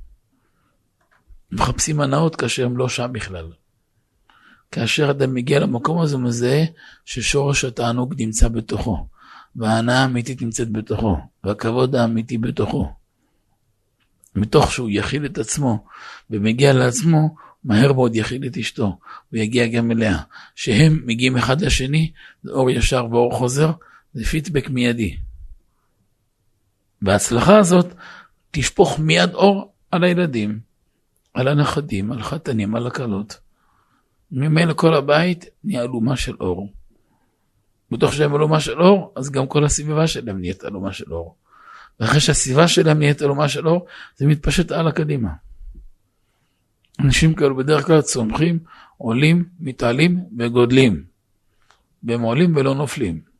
Speaker 1: מחפשים הנאות כאשר הם לא שם בכלל. כאשר אדם מגיע למקום הזה מזהה ששורש התענוג נמצא בתוכו, וההנאה האמיתית נמצאת בתוכו, והכבוד האמיתי בתוכו. מתוך שהוא יכיל את עצמו ומגיע לעצמו, מהר מאוד יכיל את אשתו, ויגיע גם אליה. שהם מגיעים אחד לשני, זה אור ישר ואור חוזר, זה פידבק מיידי. וההצלחה הזאת תשפוך מיד אור על הילדים, על הנכדים, על חתנים, על הקלות. ממילא כל הבית נהיה אלומה של אור. בתוך שהם אלומה של אור, אז גם כל הסביבה שלהם נהיית אלומה של אור. ואחרי שהסביבה שלהם נהיית אלומה של אור, זה מתפשט על הקדימה. אנשים כאלו בדרך כלל צומחים, עולים, מתעלים וגודלים. והם עולים ולא נופלים.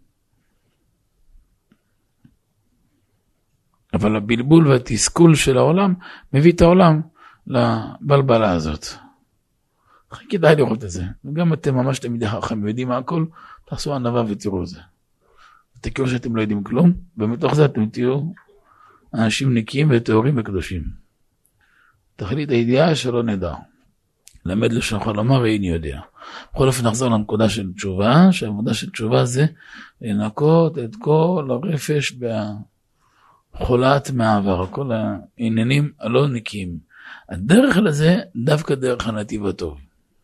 Speaker 1: אבל הבלבול והתסכול של העולם מביא את העולם לבלבלה הזאת. כדאי לראות את זה. וגם אתם ממש תמידי חכם יודעים מה הכל, תעשו ענווה ותראו את זה. תכירו שאתם לא יודעים כלום, ומתוך זה אתם תהיו אנשים נקיים וטהורים וקדושים. תכלית הידיעה שלא נדע. למד לשונך לומר איני יודע. בכל אופן נחזור לנקודה של תשובה, שהעבודה של תשובה זה לנקות את כל הרפש והחולת מעבר, כל העניינים הלא נקיים. הדרך לזה דווקא דרך הנתיב הטוב.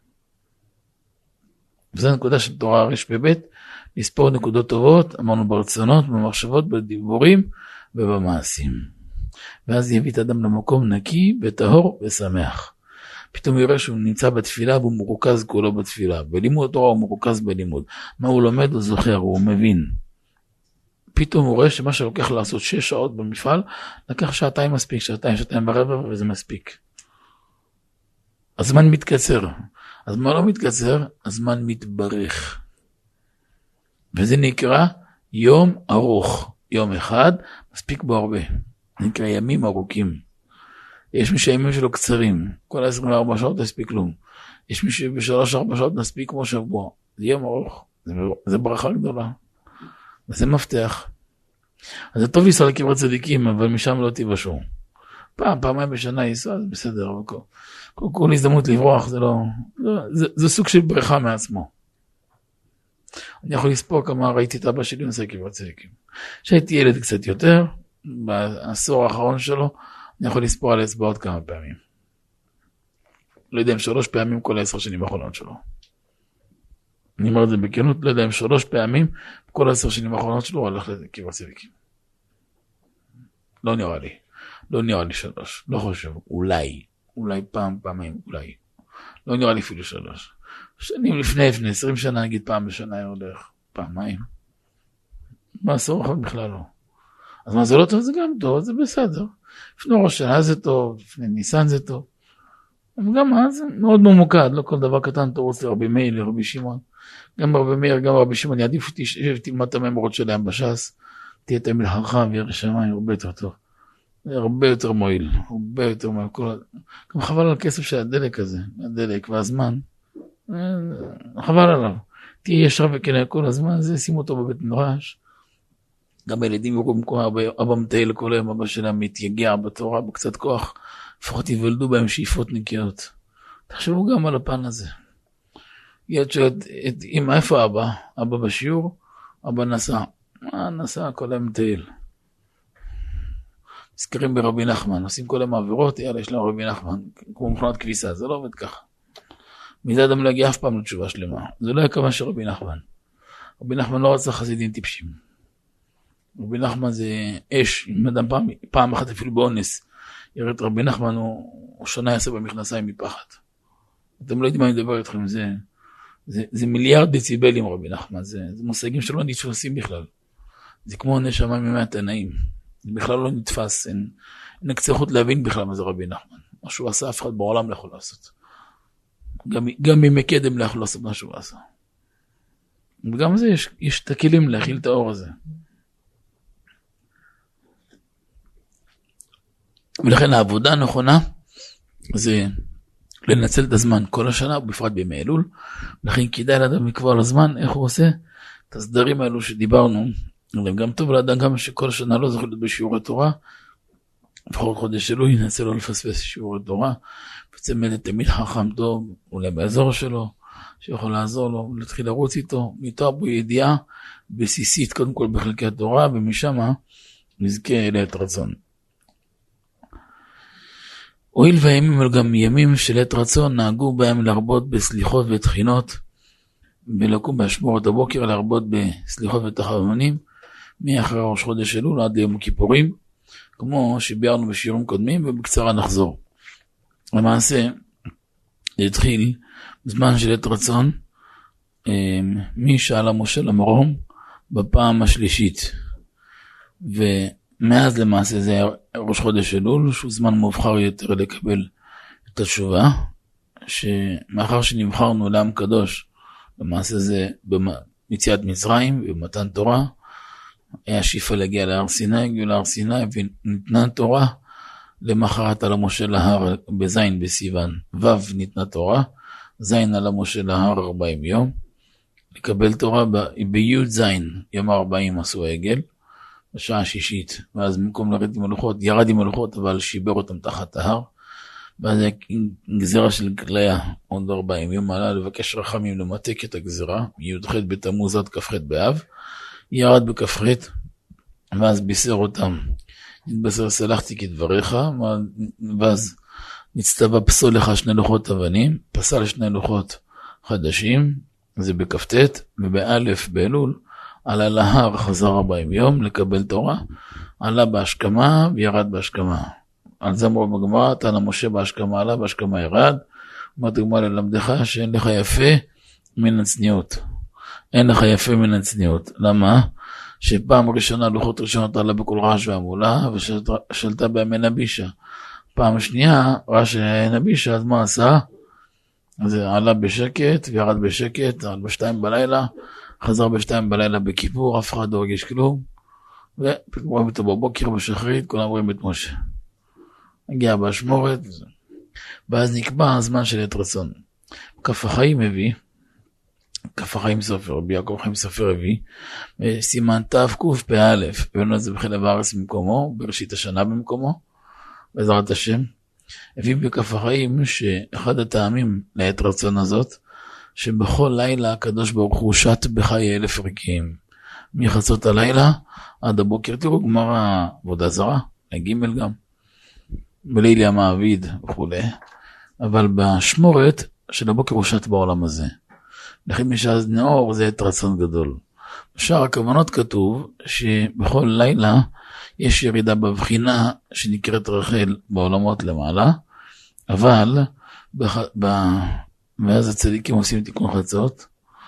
Speaker 1: וזו הנקודה של תורה רש"ב, לספור נקודות טובות, אמרנו ברצונות, במחשבות, בדיבורים ובמעשים. ואז יביא את האדם למקום נקי וטהור ושמח. פתאום יראה שהוא נמצא בתפילה והוא מרוכז כולו בתפילה. בלימוד תורה הוא מרוכז בלימוד. מה הוא לומד הוא זוכר, הוא מבין. פתאום הוא רואה שמה שלוקח לעשות שש שעות במפעל, לקח שעתיים מספיק, שעתיים, שעתיים ברבע וזה מספיק. הזמן מתקצר. הזמן לא מתקצר, הזמן מתברך. וזה נקרא יום ארוך. יום אחד מספיק בו הרבה. נקרא ימים ארוכים. יש מי שהימים שלו קצרים. כל ה-עשרים וארבע שעות נספיק כלום. יש מי שבשלוש ארבע שעות נספיק כמו שבוע. זה יום ארוך. זה, זה ברכה גדולה. וזה מפתח. אז זה טוב לנסוע לקבר צדיקים, אבל משם לא תיוושעו. פעם, פעמיים בשנה ייסוע, זה בסדר. כל, כל, כל הזדמנות לברוח, זה לא... זה, זה סוג של ברכה מעצמו. אני יכול לספור כמה ראיתי את אבא שלי נוסע לקבר צדיקים. כשהייתי ילד קצת יותר, בעשור האחרון שלו, אני יכול לספור על אצבעות כמה פעמים. לא יודע אם שלוש פעמים כל העשר שנים האחרונות שלו. אני אומר את זה בכנות, לא יודע אם שלוש פעמים כל העשר שנים האחרונות שלו הוא הולך לקבר צדיקים. לא נראה לי. לא נראה לי שלוש. לא חושב. אולי. אולי פעם, פעמים, אולי. לא נראה לי אפילו שלוש. שנים לפני, לפני עשרים שנה, נגיד פעם בשנה היה הולך. פעמיים. בעשור אחד בכלל לא. אז מה זה לא טוב? זה גם טוב, זה בסדר. לפני ראש שנה זה טוב, לפני ניסן זה טוב. אבל גם אז זה מאוד ממוקד, לא כל דבר קטן תרוץ לרבי מאיר, לרבי שמעון. גם רבי מאיר, גם רבי שמעון, יעדיף אותי שתלמד את הממורות שלהם בש"ס, תהיה תמיד חכם וירא שמיים, הרבה יותר טוב. זה הרבה יותר מועיל, הרבה יותר מועיל. גם חבל על הכסף של הדלק הזה, הדלק והזמן. חבל עליו. תהיה ישר וכנה כל הזמן, זה שימו אותו בבית מדרש. גם הילדים יראו במקום אבא מטייל כל היום, אבא שלהם מתייגע בתורה בקצת כוח, לפחות יוולדו בהם שאיפות נקיות. תחשבו גם על הפן הזה. ילד שואלת, אמא, איפה אבא? אבא בשיעור? אבא נסע. מה נסע? כל היום מטייל. נזכרים ברבי נחמן, עושים כל היום עבירות, יאללה, יש להם רבי נחמן, כמו מכונת כביסה, זה לא עובד ככה. מזה אדם לא יגיע אף פעם לתשובה שלמה. זה לא יקמה של רבי נחמן. רבי נחמן לא רצה חסידים טיפשים. רבי נחמן זה אש, אם אדם פעם, פעם אחת אפילו באונס, יראה את רבי נחמן, הוא, הוא שונה יעשה במכנסיים מפחד. אתם לא יודעים מה אני מדבר איתכם, זה, זה, זה מיליארד דציבלים רבי נחמן, זה, זה מושגים שלא נתפסים בכלל. זה כמו נשמה ממי התנאים, זה בכלל לא נתפס, אין, אין הקצרות להבין בכלל מה זה רבי נחמן. מה שהוא עשה, אף אחד בעולם לא יכול לעשות. גם, גם בימי קדם לא יכול לעשות מה שהוא עשה. וגם זה, יש, יש את הכלים להכיל את האור הזה. ולכן העבודה הנכונה זה לנצל את הזמן כל השנה, בפרט בימי אלול. לכן כדאי לאדם לקבוע לזמן, איך הוא עושה את הסדרים האלו שדיברנו. גם טוב לאדם גם שכל השנה לא זוכר להיות בשיעורי תורה, לפחות חודש אלול ינסה לא לפספס שיעורי תורה, וצמד את תמיד חכם טוב, אולי באזור שלו, שיכול לעזור לו, להתחיל לרוץ איתו, איתו בו ידיעה בסיסית, קודם כל בחלקי התורה, ומשם נזכה לעת רצון. הואיל והימים הם גם ימים של עת רצון, נהגו בהם להרבות בסליחות ותחינות, ולקום באשמורת הבוקר להרבות בסליחות ותחנונים, מאחרי ראש חודש אלול עד ליום הכיפורים, כמו שביארנו בשיעורים קודמים, ובקצרה נחזור. למעשה, זה התחיל בזמן של עת רצון, מי שאלה משה למרום בפעם השלישית, ומאז למעשה זה היה ראש חודש אלול, שהוא זמן מאוחר יותר לקבל את התשובה, שמאחר שנבחרנו לעם קדוש, למעשה זה במציאת מצרים ובמתן תורה, היה שאיפה להגיע להר סיני, הגיעו להר סיני וניתנה תורה, למחרת על המשה להר בזין בסיוון, ו' ניתנה תורה, זין על המשה להר ארבעים יום, לקבל תורה בי' זין, יום ארבעים עשו העגל, בשעה שישית, ואז במקום לרדת עם הלוחות, ירד עם הלוחות, אבל שיבר אותם תחת ההר, ואז היה גזירה של כליה, עוד ארבעים יום עלה לבקש רחמים למתק את הגזירה, י"ח בתמוז עד כ"ח באב, ירד בכ"ח, ואז בישר אותם, נתבשר סלחתי כדבריך, ואז נצטווה פסול לך שני לוחות אבנים, פסל שני לוחות חדשים, זה בכ"ט, ובאלף באלול, עלה להר חזר ארבעים יום לקבל תורה, עלה בהשכמה וירד בהשכמה. על זה אמרו בגמרא, תנא משה בהשכמה עלה, בהשכמה ירד, אמרת הגמרא ללמדך שאין לך יפה מן הצניעות. אין לך יפה מן הצניעות. למה? שפעם ראשונה, לוחות ראשונות עלה בכל רעש והמולה, ושלטה בימי נבישה. פעם שנייה, רעש נבישה, אז מה עשה? אז עלה בשקט וירד בשקט, עלה בשתיים בלילה, חזר בשתיים בלילה בכיפור, אף אחד לא הרגיש כלום, ופגרו איתו בבוקר בשחרית, כולם רואים את משה. הגיע באשמורת, ואז נקבע הזמן של עת רצון. כף החיים הביא, כף החיים סופר, רבי יעקב חיים סופר הביא, סימן תקוף פ"א, הבאנו את זה בחלב הארץ במקומו, בראשית השנה במקומו, בעזרת השם. הביא בכף החיים שאחד הטעמים לעת רצון הזאת, שבכל לילה הקדוש ברוך הוא שט בחיי אלף רקיעים. מחצות הלילה עד הבוקר, תראו גמרא עבודה זרה, ג' גם, בליל המעביד וכו'. אבל בשמורת של הבוקר הוא שט בעולם הזה. לכן משאז נאור זה עת רצון גדול. בשאר הכוונות כתוב שבכל לילה יש ירידה בבחינה שנקראת רחל בעולמות למעלה, אבל בח... ב... ואז הצדיקים עושים תיקון חצות,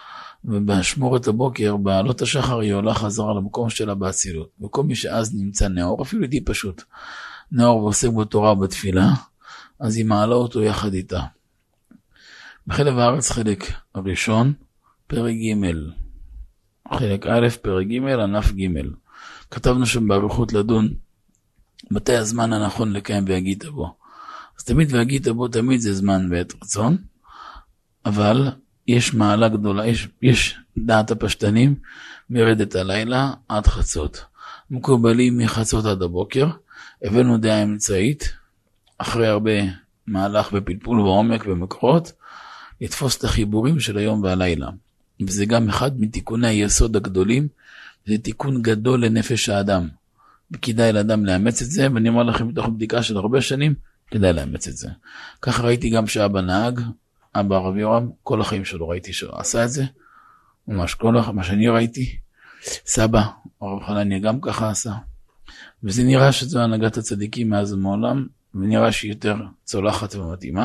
Speaker 1: ובשמורת הבוקר, בעלות השחר, היא עולה חזרה למקום שלה באצילות. וכל מי שאז נמצא נאור, אפילו די פשוט, נאור ועוסק בתורה ובתפילה, אז היא מעלה אותו יחד איתה. בחלב הארץ חלק הראשון, פרק ג', חלק א', פרק ג', ענף ג'. כתבנו שם באריכות לדון, מתי הזמן הנכון לקיים והגית בו. אז תמיד והגית בו, תמיד זה זמן בעת רצון, אבל יש מעלה גדולה, יש, יש דעת הפשטנים, מרדת הלילה עד חצות. מקובלים מחצות עד הבוקר, הבאנו דעה אמצעית, אחרי הרבה מהלך ופלפול ועומק ומקורות, לתפוס את החיבורים של היום והלילה. וזה גם אחד מתיקוני היסוד הגדולים, זה תיקון גדול לנפש האדם. וכדאי לאדם לאמץ את זה, ואני אומר לכם מתוך בדיקה של הרבה שנים, כדאי לאמץ את זה. ככה ראיתי גם שאבא נהג, אבא הרב יורם, כל החיים שלו ראיתי שהוא עשה את זה, ממש כל החיים, מה שאני ראיתי, סבא, הרב חנניה גם ככה עשה. וזה נראה שזו הנהגת הצדיקים מאז ומעולם, ונראה שהיא יותר צולחת ומתאימה.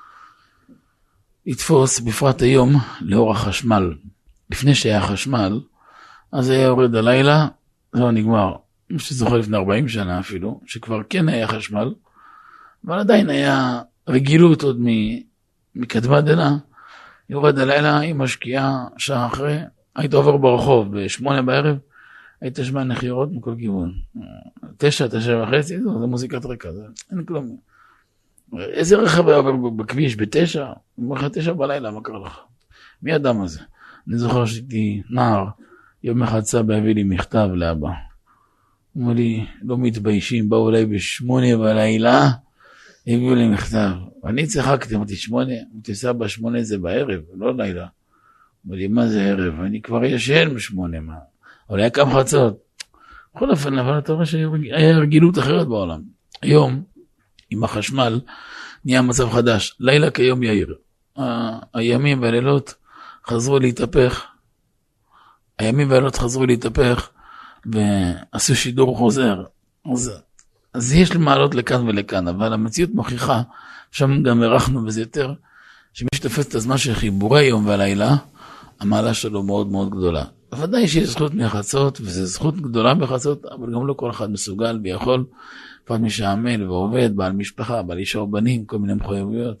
Speaker 1: לתפוס בפרט היום לאור החשמל. לפני שהיה חשמל, אז היה יורד הלילה, זה לא נגמר. מי שזוכר לפני ארבעים שנה אפילו, שכבר כן היה חשמל, אבל עדיין היה רגילות עוד מקדמה דנה, יורד הלילה עם השקיעה שעה אחרי, היית עובר ברחוב בשמונה בערב, היית שמע נחירות מכל כיוון. תשע, תשע וחצי, זה מוזיקת רקע, זה אין כלום. איזה רכב היה עובר בכביש בתשע? הוא אומר לך תשע בלילה, מה קרה לך? מי האדם הזה? אני זוכר שהייתי נער, יום אחד סבא הביא לי מכתב לאבא. הוא אומר לי, לא מתביישים, באו אליי בשמונה בלילה, הביאו לי מכתב. אני צחקתי, אמרתי שמונה, אמרתי סבא, שמונה זה בערב, לא לילה. הוא אומר לי, מה זה ערב? אני כבר ישן בשמונה, מה? אבל היה כמה חצות. בכל אופן, אבל אתה רואה שהיה רגילות אחרת בעולם. היום, עם החשמל, נהיה מצב חדש. לילה כיום יאיר. הימים והלילות חזרו להתהפך. הימים והלילות חזרו להתהפך, ועשו שידור חוזר. אז, אז יש למעלות לכאן ולכאן, אבל המציאות מוכיחה, שם גם ערכנו בזה יותר, שמי שתופס את הזמן של חיבורי היום והלילה, המעלה שלו מאוד מאוד גדולה. בוודאי שיש זכות מחצות, וזו זכות גדולה מחצות, אבל גם לא כל אחד מסוגל ויכול, פעם מי שעמל ועובד, בעל משפחה, בעל אישה או בנים, כל מיני מחויבויות.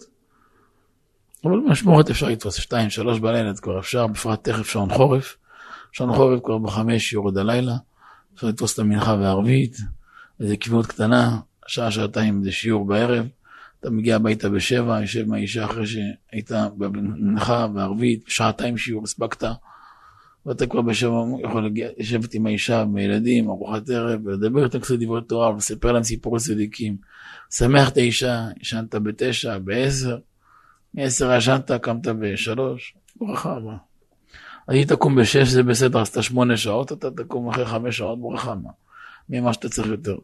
Speaker 1: אבל במשמורת אפשר לתפוס שתיים, שלוש בלילה, כבר אפשר, בפרט תכף שעון חורף, שעון חורף כבר בחמש יורד הלילה, אפשר לתפוס את המנחה והערבית, איזו קביעות קטנה, שעה, שעתיים זה שיעור בערב, אתה מגיע הביתה בשבע, יושב מהאישה אחרי שהייתה במנחה והערבית, שעתיים שיעור הספקת, ואתה כבר בשבע יכול לשבת עם האישה, עם הילדים, ארוחת ערב, ולדבר איתם קצת דברי תורה, ולספר להם סיפורי צדיקים. שמח את האישה, ישנת בתשע, בעשר, מעשר ישנת, קמת בשלוש, ברכה הבאה. אז היא תקום בשש, זה בסדר, אז אתה שמונה שעות, אתה תקום אחרי חמש שעות, ברכה מה. ממה שאתה צריך יותר.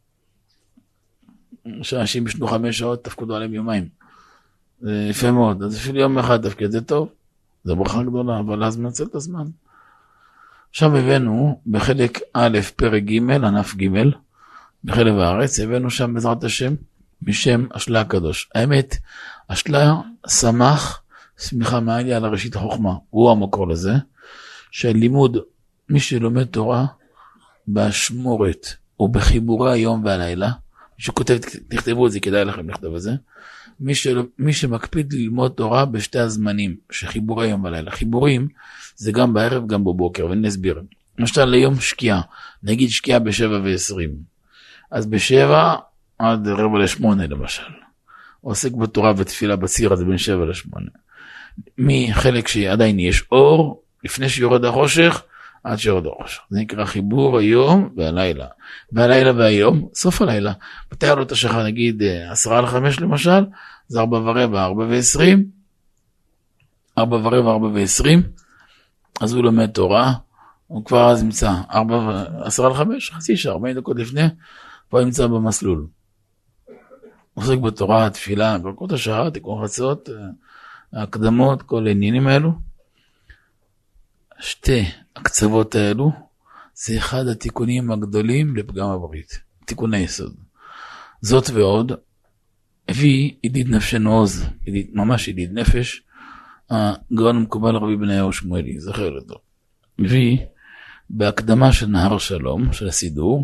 Speaker 1: שאנשים ישנו חמש שעות, תפקודו עליהם יומיים. זה יפה מאוד, אז אפילו יום אחד תפקד, זה טוב. זה ברכה גדולה, אבל אז מנצל את הזמן. עכשיו הבאנו בחלק א' פרק ג' ענף ג' בחלב הארץ, הבאנו שם בעזרת השם בשם אשלה הקדוש. האמת, אשלה שמח, שמחה מעליה על הראשית החוכמה, הוא המקור לזה, שהלימוד, מי שלומד תורה באשמורת או בחיבורי היום והלילה, מי שכותב, תכתבו את זה, כדאי לכם לכתוב את זה, מי, של, מי שמקפיד ללמוד תורה בשתי הזמנים, שחיבורי היום ולילה. חיבורים זה גם בערב, גם בבוקר, ואני אסביר. למשל ליום שקיעה, נגיד שקיעה בשבע ועשרים. אז בשבע עד רבע לשמונה למשל. עוסק בתורה ותפילה בציר, אז בין שבע לשמונה. מחלק שעדיין יש אור, לפני שיורד החושך, עד שיורד החושך. זה נקרא חיבור היום והלילה. והלילה והיום, סוף הלילה. מתי עלות השחר, נגיד עשרה על חמש למשל, זה ארבע ורבע, ארבע ועשרים, ארבע ורבע, ארבע ועשרים, אז הוא לומד תורה, הוא כבר אז נמצא, ארבע, עשרה על חמש, חצי שעה, ארבעים דקות לפני, הוא נמצא במסלול. הוא עוסק בתורה, תפילה, ברכות השעה, תיקון חצות, הקדמות, כל העניינים האלו. שתי הקצוות האלו, זה אחד התיקונים הגדולים לפגם הברית, תיקון היסוד. זאת ועוד, הביא ידיד נפשנו עוז, ידיד, ממש ידיד נפש, הגאון המקובל רבי בניהו שמואלי, זכר לטוב. הביא בהקדמה של נהר שלום, של הסידור,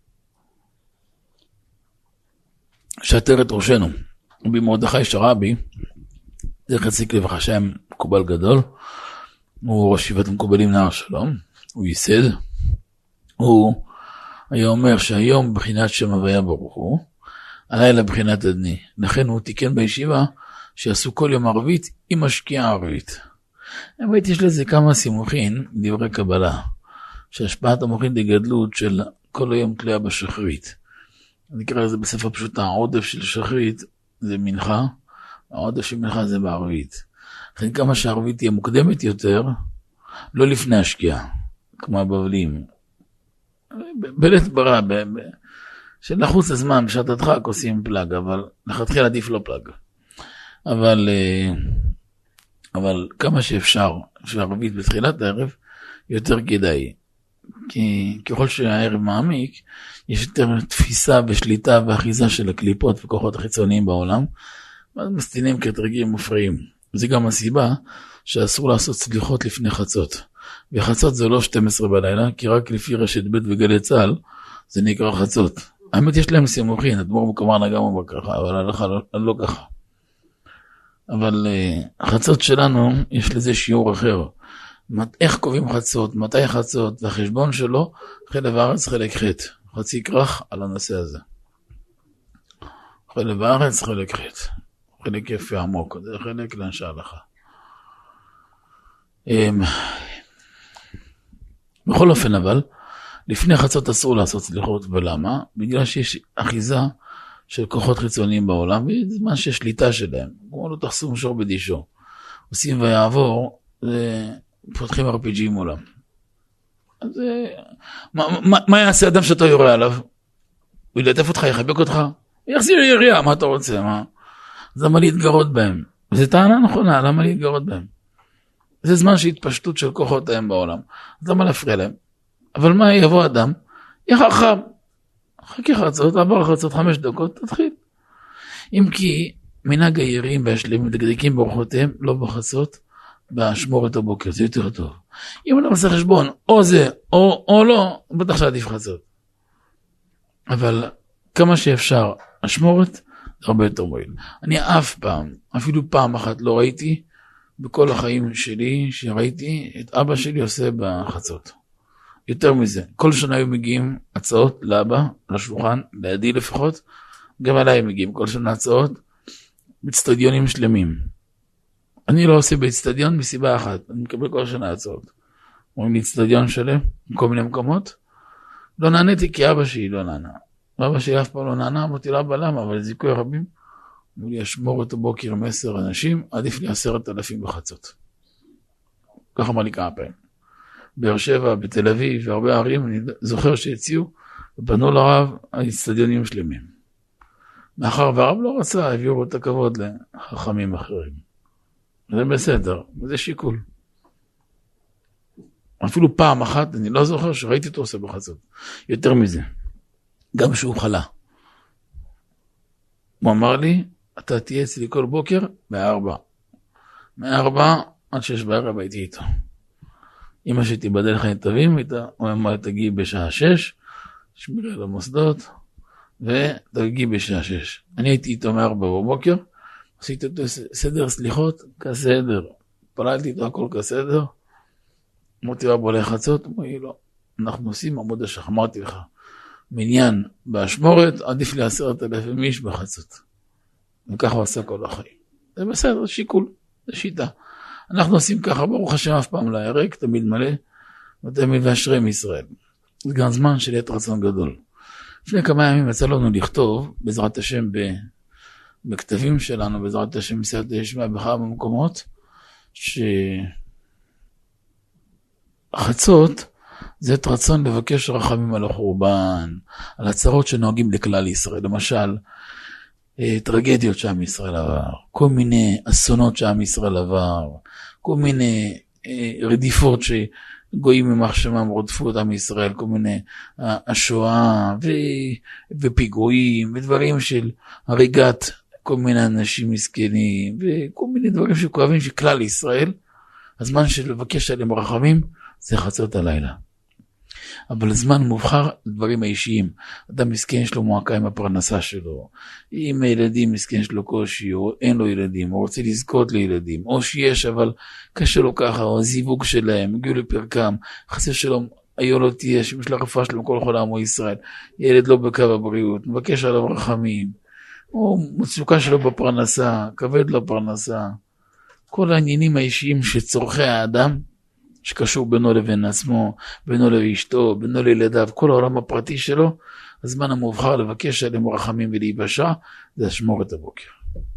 Speaker 1: שטר את ראשנו. רבי מרדכי שרעבי, זה חציק לברכה שם מקובל גדול, הוא ראש ישיבת המקובלים נהר שלום, הוא ייסד, הוא היה אומר שהיום בחינת שם הוויה ברוך הוא, הלילה בחינת אדני. לכן הוא תיקן בישיבה שיעשו כל יום ערבית עם השקיעה ערבית. האמת יש לזה כמה סימוכין, דברי קבלה, שהשפעת המוחין לגדלות של כל היום תלויה בשחרית. נקרא לזה בספר פשוט, העודף של שחרית זה מנחה, העודף של מנחה זה בערבית. לכן כמה שהערבית תהיה מוקדמת יותר, לא לפני השקיעה, כמו הבבלים. בלית ברע, ב- ב- שלחוץ הזמן, בשעת הדחק עושים פלאג, אבל לכתחילה עדיף לא פלאג. אבל, אבל כמה שאפשר, שהערבית בתחילת הערב, יותר כדאי. כי ככל שהערב מעמיק, יש יותר תפיסה ושליטה ואחיזה של הקליפות וכוחות החיצוניים בעולם, ואז מסתינים כתרגים מופרעים. זה גם הסיבה שאסור לעשות סליחות לפני חצות. וחצות זה לא שתים עשרה בלילה, כי רק לפי רשת ב' וגלי צה"ל, זה נקרא חצות. האמת יש להם סימוכין, אדמו"ר מקומרנה גם אומר ככה, אבל הלכה לא, לא ככה. אבל uh, חצות שלנו, יש לזה שיעור אחר. איך קובעים חצות, מתי חצות, והחשבון שלו, חלב הארץ חלק חטא. חצי כרך על הנושא הזה. חלב הארץ חלק חטא. חלק יפה עמוק, זה חלק לאנשי ההלכה. בכל אופן אבל, לפני חצות אסור לעשות סליחות, ולמה? בגלל שיש אחיזה של כוחות חיצוניים בעולם, בזמן שיש שליטה שלהם, כמו לא תחסו משור בדישו. עושים ויעבור, פותחים אר פי ג'י מולם. אז מה, מה, מה יעשה אדם שאתה יורה עליו? הוא ילטף אותך, יחבק אותך, יחזיר יריעה, מה אתה רוצה? מה? אז למה להתגרות בהם? וזו טענה נכונה, למה להתגרות בהם? זה זמן של התפשטות של כוחות ההם בעולם. אז למה להפריע להם? אבל מה יבוא אדם? יחרחם. חכי חצות, עבר חצות חמש דקות, תתחיל. אם כי מנהג הירים והשלמים מדקדקים באורחותיהם, לא בחצות, בשמורת הבוקר, זה יותר טוב. אם אני עושה חשבון, או זה, או, או לא, בטח שעדיף חצות. אבל כמה שאפשר, השמורת, הרבה יותר מועיל. אני אף פעם, אפילו פעם אחת לא ראיתי, בכל החיים שלי, שראיתי את אבא שלי עושה בחצות. יותר מזה, כל שנה היו מגיעים הצעות לאבא, לשולחן, לידי לפחות, גם עליי מגיעים כל שנה הצעות, באצטדיונים שלמים. אני לא עושה באצטדיון מסיבה אחת, אני מקבל כל שנה הצעות. אומרים לי אצטדיון שלם, מכל מיני מקומות, לא נעניתי כי אבא שלי לא נענה. אבא שלי אף פעם לא נענה, אמרתי לו אבא למה, אבל זיכוי רבים, אמרו לי אשמור את הבוקר עם עשר אנשים, עדיף לי עשרת אלפים בחצות. ככה אמר לי כמה פעמים. באר שבע, בתל אביב, והרבה ערים, אני זוכר שהציעו, ובנו לרב האצטדיונים שלמים. מאחר והרב לא רצה, הביאו את הכבוד לחכמים אחרים. זה בסדר, זה שיקול. אפילו פעם אחת, אני לא זוכר שראיתי אותו עושה בחצות. יותר מזה, גם שהוא חלה. הוא אמר לי, אתה תהיה אצלי כל בוקר מארבע. מארבע עד שש בערב הייתי איתו. אמא שתיבדל חיים טובים, הוא אמר, תגיעי בשעה שש, שמירה על המוסדות, ותגיעי בשעה שש. אני הייתי איתו מארבע בבוקר, עשיתי אותו סדר סליחות, כסדר. פללתי איתו הכל כסדר. אמרתי לו, בוא לחצות, אמרו לי, לא. אנחנו עושים עמוד השח, אמרתי לך. מניין באשמורת, עדיף לי עשרת אלפים איש בחצות. וככה הוא עשה כל החיים. זה בסדר, שיקול, זה שיטה. אנחנו עושים ככה, ברוך השם אף פעם לא ירק, תמיד מלא, ותמיד ואשרי מישראל. זה גם זמן של עת רצון גדול. לפני כמה ימים יצא לנו לכתוב, בעזרת השם, בכתבים שלנו, בעזרת השם, מסייעתא דשמיא בכמה במקומות, שחצות, זה עת רצון לבקש רחמים על החורבן, על הצרות שנוהגים לכלל ישראל. למשל, טרגדיות שעם ישראל עבר, כל מיני אסונות שעם ישראל עבר, כל מיני רדיפות שגויים ממח שמם רודפו את עם ישראל, כל מיני השואה ו... ופיגועים ודברים של הריגת כל מיני אנשים מסכנים וכל מיני דברים שכואבים של כלל ישראל. הזמן של לבקש עליהם רחמים זה חצות הלילה. אבל זמן מובחר לדברים האישיים. אדם מסכן יש לו מועקה עם הפרנסה שלו. אם הילדים מסכן יש לו קושי, או אין לו ילדים, או רוצה לזכות לילדים, או שיש אבל קשה לו ככה, או הזיווג שלהם, הגיעו לפרקם, חסר שלום, היו לו תהיה, שיש לה רפואה שלום כל חולה עמו ישראל, ילד לא בקו הבריאות, מבקש עליו רחמים, או מצוקה שלו בפרנסה, כבד לו פרנסה. כל העניינים האישיים שצורכי האדם, שקשור בינו לבין עצמו, בינו לאשתו, בינו לילדיו, כל העולם הפרטי שלו, הזמן המובחר לבקש עליהם רחמים ולהיבשע, זה השמורת הבוקר.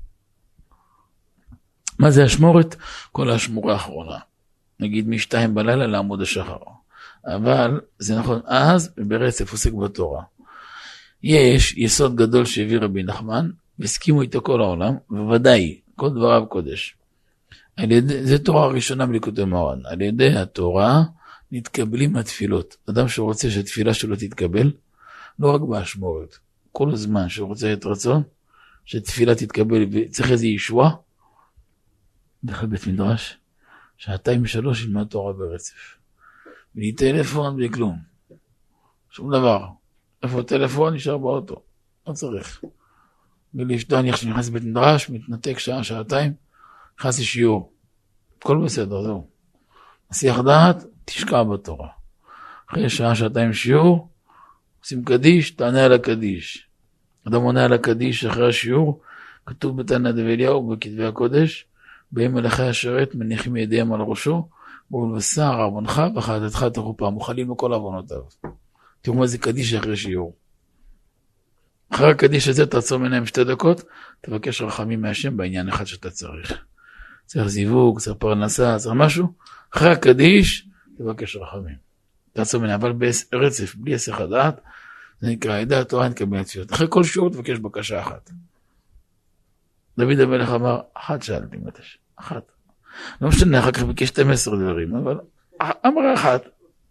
Speaker 1: מה זה השמורת? כל השמורה האחרונה. נגיד משתיים בלילה לעמוד השחר. אבל זה נכון, אז ברצף עוסק בתורה. יש יסוד גדול שהביא רבי נחמן, והסכימו איתו כל העולם, ובוודאי, כל דבריו קודש. על ידי, זה תורה הראשונה בליקוטי מוהר"ן. על ידי התורה נתקבלים התפילות. אדם שרוצה שהתפילה שלו תתקבל, לא רק באשמורת, כל הזמן שרוצה את רצון, שתפילה תתקבל, וצריך איזה ישועה, דרך בית מדרש, שעתיים שלוש ילמד תורה ברצף. בלי טלפון, בלי כלום. שום דבר. איפה הטלפון? נשאר באוטו. לא צריך. ולשתו אני עכשיו נכנס לבית מדרש, מתנתק שעה, שעתיים, נכנס לשיעור. הכל בסדר, זהו. מסיח דעת, תשקע בתורה. אחרי שעה, שעתיים שיעור, עושים קדיש, תענה על הקדיש. אדם עונה על הקדיש אחרי השיעור, כתוב בתנא דאליהו בכתבי הקודש, באים מלאכי השרת, מניחים ידיהם על ראשו, ולבשר עוונך וחטאתך תכופר, מוחלים לכל עוונותיו. תראו מה זה קדיש אחרי שיעור. אחרי הקדיש הזה תעצום עיניים שתי דקות, תבקש רחמים מהשם בעניין אחד שאתה צריך. צריך זיווג, צריך פרנסה, צריך משהו. אחרי הקדיש תבקש רחמים. תעצום עיניים, אבל ברצף, בלי הסח הדעת, זה נקרא עדה התורה נתקבל תפילות. אחרי כל שיעור תבקש בקשה אחת. דוד המלך אמר, אחת שאלתי מתש, אחת. לא משנה, אחר כך ביקש שתים עשרה דברים, אבל אמר אחת.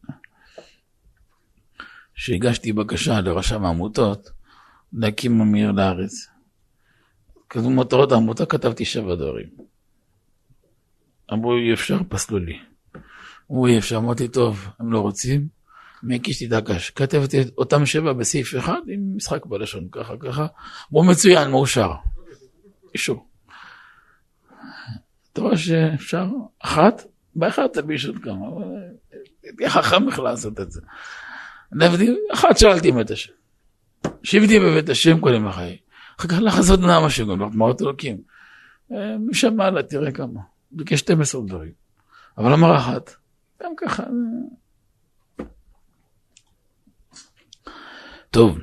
Speaker 1: שהגשתי בקשה לרשם העמותות, להקים ממיר לארץ. כזו מטרות העמותה כתבתי שבע דברים. אמרו, אי אפשר, פסלו לי. אמרו, אי אפשר, אמרתי, טוב, הם לא רוצים, מהקישתי דקש. כתבתי אותם שבע בסעיף אחד, עם משחק בלשון, ככה, ככה. אמרו, מצוין, מאושר. אישור. אתה רואה שאפשר אחת, באחת תלביש עוד כמה, אבל תהיה חכם איך לעשות את זה. נבדי, אחת שאלתי עם את השם. שבתי בבית השם כל ימי חיי. אחר כך לחזות נעם השם, גם מאות אלוקים. משם מעלה, תראה כמה. ביקש שתים עשרה דברים. אבל אמר אחת. גם ככה. טוב.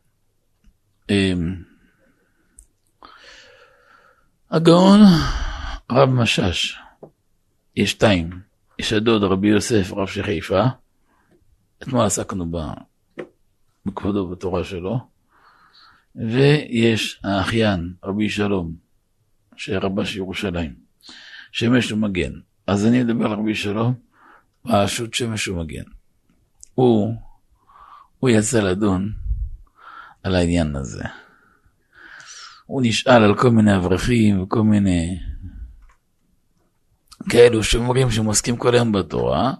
Speaker 1: הגאון רב משש. יש שתיים. יש הדוד רבי יוסף רב של חיפה. אתמול עסקנו בכבודו בתורה שלו. ויש האחיין רבי שלום שרבה של ירושלים. שמש ומגן. אז אני אדבר על רבי שלום פשוט שמש ומגן. הוא, הוא יצא לדון על העניין הזה. הוא נשאל על כל מיני אברכים וכל מיני כאלו שאומרים שהם עוסקים כל היום בתורה,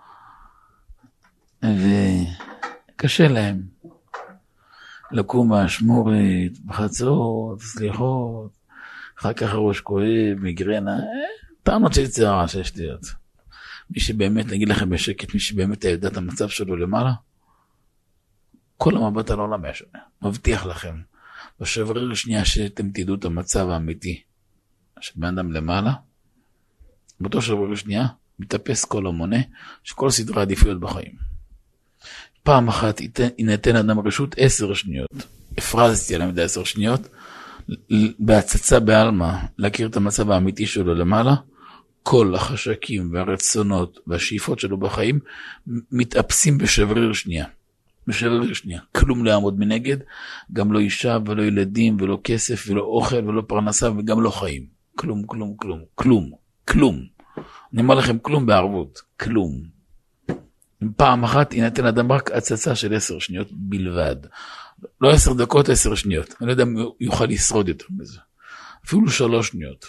Speaker 1: וקשה להם לקום באשמורת, בחצות, סליחות, אחר כך הראש כואב, מיגרנה, טענות של צערה של שטויות. מי שבאמת, נגיד לכם בשקט, מי שבאמת ידע את המצב שלו למעלה, כל המבט על העולם היה שונה. מבטיח לכם, בשבריר השנייה שאתם תדעו את המצב האמיתי, שבן אדם למעלה, באותו שבריר השנייה, מתאפס כל המונה, שכל סדרי עדיפויות בחיים. פעם אחת ייתן אדם רשות עשר שניות, הפרזתי עליהם את עשר שניות, בהצצה בעלמה, להכיר את המצב האמיתי שלו למעלה, כל החשקים והרצונות והשאיפות שלו בחיים, מתאפסים בשבריר שנייה. בשבריר שנייה. כלום לא יעמוד מנגד, גם לא אישה ולא ילדים ולא כסף ולא אוכל ולא פרנסה וגם לא חיים. כלום, כלום, כלום, כלום, כלום. אני אומר לכם כלום בערבות, כלום. פעם אחת ינתן אדם רק הצצה של עשר שניות בלבד. לא עשר דקות, עשר שניות. אני לא יודע אם הוא יוכל לשרוד יותר מזה. אפילו שלוש שניות.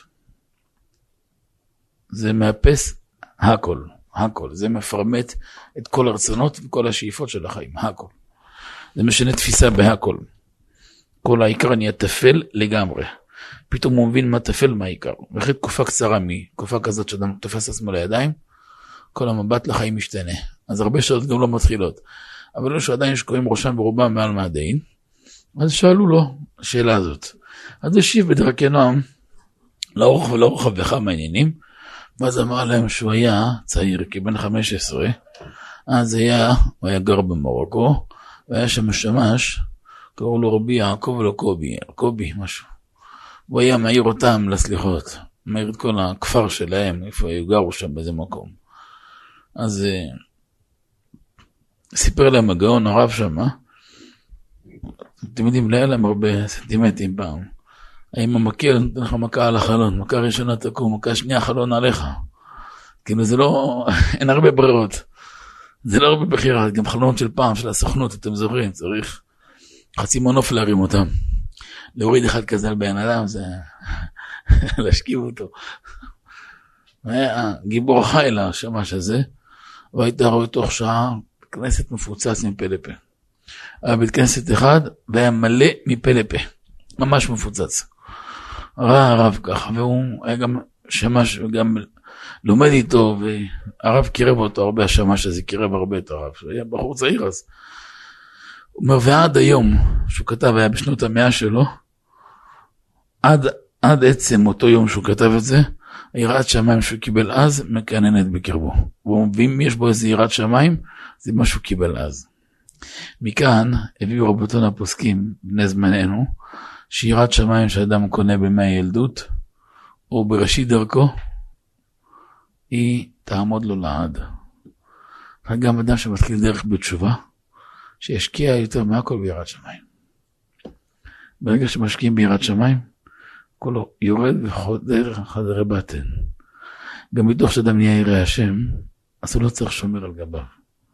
Speaker 1: זה מאפס הכל, הכל. זה מפרמט את כל הרצונות וכל השאיפות של החיים, הכל. זה משנה תפיסה בהכל. כל העיקר נהיה תפל לגמרי. פתאום הוא מבין מה תפל, מה העיקר. ואחרי תקופה קצרה מתקופה כזאת שאדם תופס עצמו לידיים, כל המבט לחיים משתנה. אז הרבה שעות גם לא מתחילות. אבל לא שעדיין שקועים ראשם ברובם מעל מעדין, אז שאלו לו השאלה הזאת. אז השיב בדרכי נועם, לאורך ולאורך וכמה עניינים, ואז אמר להם שהוא היה צעיר, כבן חמש עשרה, אז היה, הוא היה גר במרוקו, והיה שם שמש, קראו לו רבי יעקב ולא קובי, קובי משהו. הוא היה מעיר אותם לסליחות, מעיר את כל הכפר שלהם, איפה היו גרו שם באיזה מקום. אז סיפר להם הגאון הרב שם, אתם יודעים, לא היה להם הרבה סנטימטים פעם. האם המקל נותן לך מכה על החלון, מכה ראשונה תקום, מכה שנייה חלון עליך. כאילו זה לא, אין הרבה ברירות. זה לא הרבה בחירה, גם חלונות של פעם, של הסוכנות, אתם זוכרים, צריך חצי מנוף להרים אותם. להוריד אחד כזה על בן אדם, זה להשכיב אותו. גיבור חילה, השמש הזה, והייתה רואה תוך שעה, כנסת מפוצץ מפה לפה. היה בית כנסת אחד, והיה מלא מפה לפה. ממש מפוצץ. ראה הרב ככה, והוא היה גם שמש, וגם לומד איתו, והרב קירב אותו הרבה, השמש הזה קירב הרבה את הרב, היה בחור צעיר אז. הוא אומר, ועד היום, שהוא כתב, היה בשנות המאה שלו, עד, עד עצם אותו יום שהוא כתב את זה, יראת שמיים שהוא קיבל אז, מקננת בקרבו. ואם יש בו איזה יראת שמיים, זה מה שהוא קיבל אז. מכאן הביאו רבותינו הפוסקים, בני זמננו, שיראת שמיים שאדם קונה במי הילדות, או בראשית דרכו, היא תעמוד לו לעד. גם אדם שמתחיל דרך בתשובה, שישקיע יותר מהכל ביראת שמיים. ברגע שמשקיעים ביראת שמיים, כולו יורד וחודר חדרי בטן. גם מתוך שאדם נהיה ירא השם, אז הוא לא צריך שומר על גביו.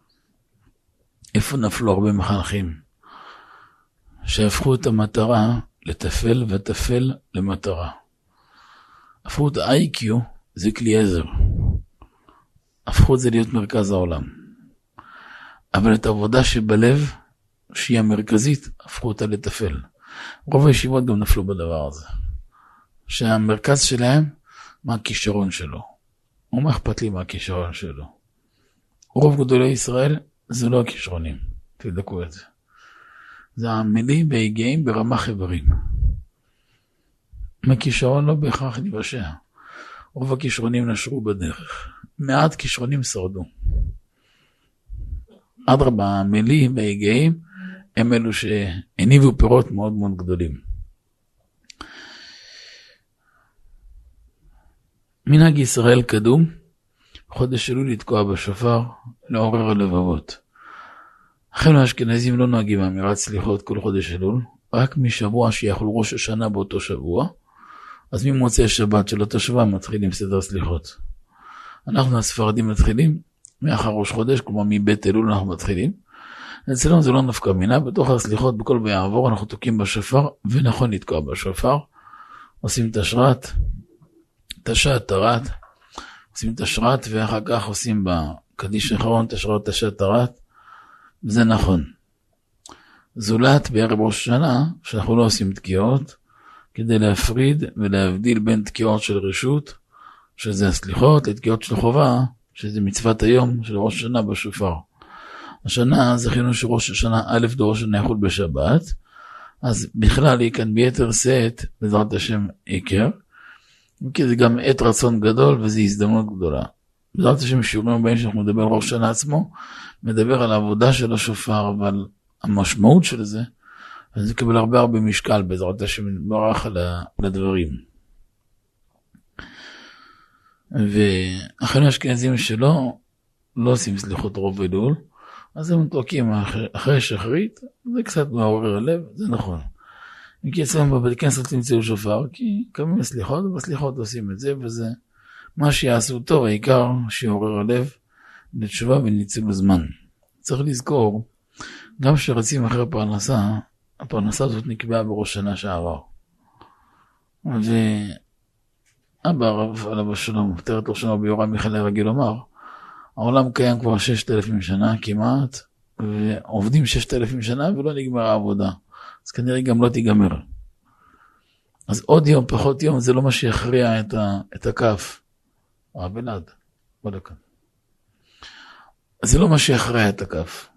Speaker 1: איפה נפלו הרבה מחנכים? שהפכו את המטרה לטפל וטפל למטרה. הפכו את ה-איי קיו, זה כלי עזר. הפכו את זה להיות מרכז העולם. אבל את העבודה שבלב, שהיא המרכזית, הפכו אותה לטפל. רוב הישיבות גם נפלו בדבר הזה. שהמרכז שלהם, מה הכישרון שלו. או מה אכפת לי מה הכישרון שלו. רוב גדולי ישראל, זה לא הכישרונים. תבדקו את זה. זה העמלים והיגעים ברמה חברים. מהכישרון לא בהכרח נבשע. רוב הכישרונים נשרו בדרך. מעט כישרונים שרדו. אדרבה, העמלים והיגעים הם אלו שהניבו פירות מאוד מאוד גדולים. מנהג ישראל קדום, חודש אלול לתקוע בשופר, לעורר הלבבות. אחינו האשכנזים לא נוהגים אמירת סליחות כל חודש אלול, רק משבוע שיחול ראש השנה באותו שבוע, אז ממוצאי שבת של אותו שבוע מתחילים סדר סליחות. אנחנו הספרדים מתחילים מאחר ראש חודש, כלומר מבית אלול אנחנו מתחילים. אצלנו זה לא נפקא מינה, בתוך הסליחות בכל ויעבור אנחנו תוקעים בשופר, ונכון לתקוע בשופר, עושים תשרת, תשת, תרת, עושים תשרת, ואחר כך עושים בקדיש האחרון תשרת, תשת, תרת, וזה נכון. זולת בערב ראש השנה, שאנחנו לא עושים תקיעות, כדי להפריד ולהבדיל בין תקיעות של רשות, שזה הסליחות, לתקיעות של חובה, שזה מצוות היום של ראש השנה בשופר. השנה זכינו שראש השנה א' דור שנה יחול בשבת, אז בכלל היא כאן ביתר שאת, בעזרת השם עיקר, כי זה גם עת רצון גדול וזו הזדמנות גדולה. בעזרת השם שיעורים הבאים שאנחנו מדבר על ראש השנה עצמו, מדבר על העבודה של השופר, אבל המשמעות של זה, אז זה יקבל הרבה הרבה משקל בעזרת השם נברך על הדברים. ואחרי האשכנזים שלו, לא עושים סליחות רוב אלול, אז הם תוקעים אחרי שחרית, זה קצת מעורר הלב, זה נכון. כי אצלנו בבית כנסת תמצאו שופר, כי קמים סליחות, ובסליחות עושים את זה, וזה מה שיעשו טוב, העיקר שיעורר הלב לתשובה וניצול זמן. צריך לזכור, גם שרצים אחרי פרנסה, הפרנסה הזאת נקבעה בראש שנה שעבר. ואבא הרב עליו השלום, תרת לו שנה ביורם מיכאל רגיל לומר, העולם קיים כבר ששת אלפים שנה כמעט, ועובדים ששת אלפים שנה ולא נגמר העבודה. אז כנראה גם לא תיגמר. אז עוד יום, פחות יום, זה לא מה שיכריע את, ה, את הכף. הבלעד, בוא לכאן. זה לא מה שיכריע את הכף.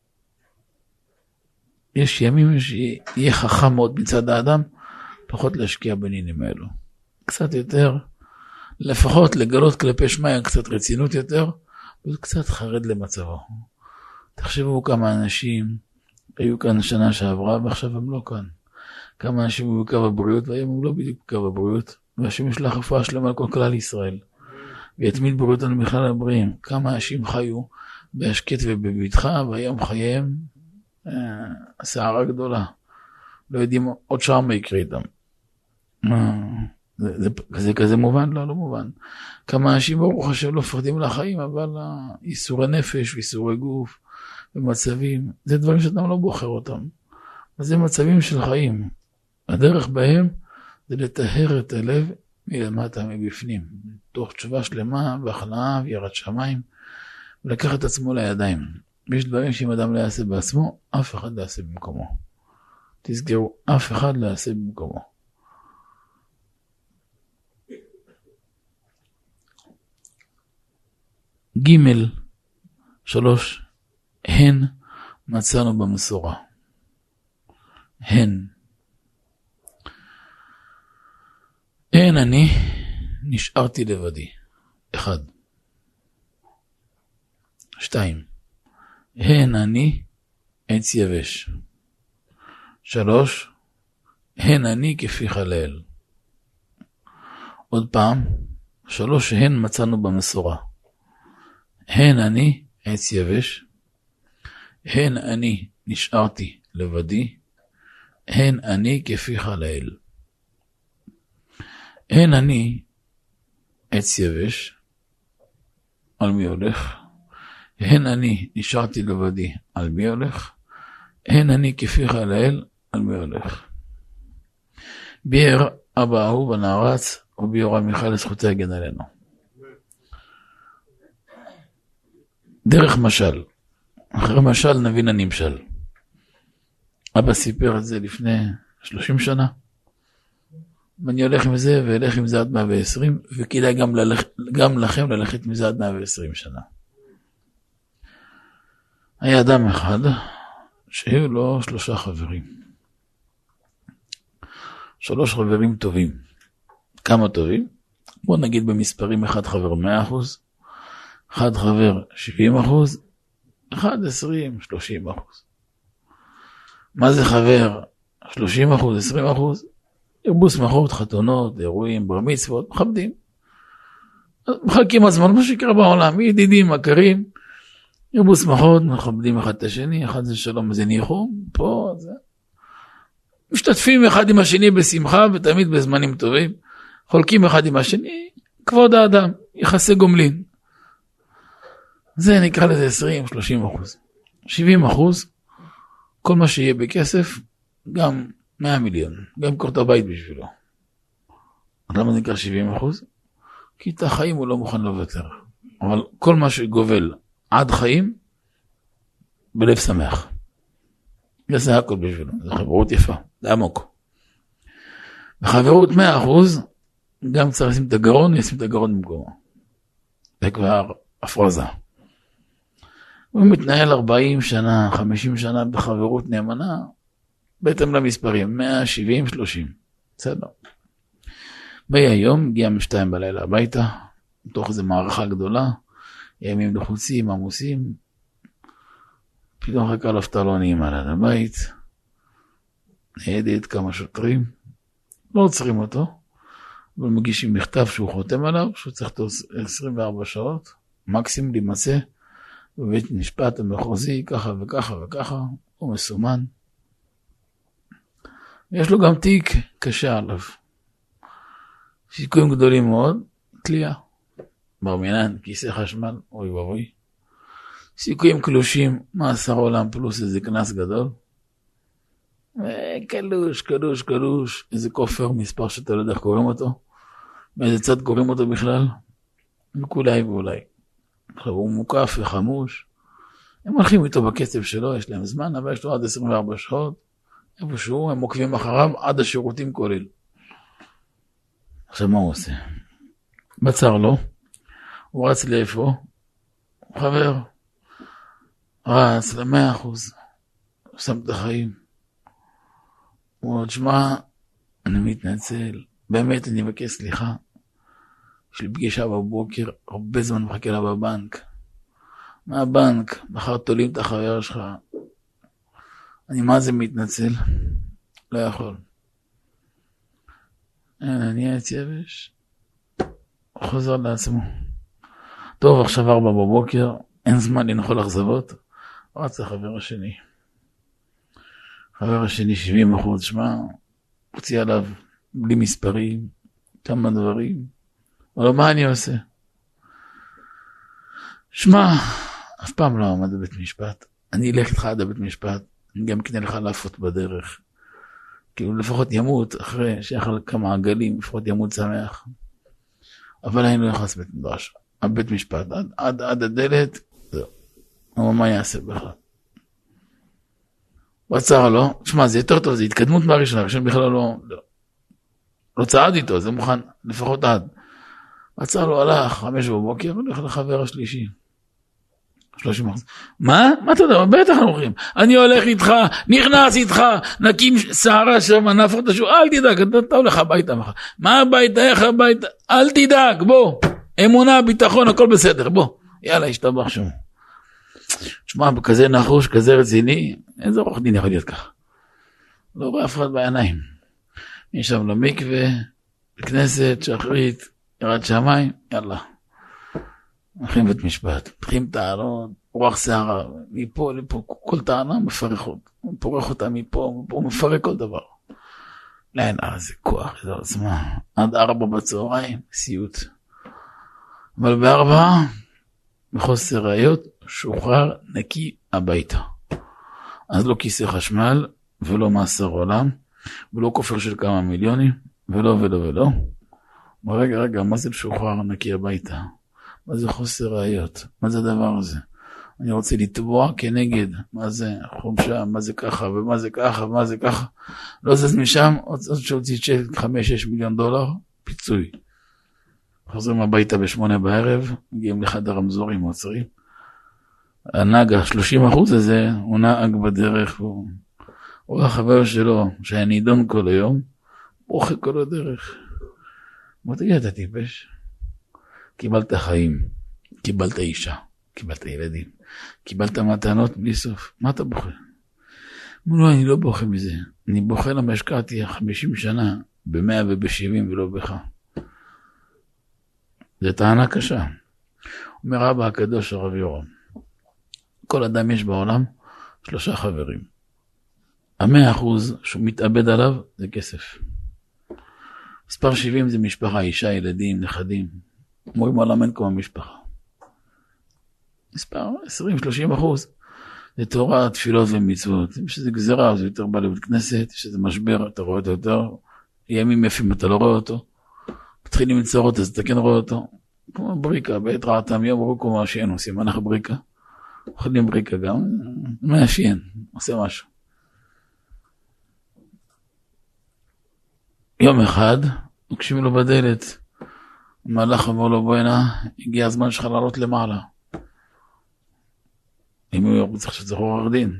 Speaker 1: יש ימים שיהיה חכם מאוד מצד האדם, פחות להשקיע בעניינים האלו. קצת יותר, לפחות לגלות כלפי שמיים קצת רצינות יותר, וקצת חרד למצבו. תחשבו כמה אנשים היו כאן שנה שעברה, ועכשיו הם לא כאן. כמה אנשים היו בקו הבריאות, והיום הם לא בדיוק בקו הבריאות, והשם יש לה רפואה שלמה על כל כלל ישראל. ויתמיד בריאותנו בכלל הבריאים. כמה אנשים חיו בהשקט ובביטחה, והיום חייהם אה, סערה גדולה. לא יודעים עוד שעה מה יקרה איתם. זה, זה, זה כזה מובן? לא, לא מובן. כמה אנשים ברוך השם לא פחדים לחיים, אבל איסורי נפש ואיסורי גוף ומצבים, זה דברים שאתם לא בוחר אותם. אז זה מצבים של חיים. הדרך בהם זה לטהר את הלב מלמטה, מבפנים, תוך תשובה שלמה והכנעה ויראת שמיים, ולקחת את עצמו לידיים. ויש דברים שאם אדם לא יעשה בעצמו, אף אחד לא יעשה במקומו. תסגרו, אף אחד לא יעשה במקומו. ג' שלוש, הן מצאנו במסורה. הן. הן אני נשארתי לבדי. אחד. שתיים. הן אני עץ יבש. שלוש. הן אני כפיך לאל. עוד פעם. שלוש הן מצאנו במסורה. הן אני עץ יבש. הן אני נשארתי לבדי. הן אני כפיך לאל. הן אני עץ יבש. על מי הולך? הן אני נשארתי לבדי. על מי הולך? הן אני כפיך לאל. על מי הולך? ביאר אבא אהוב הנערץ רבי יורם מיכל לזכותי יגן עלינו. דרך משל. אחרי משל נבין הנמשל. אבא סיפר את זה לפני שלושים שנה. ואני הולך עם זה והלך עם זה עד מאה ועשרים, וכדאי גם, ללכ... גם לכם ללכת עם זה עד מאה ועשרים שנה. היה אדם אחד שהיו לו שלושה חברים. שלוש חברים טובים. כמה טובים? בוא נגיד במספרים, אחד חבר מאה אחוז, אחד חבר שבעים אחוז, אחד עשרים, שלושים אחוז. מה זה חבר? שלושים אחוז, עשרים אחוז? ירבו שמחות, חתונות, אירועים, בר מצוות, מכבדים. מחלקים הזמן, מה שקרה בעולם, ידידים, מכרים, ירבו שמחות, מכבדים אחד את השני, אחד זה שלום, זה ניחום, פה, זה. משתתפים אחד עם השני בשמחה, ותמיד בזמנים טובים, חולקים אחד עם השני, כבוד האדם, יחסי גומלין. זה נקרא לזה עשרים שלושים אחוז. שבעים אחוז, כל מה שיהיה בכסף, גם מאה מיליון, גם קורט הבית בשבילו. למה זה נקרא שבעים אחוז? כי את החיים הוא לא מוכן לוותר. אבל כל מה שגובל עד חיים, בלב שמח. זה הכל בשבילו, זה חברות יפה, זה עמוק. בחברות מאה אחוז, גם צריך לשים את הגרון, ישים את הגרון במקומו. זה כבר הפרזה. הוא מתנהל ארבעים שנה, חמישים שנה בחברות נאמנה, בהתאם למספרים, מאה שבעים שלושים. בסדר. ביי היום, הגיע משתיים בלילה הביתה, מתוך איזו מערכה גדולה, ימים לחוצים, עמוסים, פתאום חכה לפתה לא נעימה ליד הבית, נהדת כמה שוטרים, לא עוצרים אותו, אבל מגישים מכתב שהוא חותם עליו, שהוא צריך עשרים וארבע שעות, מקסימום להימצא, בבית משפט המחוזי, ככה וככה וככה, הוא מסומן. יש לו גם תיק קשה עליו. שיקויים גדולים מאוד, תלייה. ברמינן, כיסא חשמל, אוי ואוי. סיכויים קלושים, מאסר עולם פלוס איזה כנס גדול. קלוש, קלוש, קלוש, איזה כופר, מספר שאתה לא יודע איך קוראים אותו. מאיזה צד קוראים אותו בכלל. וכולי ואולי. עכשיו הוא מוקף וחמוש. הם הולכים איתו בקצב שלו, יש להם זמן, אבל יש לו עד עשרים וארבע שעות. איפשהו, הם עוקבים אחריו עד השירותים כולל. עכשיו מה הוא עושה? בצר לו. הוא רץ לאיפה? חבר. רץ למאה אחוז. הוא שם את החיים. הוא עוד שמע, אני מתנצל. באמת אני מבקש סליחה. יש לי פגישה בבוקר, הרבה זמן מחכה לה בבנק. מה הבנק? מחר תולים את החבר שלך. אני מה זה מתנצל? לא יכול. אני עץ יבש. הוא חוזר לעצמו. טוב, עכשיו ארבע בבוקר, אין זמן לנחול אכזבות. רץ לחבר השני. חבר השני שבעים אחוז, שמה, הוציא עליו בלי מספרים, כמה דברים. אבל מה אני עושה? שמע, אף פעם לא עמד בבית משפט. אני אלך איתך עד הבית משפט, אני גם קנה לך להפות בדרך. כאילו לפחות ימות, אחרי שיחל כמה עגלים, לפחות ימות שמח. אבל אני לא נכנס בית מדרש. הבית משפט, עד, עד, עד הדלת, זהו. אבל מה יעשה בכלל? בצער לו, שמע, זה יותר טוב, זה התקדמות מהראשון, הראשון בכלל לא, לא, לא צעד איתו, זה מוכן, לפחות עד. בצער לו הלך, חמש בבוקר, הולך לחבר השלישי. שלושים אחוז. מה? מה אתה יודע? בטח אנחנו הולכים. אני הולך איתך, נכנס איתך, נקים שערה שם, נהפוך את השור, אל תדאג, אתה, אתה הולך הביתה מחר. מה הביתה? איך הביתה? אל תדאג, בוא. אמונה, ביטחון, הכל בסדר, בוא. יאללה, השתבח שם. תשמע, כזה נחוש, כזה רציני, איזה עורך דין יכול להיות ככה? לא רואה אף אחד בעיניים. יש שם למקווה, בכנסת, שחרית, ירד שמיים, יאללה. הולכים בית משפט, פותחים טענות, רוח שערה, מפה לפה, כל טענה מפרק אותה, הוא פורח אותה מפה, מפה, הוא מפרק כל דבר. לאן, איזה כוח, איזה עוצמה. עד ארבע בצהריים, סיוט. אבל בארבע, בחוסר ראיות, שוחרר נקי הביתה. אז לא כיסא חשמל, ולא מאסר עולם, ולא כופר של כמה מיליונים, ולא ולא ולא. ורגע, רגע, מה זה שוחרר נקי הביתה? מה זה חוסר ראיות? מה זה הדבר הזה? אני רוצה לתבוע כנגד, מה זה חומשה, מה זה ככה, ומה זה ככה, ומה זה ככה. לא זז משם, עוד שהוציא צ'ק חמש שש מיליון דולר, פיצוי. חוזרים הביתה בשמונה בערב, מגיעים לחד הרמזורים, עוצרים. הנהג, ה-שלושים אחוז הזה, הוא נהג בדרך, הוא, הוא החבר שלו, שהיה נידון כל היום, בוכה כל הדרך. מה תגיד, אתה טיפש? קיבלת חיים, קיבלת אישה, קיבלת ילדים, קיבלת מתנות בלי סוף. מה אתה בוכה? לא, אני לא בוכה מזה. אני בוכה למה השקעתי חמישים שנה, ב-מאה וב-שבעים ולא בך. זו טענה קשה. אומר אבא הקדוש הרב יורם, כל אדם יש בעולם שלושה חברים. המאה אחוז שהוא מתאבד עליו זה כסף. מספר שבעים זה משפחה, אישה, ילדים, נכדים. אומרים עולם אין כמו המשפחה. מספר עשרים שלושים אחוז זה תורה, תפילות ומצוות. אם שזה גזירה, זה יותר בא לבית כנסת, יש איזה משבר, אתה רואה אותו יותר, ימים יפים אתה לא רואה אותו, מתחילים לצרות, אז אתה כן רואה אותו. כמו בריקה, בעת רעתם יום רוקו מה שאין עושים, אנחנו בריקה. אוכלים בריקה גם, מאפיין, עושה משהו. יום אחד, נוקשים לו בדלת, המהלך אומר לו, בוא הנה, הגיע הזמן שלך לעלות למעלה. אם הוא צריך שצריך עורך דין.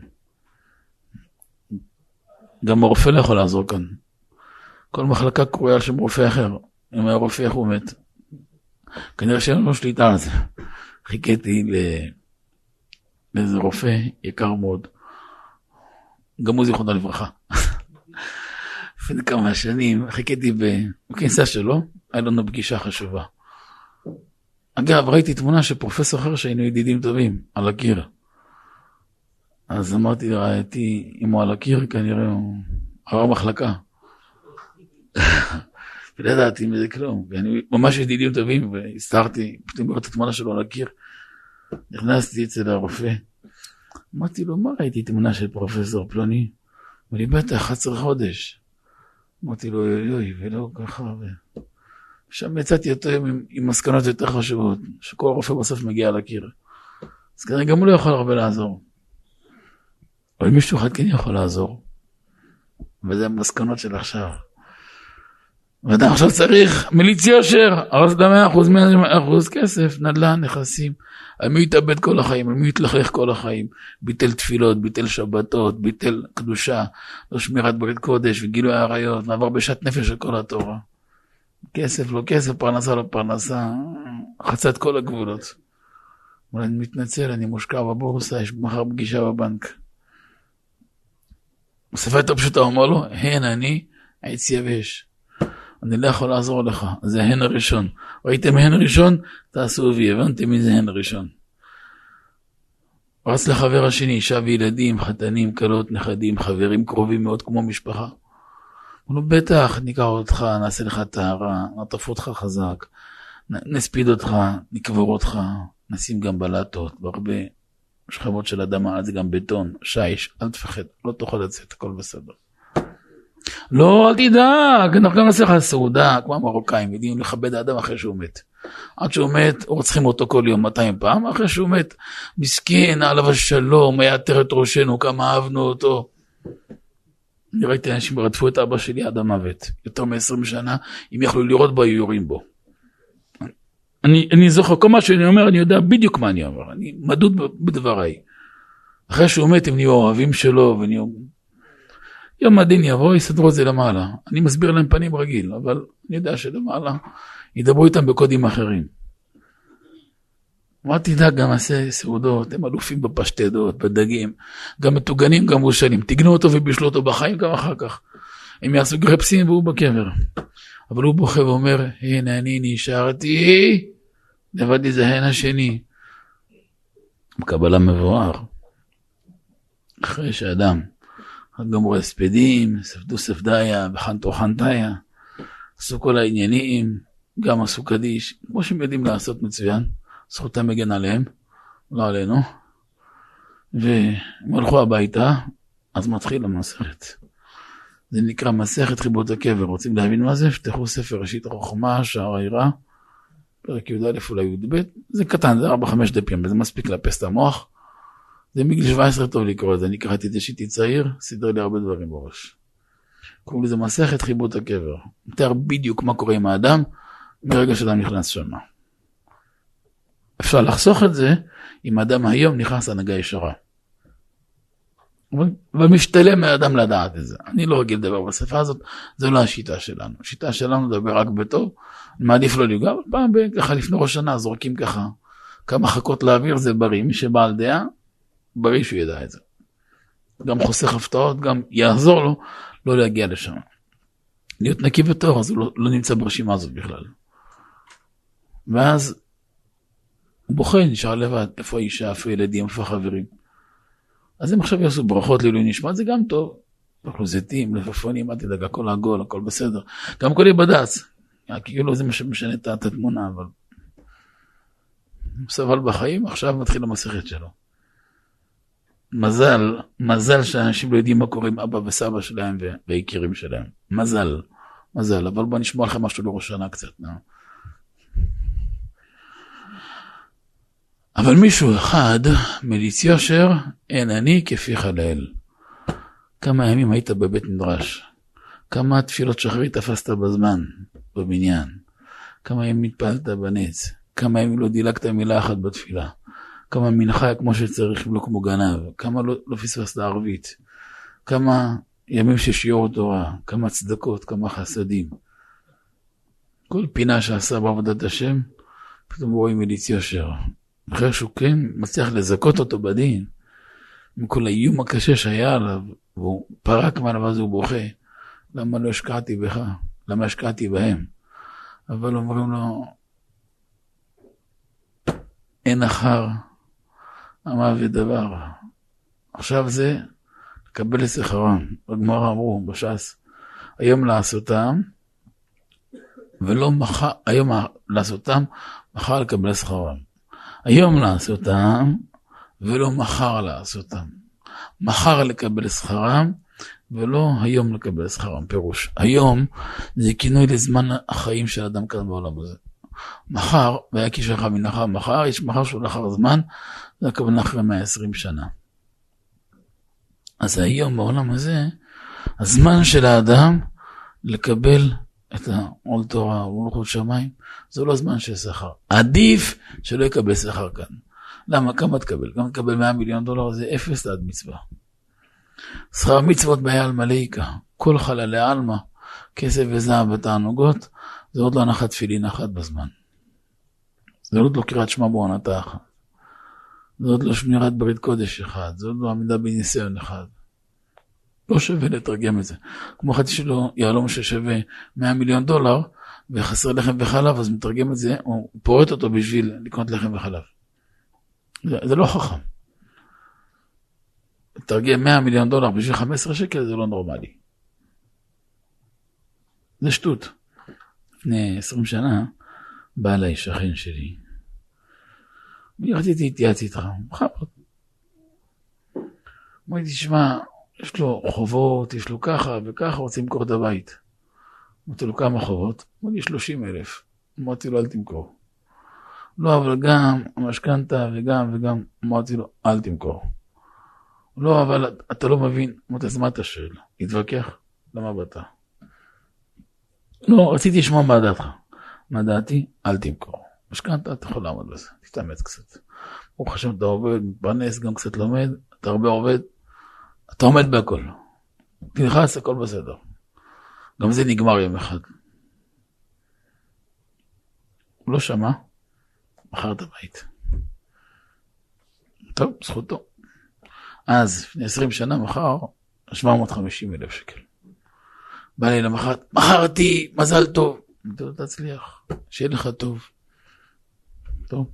Speaker 1: גם הרופא לא יכול לעזור כאן. כל מחלקה קרויה על שם רופא אחר. אם היה רופא, איך הוא מת? כנראה שאין לו שליטה על זה. חיכיתי לאיזה רופא יקר מאוד. גם הוא זיכרונה לברכה. לפני כמה שנים, חיכיתי בכניסה שלו, היה לנו פגישה חשובה. אגב, ראיתי תמונה של פרופסור אחר שהיינו ידידים טובים, על הקיר. אז אמרתי, ראיתי, אם הוא על הקיר, כנראה הוא עבר מחלקה. ולא ידעתי מזה כלום, ואני ממש ידידים טובים, והסתרתי, פתאום לראות את התמונה שלו על הקיר. נכנסתי אצל הרופא. אמרתי לו, מה ראיתי תמונה של פרופסור פלוני? אמר לי, בטח, אחת עשרה חודש. אמרתי לו, יוי, יוי, ולא ככה. ו... שם יצאתי אותו עם, עם מסקנות יותר חשובות, שכל רופא בסוף מגיע על הקיר. אז כנראה גם הוא לא יכול הרבה לעזור. אבל מישהו אחד כן יכול לעזור. וזה המסקנות של עכשיו. ואתה עכשיו צריך מיליץ יושר, הרס מאה אחוז, מאה אחוז כסף, נדל"ן, נכסים. על מי יתאבד כל החיים, על מי יתלכלך כל החיים. ביטל תפילות, ביטל שבתות, ביטל קדושה, לא שמירת בית קודש וגילוי העריות, מעבר בשעת נפש של כל התורה. כסף לא כסף, פרנסה לא פרנסה, חצת כל הגבולות. אבל אני מתנצל, אני מושקע בבורסה, יש מחר פגישה בבנק. השפה יותר פשוטה, אומר לו, הן אני, עץ יבש. אני לא יכול לעזור לך, זה הן הראשון. ראיתם הן הראשון? תעשו וי, הבנתם מי זה הן הראשון. רץ לחבר השני, אישה וילדים, חתנים, קלות, נכדים, חברים קרובים מאוד כמו משפחה. הוא אומר, בטח, ניקח אותך, נעשה לך טהרה, נטוף אותך חזק, נספיד אותך, נקבור אותך, נשים גם בלטות, בהרבה שכבות של אדמה, זה גם בטון, שיש, אל תפחד, לא תוכל לצאת, הכל בסדר. לא, אל תדאג, אנחנו גם נעשה לך סעודה, כמו המרוקאים, יודעים לכבד האדם אחרי שהוא מת. עד שהוא מת, רוצחים אותו כל יום מאתיים פעם, אחרי שהוא מת, מסכן, עליו השלום, היה עטר את ראשנו, כמה אהבנו אותו. אני ראיתי אנשים רדפו את אבא שלי עד המוות, יותר מ-עשרים שנה, אם יכלו לראות בו, היו יורים בו. אני, אני זוכר, כל מה שאני אומר, אני יודע בדיוק מה אני אומר, אני מדוד בדבריי. אחרי שהוא מת, הם נהיו אוהבים שלו, ונהיו... יום הדין יבוא, יסדרו את זה למעלה. אני מסביר להם פנים רגיל, אבל אני יודע שלמעלה, ידברו איתם בקודים אחרים. מה תדאג, גם עשה סעודות, הם אלופים בפשטדות, בדגים, גם מטוגנים, גם מושלים. תגנו אותו ובישלו אותו בחיים, גם אחר כך. הם יעשו גרפסים והוא בקבר. אבל הוא בוכה ואומר, הנה אני נשארתי, לבד יזהן השני. בקבלה מבואר. אחרי שאדם, גמרו הספדים, ספדו ספדיה, בחנתו חנתיה, עשו כל העניינים, גם עשו קדיש, כמו שהם יודעים לעשות מצוין, זכותם מגן עליהם, לא עלינו, והם הלכו הביתה, אז מתחיל המסכת. זה נקרא מסכת חיבות הקבר. רוצים להבין מה זה? פתחו ספר ראשית החוכמה, שער העירה, פרק י' א' אולי י' ב', זה קטן, זה ארבע חמש דפים, וזה מספיק לפס את המוח. זה מגיל שבע עשרה טוב לקרוא את זה, אני קראתי את זה שהייתי צעיר, סידר לי הרבה דברים בראש. קוראים לזה מסכת חיבות הקבר. מתאר בדיוק מה קורה עם האדם, מרגע שאדם נכנס שמה. אפשר לחסוך את זה, אם האדם היום נכנס להנהגה ישרה. ומשתלם מהאדם לדעת את זה. אני לא רגיל לדבר בשפה הזאת, זה לא השיטה שלנו. השיטה שלנו לדבר רק בטוב, אני מעדיף לא לגוע, אבל פעם ככה לפני ראש שנה, זורקים ככה, כמה חכות לאוויר, זה בריא. מי שבעל דעה, בריא שהוא ידע את זה. גם חוסך הפתעות, גם יעזור לו לא להגיע לשם. להיות נקי וטהור, אז הוא לא, לא נמצא ברשימה הזאת בכלל. ואז הוא בוכה, נשאר לבד, איפה האישה, איפה ילדים, איפה החברים. אז הם עכשיו יעשו ברכות לעילוי נשמת, זה גם טוב. אוכלו זיתים, לפפונים, אל תדאג, הכל עגול, הכל בסדר. גם הכל יבדץ. כאילו זה משנה את התמונה, אבל הוא סבל בחיים, עכשיו מתחיל המסכת שלו. מזל, מזל שאנשים לא יודעים מה קורה עם אבא וסבא שלהם והיקירים שלהם. מזל, מזל. אבל בוא נשמע לכם משהו לראש שנה קצת. נה? אבל מישהו אחד, מליץ יושר, אין אני כפיך לאל. כמה ימים היית בבית מדרש? כמה תפילות שחרית תפסת בזמן, בבניין? כמה ימים התפעלת בנץ? כמה ימים לא דילגת מילה אחת בתפילה? כמה מנחה כמו שצריך, לא כמו גנב, כמה לא, לא פספסת ערבית, כמה ימים ששיעור תורה, כמה צדקות, כמה חסדים. כל פינה שעשה בעבודת השם, פתאום רואים מליץ יושר. אחרי שהוא כן מצליח לזכות אותו בדין, עם כל האיום הקשה שהיה עליו, והוא פרק מעליו אז הוא בוכה, למה לא השקעתי בך? למה השקעתי בהם? אבל אומרים לו, אין אחר המוות דבר. עכשיו זה לקבל את שכרם. בגמרא אמרו בש"ס, היום לעשותם ולא מחר, היום לעשותם, מחר לקבל שכרם. היום לעשותם ולא מחר לעשותם. מחר לקבל שכרם ולא היום לקבל שכרם. פירוש, היום זה כינוי לזמן החיים של אדם כאן בעולם הזה. מחר, והיה כשלך מנחר מחר, יש מחר שהוא לאחר זמן, זה הכוונה אחרי מאה ועשרים שנה. אז היום בעולם הזה, הזמן של האדם לקבל את העול תורה ומלכות שמיים, זה לא זמן של שכר. עדיף שלא יקבל שכר כאן. למה? כמה תקבל? כמה תקבל מאה מיליון דולר? זה אפס עד מצווה. שכר מצוות בעיה על מלאיקה, כל חללי אלמה, כסף וזהב ותענוגות, זה עוד לא הנחת תפילין אחת בזמן. זה עוד לא קריאת שמע בעונתה אחת. זה עוד לא שמירת ברית קודש אחד. זה עוד לא עמידה בניסיון אחד. לא שווה לתרגם את זה. כמו חצי שלו יעלום ששווה מאה מיליון דולר, וחסר לחם וחלב, אז מתרגם את זה, הוא פורט אותו בשביל לקנות לחם וחלב. זה, זה לא חכם. לתרגם מאה מיליון דולר בשביל חמישה עשר שקל, זה לא נורמלי. זה שטות. לפני עשרים שנה, בא אליי שכן שלי. רציתי להתייעץ איתך, בכבוד. אמרתי, תשמע, יש לו חובות, יש לו ככה וככה, רוצים למכור את הבית. אמרתי לו, כמה חובות? אמרתי, שלושים אלף. אמרתי לו, אל תמכור. לא, אבל גם המשכנתה וגם וגם, אמרתי לו, אל תמכור. לא, אבל אתה לא מבין. אמרתי, אז מה אתה שואל? התווכח? למה באת? לא, רציתי לשמוע מה דעתך. מה דעתי? אל תמכור. משכנתה, אתה יכול לעמוד בזה. תתאמץ קצת. הוא חשב, אתה עובד, מתפרנס, גם קצת לומד, אתה הרבה עובד, אתה עומד בהכל. תלחץ, הכל בסדר. גם זה נגמר יום אחד. הוא לא שמע, מכר את הבית. טוב, זכותו. אז, לפני עשרים שנה, מכר שבע מאות וחמישים אלף שקל. בא לי למחרת, מכרתי, מזל טוב. אתה תצליח, שיהיה לך טוב. טוב.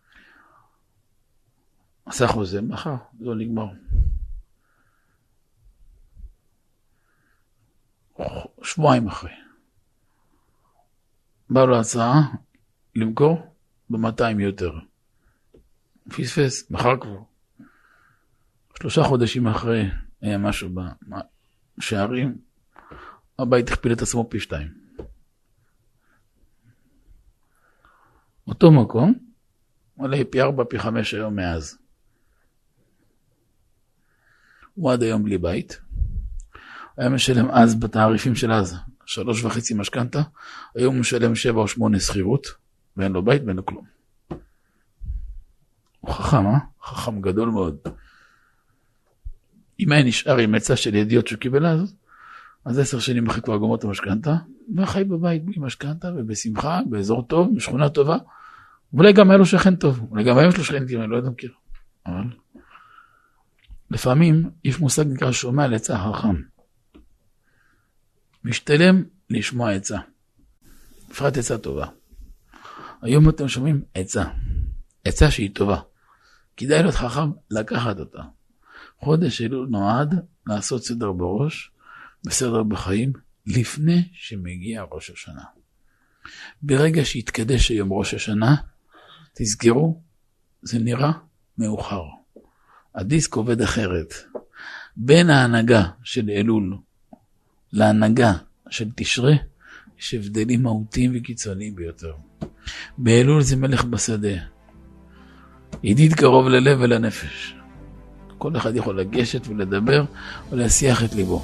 Speaker 1: עשה חוזה, מחר, לא נגמר. שבועיים אחרי. בא לו הצעה למכור ב-מאתיים יותר. פספס, מחר כבר. שלושה חודשים אחרי היה משהו בשערים, הבית הכפיל את עצמו פי שתיים. אותו מקום, עולה פי ארבע, פי חמש היום מאז. הוא עד היום בלי בית. היה משלם אז בתעריפים של אז, שלוש וחצי משכנתה, היום הוא משלם שבע או שמונה שכירות, ואין לו בית ואין לו כלום. הוא חכם, אה? חכם גדול מאוד. אם היה נשאר עם עצה של ידיעות שהוא קיבל אז, אז עשר שנים אחרי כבר גומר את המשכנתה, וחי בבית בלי משכנתה, ובשמחה, באזור טוב, בשכונה טובה, ואולי גם היה לו שכן טוב, אולי גם היה לו שכן טוב, אני לא יודע מכיר. אבל לפעמים יש מושג נקרא שומע לעצה חכם. משתלם לשמוע עצה. בפרט עצה טובה. היום אתם שומעים עצה. עצה שהיא טובה. כדאי להיות חכם לקחת אותה. חודש אלול נועד לעשות סדר בראש, בסדר בחיים, לפני שמגיע ראש השנה. ברגע שהתקדש היום ראש השנה, תזכרו, זה נראה מאוחר. הדיסק עובד אחרת. בין ההנהגה של אלול להנהגה של תשרה, יש הבדלים מהותיים וקיצוניים ביותר. באלול זה מלך בשדה. ידיד קרוב ללב ולנפש. כל אחד יכול לגשת ולדבר ולהשיח את ליבו.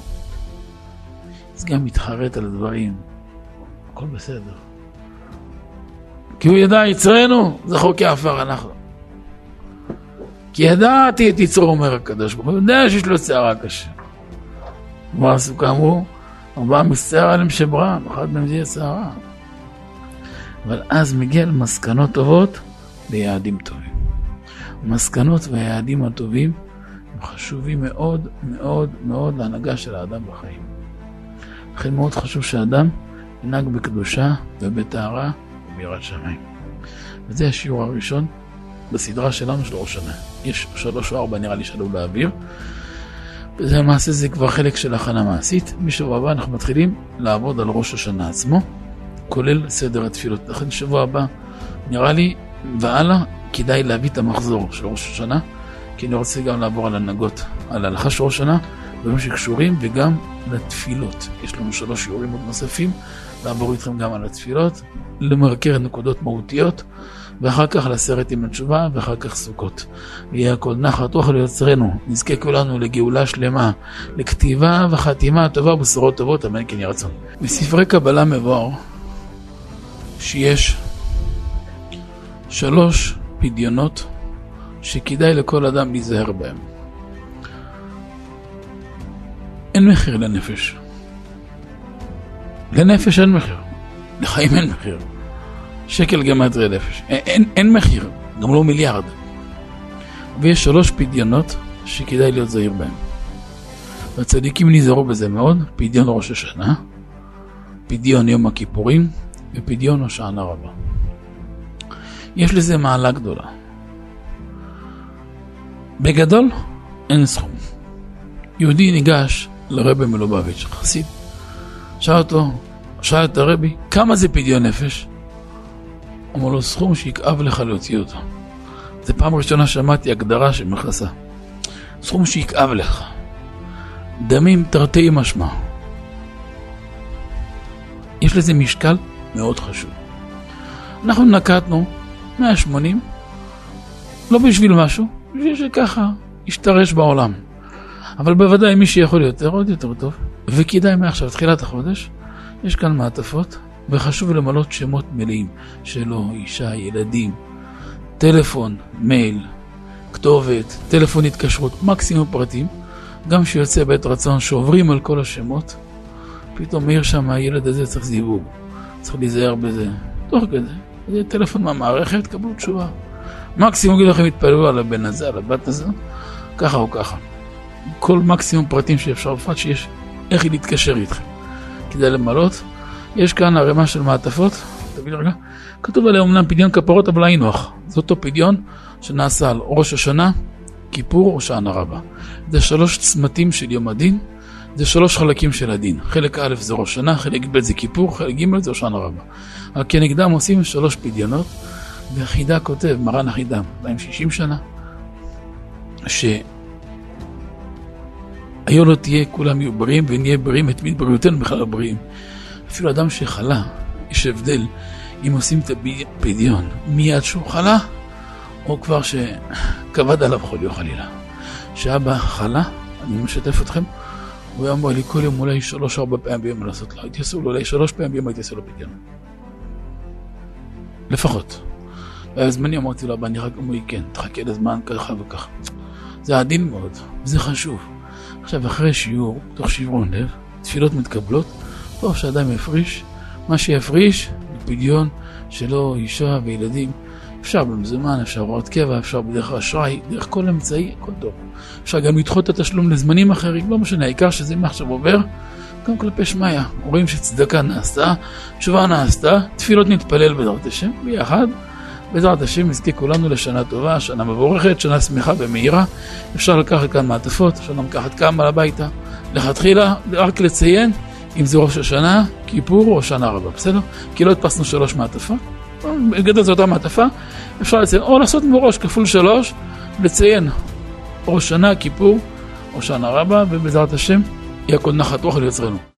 Speaker 1: אז גם מתחרט על הדברים. הכל בסדר. כי הוא ידע יצרנו, זה חוקי עפר אנחנו. כי ידעתי את יצרו, אומר הקדוש ברוך הוא, הוא יודע שיש לו שערה קשה. כבר הסוכה אמרו, ארבעה מסערה עליהם שברם, אחד מהם זה יהיה שערה. אבל אז מגיע למסקנות טובות ליעדים טובים. המסקנות והיעדים הטובים הם חשובים מאוד מאוד מאוד להנהגה של האדם בחיים. לכן מאוד חשוב שהאדם ינהג בקדושה ובטהרה וביראת שמיים. וזה השיעור הראשון בסדרה שלנו של ראש השנה. יש שלוש או ארבע נראה לי שעלו לאוויר. וזה למעשה זה כבר חלק של הכנה מעשית. משבוע הבא אנחנו מתחילים לעבוד על ראש השנה עצמו, כולל סדר התפילות. לכן שבוע הבא נראה לי והלאה כדאי להביא את המחזור של ראש השנה, כי אני רוצה גם לעבור על הנהגות, על ההלכה של ראש השנה, דברים שקשורים וגם לתפילות. יש לנו שלוש שיעורים עוד נוספים, לעבור איתכם גם על התפילות, למרקר נקודות מהותיות, ואחר כך לסרט עם התשובה, ואחר כך סוכות. ויהיה הכל נחת רוח ליוצרנו, נזכה כולנו לגאולה שלמה, לכתיבה וחתימה טובה ובשורות טובות, אמן כן יהי רצון. בספרי קבלה מבואר שיש שלוש פדיונות שכדאי לכל אדם להיזהר בהם. אין מחיר לנפש. לנפש אין מחיר. לחיים אין מחיר. שקל גמטריה נפש. אין, אין, אין מחיר. גם לא מיליארד. ויש שלוש פדיונות שכדאי להיות זהיר בהם. והצדיקים נזהרו בזה מאוד. פדיון ראש השנה, פדיון יום הכיפורים, ופדיון הושענא רבה. יש לזה מעלה גדולה. בגדול, אין סכום. יהודי ניגש לרבי מלובביץ', חסיד. שאל אותו, שאל את הרבי, כמה זה פדיון נפש? אמר לו, סכום שיקאב לך להוציא אותו. זה פעם ראשונה שמעתי הגדרה שמכסה. סכום שיקאב לך. דמים תרתי משמע. יש לזה משקל מאוד חשוב. אנחנו נקטנו מאה ושמונים, לא בשביל משהו, בשביל שככה ישתרש בעולם. אבל בוודאי מי שיכול יותר, עוד יותר טוב. וכדאי מעכשיו, תחילת החודש, יש כאן מעטפות, וחשוב למלות שמות מלאים שלו, אישה, ילדים, טלפון, מייל, כתובת, טלפון התקשרות, מקסימום פרטים, גם שיוצא בית רצון שעוברים על כל השמות, פתאום מאיר שם הילד הזה צריך זיווג, צריך להיזהר בזה, תוך כזה, זה טלפון מהמערכת, קבלו תשובה. מקסימום גיד לכם התפללו על הבן הזה, על הבת הזה, ככה או ככה. כל מקסימום פרטים שאפשר בפרט שיש, איך היא להתקשר איתכם. כדי למלות, יש כאן הרמה של מעטפות, תביא לרגע, כתוב עליה אמנם פדיון כפרות, אבל אין נוח. זה אותו פדיון שנעשה על ראש השנה, כיפור או שענה רבה. זה שלוש צמתים של יום הדין, זה שלוש חלקים של הדין. חלק א' זה ראש שנה, חלק ב' זה כיפור, חלק ג' זה שענה רבה. אבל כנגדם עושים שלוש פדיונות, והחידה כותב, מרן החידה, מאתיים שישים שנה, שהיו לא תהיה כולם יהיו בריאים, ונהיה בריאים את מית בריאותנו בכלל הבריאים. אפילו אדם שחלה, יש הבדל אם עושים את הפדיון מיד שהוא חלה, או כבר שכבד עליו חולי או חלילה. שאבא חלה, אני משתף אתכם, הוא היה אמר לי כל יום אולי שלוש ארבע פעמים ביום לעשות לו, הייתי עשו לו אולי שלוש פעמים ביום הייתי עשו לו פדיון. לפחות. והיה זמני אמרתי לו, אבא אני רק אמרו לי כן, תחכה לזמן ככה וככה. זה עדין מאוד, וזה חשוב. עכשיו אחרי שיעור, תוך שברון לב, תפילות מתקבלות, טוב שאדם יפריש, מה שיפריש, פדיון שלו, אישה וילדים, אפשר במזומן, אפשר הוראות קבע, אפשר בדרך אשראי, דרך כל אמצעי, הכל טוב. אפשר גם לדחות את התשלום לזמנים אחרים, לא משנה, העיקר שזה מעכשיו עובר, גם כלפי שמיה. רואים שצדקה נעשתה, תשובה נעשתה, תפילות נתפלל בעזרת השם, ביחד, בעזרת השם נזכה כולנו לשנה טובה, שנה מבורכת, שנה שמחה ומהירה. אפשר לקחת כאן מעטפות, אפשר לקחת כמה לביתה, לכתחילה, רק לציין, אם זה ראש השנה, כיפור או שנה רבה, בסדר? כי לא הדפסנו שלוש מעטפות, בגדול זו אותה מעטפה, אפשר לציין, או לעשות מראש כפול שלוש, לציין ראש שנה, כיפור או שנה רבה, ובעזרת השם, יהיה כל נחת רוח ליוצרנו.